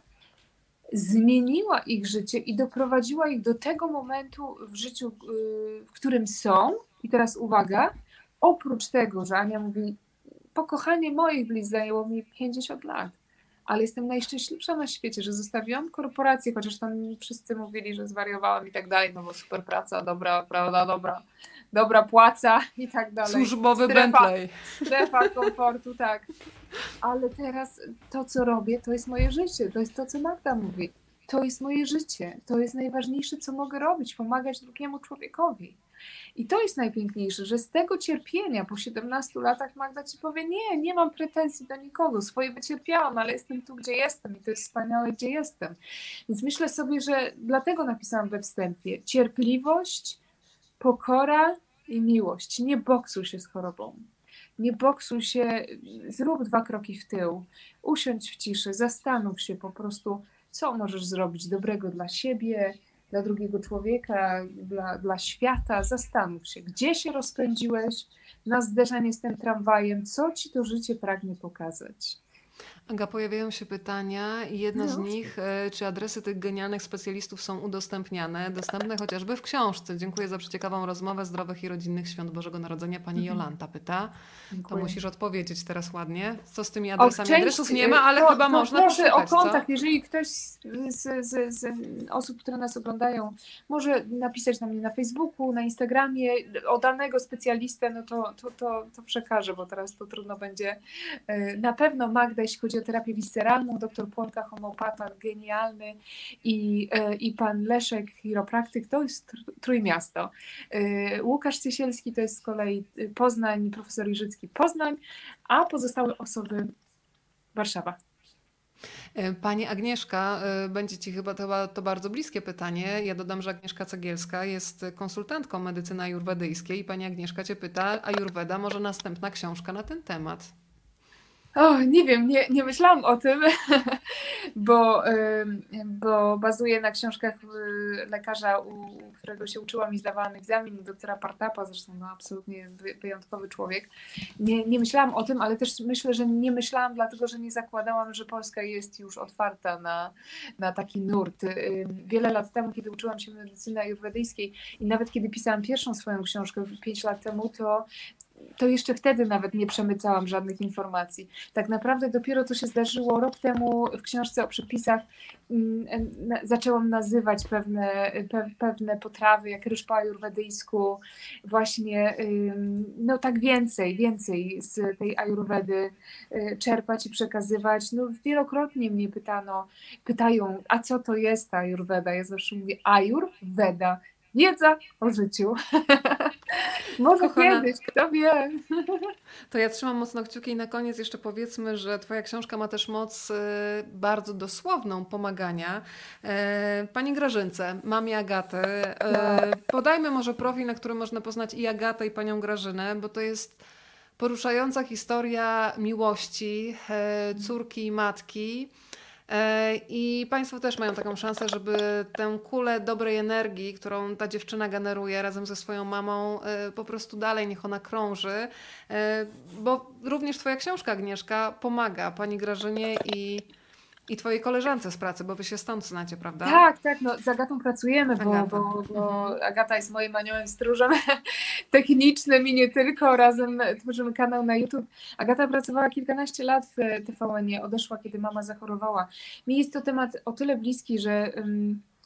zmieniła ich życie i doprowadziła ich do tego momentu w życiu, w którym są. I teraz uwaga, oprócz tego, że Ania mówi, pokochanie moich blizn zajęło mi 50 lat, ale jestem najszczęśliwsza na świecie, że zostawiłam korporację, chociaż tam wszyscy mówili, że zwariowałam i tak dalej, no bo super praca, dobra, prawda, dobra płaca i tak dalej. Służbowy Bentley. Strefa komfortu, tak. Ale teraz to, co robię, to jest moje życie, to jest to, co Magda mówi. To jest moje życie, to jest najważniejsze, co mogę robić, pomagać drugiemu człowiekowi. I to jest najpiękniejsze, że z tego cierpienia po 17 latach Magda ci powie, nie mam pretensji do nikogo, swoje wycierpiałam, ale jestem tu, gdzie jestem i to jest wspaniałe, gdzie jestem. Więc myślę sobie, że dlatego napisałam we wstępie, cierpliwość, pokora i miłość. Nie boksuj się z chorobą. Nie boksuj się, zrób 2 kroki w tył, usiądź w ciszy, zastanów się po prostu, co możesz zrobić dobrego dla siebie, dla drugiego człowieka, dla świata. Zastanów się, gdzie się rozpędziłeś na zderzenie z tym tramwajem, co ci to życie pragnie pokazać. Aga, pojawiają się pytania i jedno z nich, czy adresy tych genialnych specjalistów są udostępniane, dostępne chociażby w książce. Dziękuję za przeciekawą rozmowę. Zdrowych i rodzinnych świąt Bożego Narodzenia. Pani Jolanta pyta. Dziękuję. To musisz odpowiedzieć teraz ładnie. Co z tymi adresami? Adresów nie ma, ale chyba można proszę poszukać, o kontakt. Co? Jeżeli ktoś z osób, które nas oglądają, może napisać na mnie na Facebooku, na Instagramie o danego specjalistę, no to przekażę, bo teraz to trudno będzie. Na pewno Magda, jeśli chodzi o terapię visceralną, dr Płonka, homeopata, genialny i pan Leszek, chiropraktyk, to jest Trójmiasto. Łukasz Ciesielski to jest z kolei Poznań, profesor Iżycki Poznań, a pozostałe osoby Warszawa. Pani Agnieszka, będzie Ci chyba to bardzo bliskie pytanie. Ja dodam, że Agnieszka Cegielska jest konsultantką medycyny ajurwedyjskiej i Pani Agnieszka Cię pyta, Ajurweda, może następna książka na ten temat? Nie wiem, nie myślałam o tym, bo bazuję na książkach lekarza, u którego się uczyłam i zdawałam egzamin, doktora Partapa, zresztą absolutnie wyjątkowy człowiek. Nie myślałam o tym, ale też myślę, że nie myślałam, dlatego że nie zakładałam, że Polska jest już otwarta na taki nurt. Wiele lat temu, kiedy uczyłam się medycyny ajurwedyjskiej i nawet kiedy pisałam pierwszą swoją książkę 5 lat temu, to jeszcze wtedy nawet nie przemycałam żadnych informacji. Tak naprawdę dopiero to się zdarzyło rok temu w książce o przepisach. Zaczęłam nazywać pewne potrawy, jak ryż po ajurwedyjsku, właśnie no tak więcej z tej ajurwedy czerpać i przekazywać. No wielokrotnie mnie pytają, a co to jest ta ajurweda? Ja zawsze mówię ajurweda. Wiedza o życiu. Może kiedyś, kto wie. To ja trzymam mocno kciuki i na koniec jeszcze powiedzmy, że Twoja książka ma też moc bardzo dosłowną pomagania. Pani Grażynce, mamie Agaty, podajmy może profil, na którym można poznać i Agatę, i Panią Grażynę, bo to jest poruszająca historia miłości córki i matki. I Państwo też mają taką szansę, żeby tę kulę dobrej energii, którą ta dziewczyna generuje razem ze swoją mamą, po prostu dalej niech ona krąży, bo również Twoja książka, Agnieszka, pomaga Pani Grażynie i Twojej koleżance z pracy, bo Wy się stąd znacie, prawda? Tak, no z Agatą pracujemy, bo Agata jest moim aniołem stróżem technicznym i nie tylko, razem tworzymy kanał na YouTube. Agata pracowała kilkanaście lat w TVN-ie, odeszła, kiedy mama zachorowała. Mi jest to temat o tyle bliski, że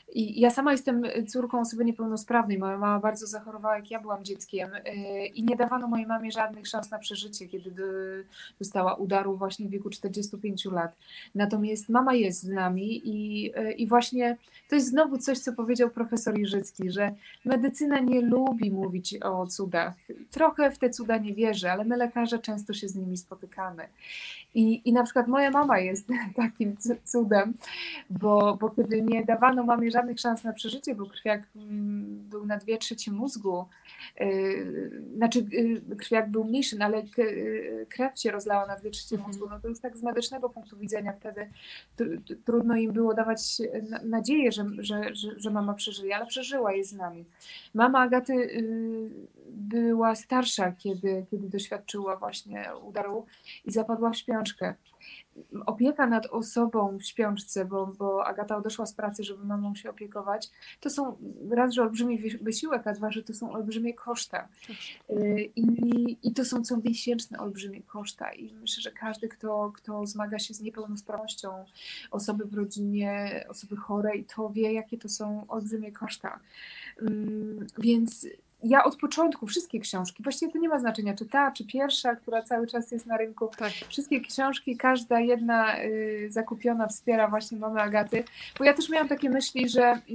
I ja sama jestem córką osoby niepełnosprawnej. Moja mama bardzo zachorowała, jak ja byłam dzieckiem i nie dawano mojej mamie żadnych szans na przeżycie, kiedy dostała udaru właśnie w wieku 45 lat. Natomiast mama jest z nami i właśnie to jest znowu coś, co powiedział profesor Jerzycki, że medycyna nie lubi mówić o cudach. Trochę w te cuda nie wierzy, ale my lekarze często się z nimi spotykamy. I na przykład moja mama jest takim cudem, bo kiedy nie dawano mamie żadnych szans na przeżycie, bo krwiak był na 2/3 mózgu, znaczy krwiak był mniejszy, no ale krew się rozlała na 2/3 mózgu, no to już tak z medycznego punktu widzenia wtedy trudno im było dawać nadzieję, że mama przeżyje, ale przeżyła, jest z nami. Mama Agaty była starsza, kiedy doświadczyła właśnie udaru i zapadła w śpiączkę. Opieka nad osobą w śpiączce, bo Agata odeszła z pracy, żeby mamą się opiekować, to są raz, że olbrzymi wysiłek, a dwa, że to są olbrzymie koszta. I to są comiesięczne olbrzymie koszta. I myślę, że każdy, kto zmaga się z niepełnosprawnością osoby w rodzinie, osoby chorej, to wie, jakie to są olbrzymie koszta. Więc ja od początku wszystkie książki, właściwie to nie ma znaczenia, czy ta, czy pierwsza, która cały czas jest na rynku, tak. Wszystkie książki, każda jedna zakupiona wspiera właśnie mamy Agaty, bo ja też miałam takie myśli,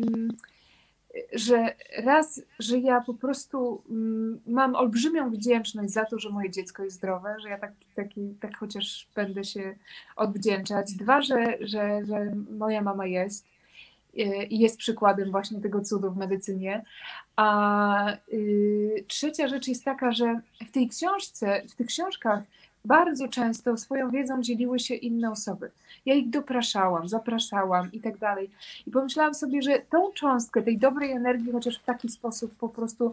że raz, że ja po prostu mam olbrzymią wdzięczność za to, że moje dziecko jest zdrowe, że ja tak chociaż będę się odwdzięczać. Dwa, że moja mama jest i jest przykładem właśnie tego cudu w medycynie. A trzecia rzecz jest taka, że w tych książkach bardzo często swoją wiedzą dzieliły się inne osoby. Ja ich dopraszałam, zapraszałam i tak dalej. I pomyślałam sobie, że tą cząstkę tej dobrej energii chociaż w taki sposób po prostu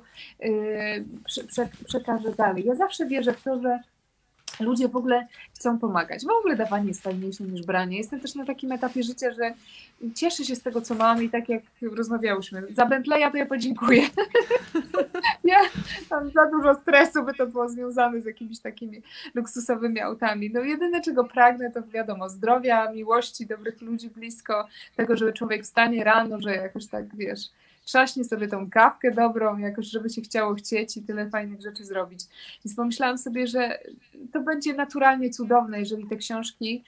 przekażę dalej. Ja zawsze wierzę w to, że ludzie w ogóle chcą pomagać. W ogóle dawanie jest fajniejsze niż branie. Jestem też na takim etapie życia, że cieszę się z tego, co mam i tak jak rozmawiałyśmy. Za Bentleya to ja podziękuję. Ja mam za dużo stresu, by to było związane z jakimiś takimi luksusowymi autami. No jedyne, czego pragnę, to wiadomo, zdrowia, miłości, dobrych ludzi blisko, tego, żeby człowiek wstanie rano, że jakoś tak, wiesz, trzaśnie sobie tą kawkę dobrą, jakoś żeby się chciało chcieć i tyle fajnych rzeczy zrobić. Więc pomyślałam sobie, że to będzie naturalnie cudowne, jeżeli te książki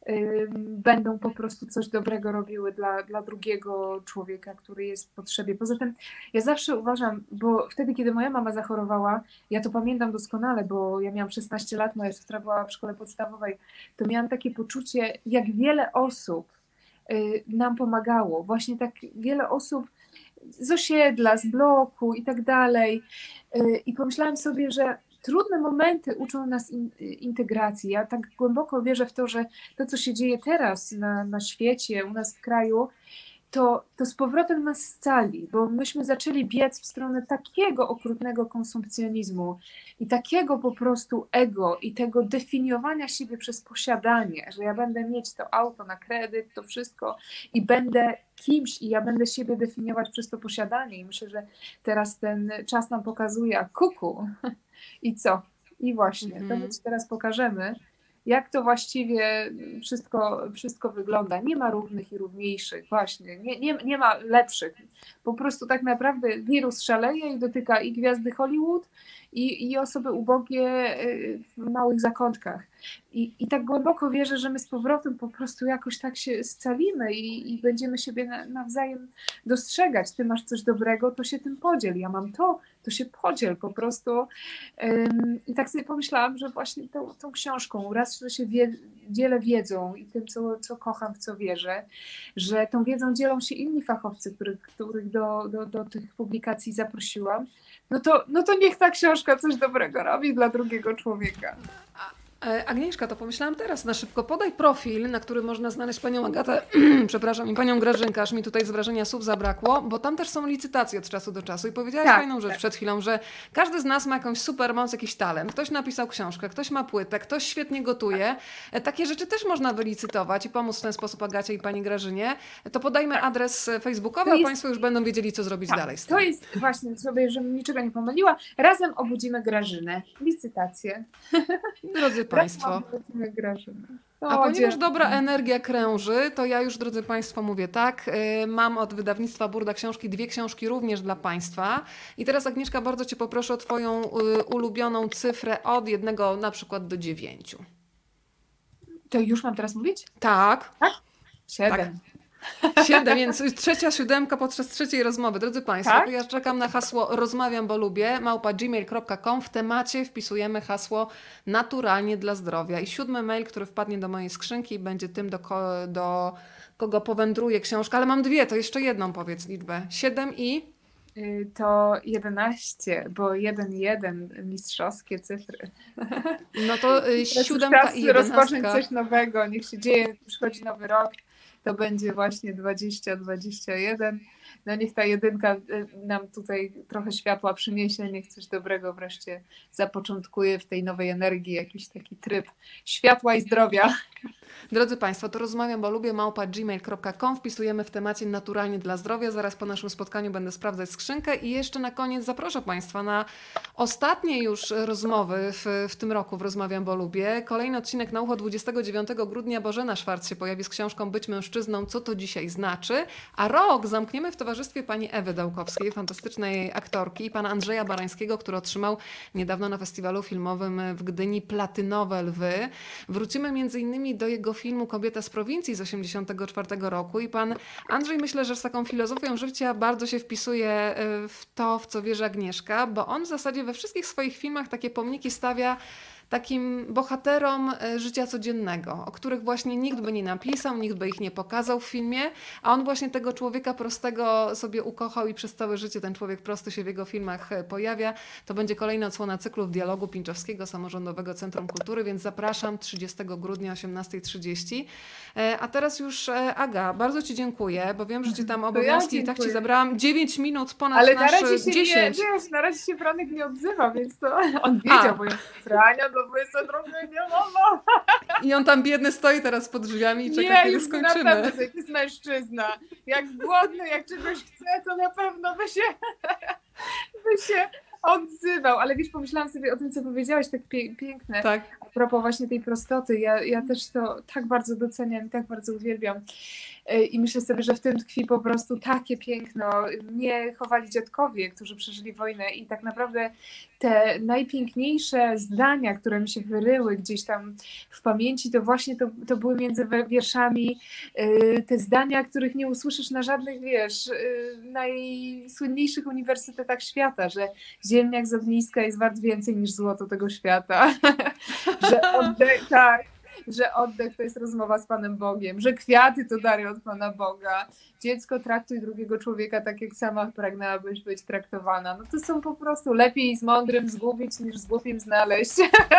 będą po prostu coś dobrego robiły dla drugiego człowieka, który jest w potrzebie. Poza tym ja zawsze uważam, bo wtedy, kiedy moja mama zachorowała, ja to pamiętam doskonale, bo ja miałam 16 lat, moja siostra była w szkole podstawowej, to miałam takie poczucie, jak wiele osób nam pomagało. Właśnie tak wiele osób z osiedla, z bloku i tak dalej. I pomyślałam sobie, że trudne momenty uczą nas integracji. Ja tak głęboko wierzę w to, że to, co się dzieje teraz na świecie, u nas w kraju, to z powrotem nas scali, bo myśmy zaczęli biec w stronę takiego okrutnego konsumpcjonizmu i takiego po prostu ego i tego definiowania siebie przez posiadanie, że ja będę mieć to auto na kredyt, to wszystko i będę kimś i ja będę siebie definiować przez to posiadanie i myślę, że teraz ten czas nam pokazuje, a kuku i co? I właśnie, to my ci teraz pokażemy, jak to właściwie wszystko wygląda. Nie ma równych i równiejszych, właśnie, nie ma lepszych. Po prostu tak naprawdę wirus szaleje i dotyka i gwiazdy Hollywood, i osoby ubogie w małych zakątkach. I tak głęboko wierzę, że my z powrotem po prostu jakoś tak się scalimy i będziemy siebie nawzajem dostrzegać. Ty masz coś dobrego, to się tym podziel. Ja mam to się podziel po prostu. I tak sobie pomyślałam, że właśnie tą książką, raz, że się dzielę wiedzą i tym, co kocham, w co wierzę, że tą wiedzą dzielą się inni fachowcy, których do tych publikacji zaprosiłam, no to niech ta książka coś dobrego robi dla drugiego człowieka. Agnieszka, to pomyślałam teraz na szybko. Podaj profil, na którym można znaleźć panią Agatę, przepraszam, i panią Grażynkę, aż mi tutaj z wrażenia słów zabrakło, bo tam też są licytacje od czasu do czasu i powiedziałaś fajną rzecz przed chwilą, że każdy z nas ma jakąś super moc, jakiś talent. Ktoś napisał książkę, ktoś ma płytę, ktoś świetnie gotuje. Takie rzeczy też można wylicytować i pomóc w ten sposób Agacie i pani Grażynie. To podajmy adres facebookowy, a państwo już będą wiedzieli, co zrobić dalej z tym. To jest właśnie sobie, żebym niczego nie pomyliła. Razem obudzimy Grażynę. Licytacje. Drodzy Państwo, A ponieważ dobra energia krąży, to ja już, drodzy Państwo, mówię tak, mam od wydawnictwa Burda Książki 2 książki również dla Państwa. I teraz, Agnieszka, bardzo Cię poproszę o Twoją ulubioną cyfrę od 1 na przykład do 9. To już mam teraz mówić? Tak. 7. Tak. 7, więc trzecia siódemka podczas trzeciej rozmowy. Drodzy Państwo, Tak? ja czekam na hasło rozmawiam, bo lubię, @gmail.com. W temacie wpisujemy hasło naturalnie dla zdrowia. I 7 mail, który wpadnie do mojej skrzynki, będzie tym, do kogo powędruje książka. Ale mam 2, to jeszcze jedną powiedz liczbę. 7 i... To 11, bo 1, mistrzowskie cyfry. No to 7 i 11. Rozpocząć coś nowego, niech się dzieje, przychodzi nowy rok. To będzie właśnie 20, 21. No niech ta 1 nam tutaj trochę światła przyniesie, niech coś dobrego wreszcie zapoczątkuje w tej nowej energii, jakiś taki tryb światła i zdrowia. Drodzy Państwo, to rozmawiam, bo lubię @gmail.com. Wpisujemy w temacie naturalnie dla zdrowia. Zaraz po naszym spotkaniu będę sprawdzać skrzynkę i jeszcze na koniec zaproszę Państwa na ostatnie już rozmowy w tym roku w Rozmawiam, bo lubię. Kolejny odcinek na ucho 29 grudnia. Bożena Szwarc się pojawi z książką Być mężczyzną, co to dzisiaj znaczy. A rok zamkniemy w towarzystwie pani Ewy Dałkowskiej, fantastycznej aktorki, i pana Andrzeja Barańskiego, który otrzymał niedawno na festiwalu filmowym w Gdyni Platynowe Lwy. Wrócimy między innymi do jego filmu Kobieta z prowincji z 1984 roku i pan Andrzej, myślę, że z taką filozofią życia bardzo się wpisuje w to, w co wierzy Agnieszka, bo on w zasadzie we wszystkich swoich filmach takie pomniki stawia takim bohaterom życia codziennego, o których właśnie nikt by nie napisał, nikt by ich nie pokazał w filmie, a on właśnie tego człowieka prostego sobie ukochał i przez całe życie ten człowiek prosty się w jego filmach pojawia. To będzie kolejna odsłona cyklu w Dialogu Pińczowskiego Samorządowego Centrum Kultury, więc zapraszam 30 grudnia o 18:30. A teraz już Aga, bardzo Ci dziękuję, bo wiem, że Ci tam obowiązki i tak Ci zabrałam 9 minut ponad ale nasz na razie się 10. na razie się Franek nie odzywa, więc to on wiedział, bo ja Frania, do 22 nie wolno. I on tam biedny stoi teraz pod drzwiami i czeka, kiedy skończymy. Nie, naprawdę, to jest mężczyzna. Jak głodny, jak czegoś chce, to na pewno by się odzywał. Ale wiesz, pomyślałam sobie o tym, co powiedziałaś, tak piękne. Tak. A propos właśnie tej prostoty. Ja też to tak bardzo doceniam i tak bardzo uwielbiam. I myślę sobie, że w tym tkwi po prostu takie piękno. Mnie chowali dziadkowie, którzy przeżyli wojnę i tak naprawdę te najpiękniejsze zdania, które mi się wyryły gdzieś tam w pamięci, to właśnie to były między wierszami te zdania, których nie usłyszysz na żadnych, najsłynniejszych uniwersytetach świata, że ziemniak z ogniska jest wart więcej niż złoto tego świata, że oddech to jest rozmowa z Panem Bogiem, że kwiaty to dary od Pana Boga. Dziecko, traktuj drugiego człowieka tak, jak sama pragnęłabyś być traktowana. No to są po prostu lepiej z mądrym zgubić, niż z głupim znaleźć.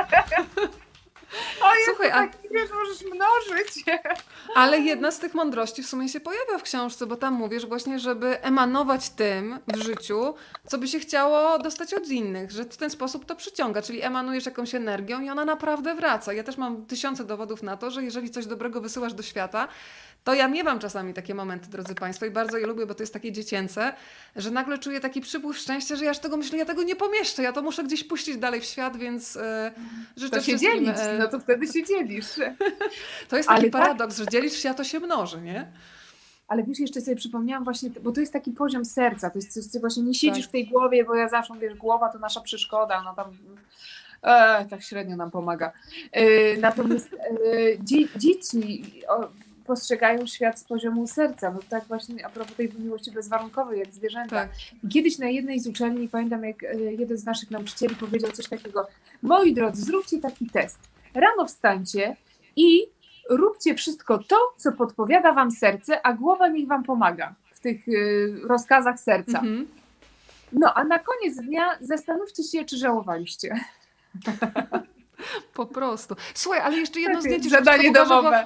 O Jezu, słuchaj, tak, wiesz, możesz mnożyć. Ale jedna z tych mądrości w sumie się pojawia w książce, bo tam mówisz właśnie, żeby emanować tym w życiu, co by się chciało dostać od innych, że w ten sposób to przyciąga, czyli emanujesz jakąś energią i ona naprawdę wraca. Ja też mam 1000 dowodów na to, że jeżeli coś dobrego wysyłasz do świata, to ja miewam czasami takie momenty, drodzy Państwo, i bardzo je lubię, bo to jest takie dziecięce, że nagle czuję taki przypływ szczęścia, że ja aż tego myślę, ja tego nie pomieszczę, ja to muszę gdzieś puścić dalej w świat, więc życzę to się wszystkim... dzielić, no to wtedy się dzielisz. To jest taki paradoks, że dzielisz się, a to się mnoży, nie? Ale wiesz, jeszcze sobie przypomniałam właśnie, bo to jest taki poziom serca, to jest coś, co właśnie nie siedzisz w tej głowie, bo ja zawsze mówię, głowa to nasza przeszkoda, no tam... tak średnio nam pomaga. Natomiast dzieci postrzegają świat z poziomu serca. No tak właśnie a propos tej miłości bezwarunkowej, jak zwierzęta. Tak. Kiedyś na jednej z uczelni, pamiętam, jak jeden z naszych nauczycieli powiedział coś takiego: moi drodzy, zróbcie taki test. Rano wstańcie i róbcie wszystko to, co podpowiada wam serce, a głowa niech wam pomaga w tych rozkazach serca. Mhm. No a na koniec dnia zastanówcie się, czy żałowaliście. Po prostu. Słuchaj, ale jeszcze jedno zdjęcie. Zadanie domowe.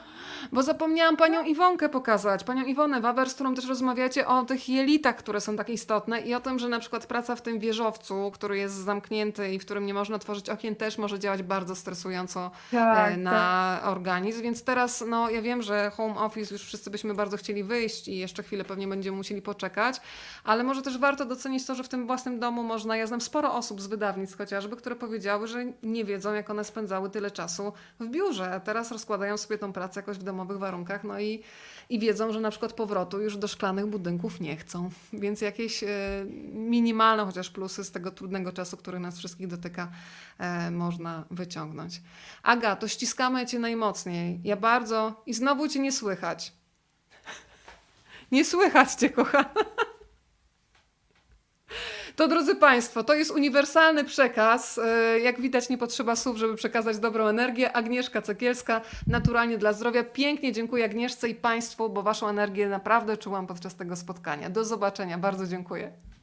Bo zapomniałam panią Iwonkę pokazać, panią Iwonę Wawer, z którą też rozmawiacie o tych jelitach, które są tak istotne i o tym, że na przykład praca w tym wieżowcu, który jest zamknięty i w którym nie można otworzyć okien, też może działać bardzo stresująco na organizm. Więc teraz, no ja wiem, że home office już wszyscy byśmy bardzo chcieli wyjść i jeszcze chwilę pewnie będziemy musieli poczekać, ale może też warto docenić to, że w tym własnym domu można, ja znam sporo osób z wydawnictw chociażby, które powiedziały, że nie wiedzą, jak one spędzały tyle czasu w biurze, a teraz rozkładają sobie tą pracę jakoś w domowych warunkach, no i wiedzą, że na przykład powrotu już do szklanych budynków nie chcą. Więc jakieś minimalne chociaż plusy z tego trudnego czasu, który nas wszystkich dotyka, można wyciągnąć. Aga, to ściskamy Cię najmocniej. Ja bardzo... I znowu Cię nie słychać. Nie słychać Cię, kochana. To, drodzy Państwo, to jest uniwersalny przekaz. Jak widać, nie potrzeba słów, żeby przekazać dobrą energię. Agnieszka Cekielska, Naturalnie dla Zdrowia. Pięknie dziękuję Agnieszce i Państwu, bo Waszą energię naprawdę czułam podczas tego spotkania. Do zobaczenia. Bardzo dziękuję.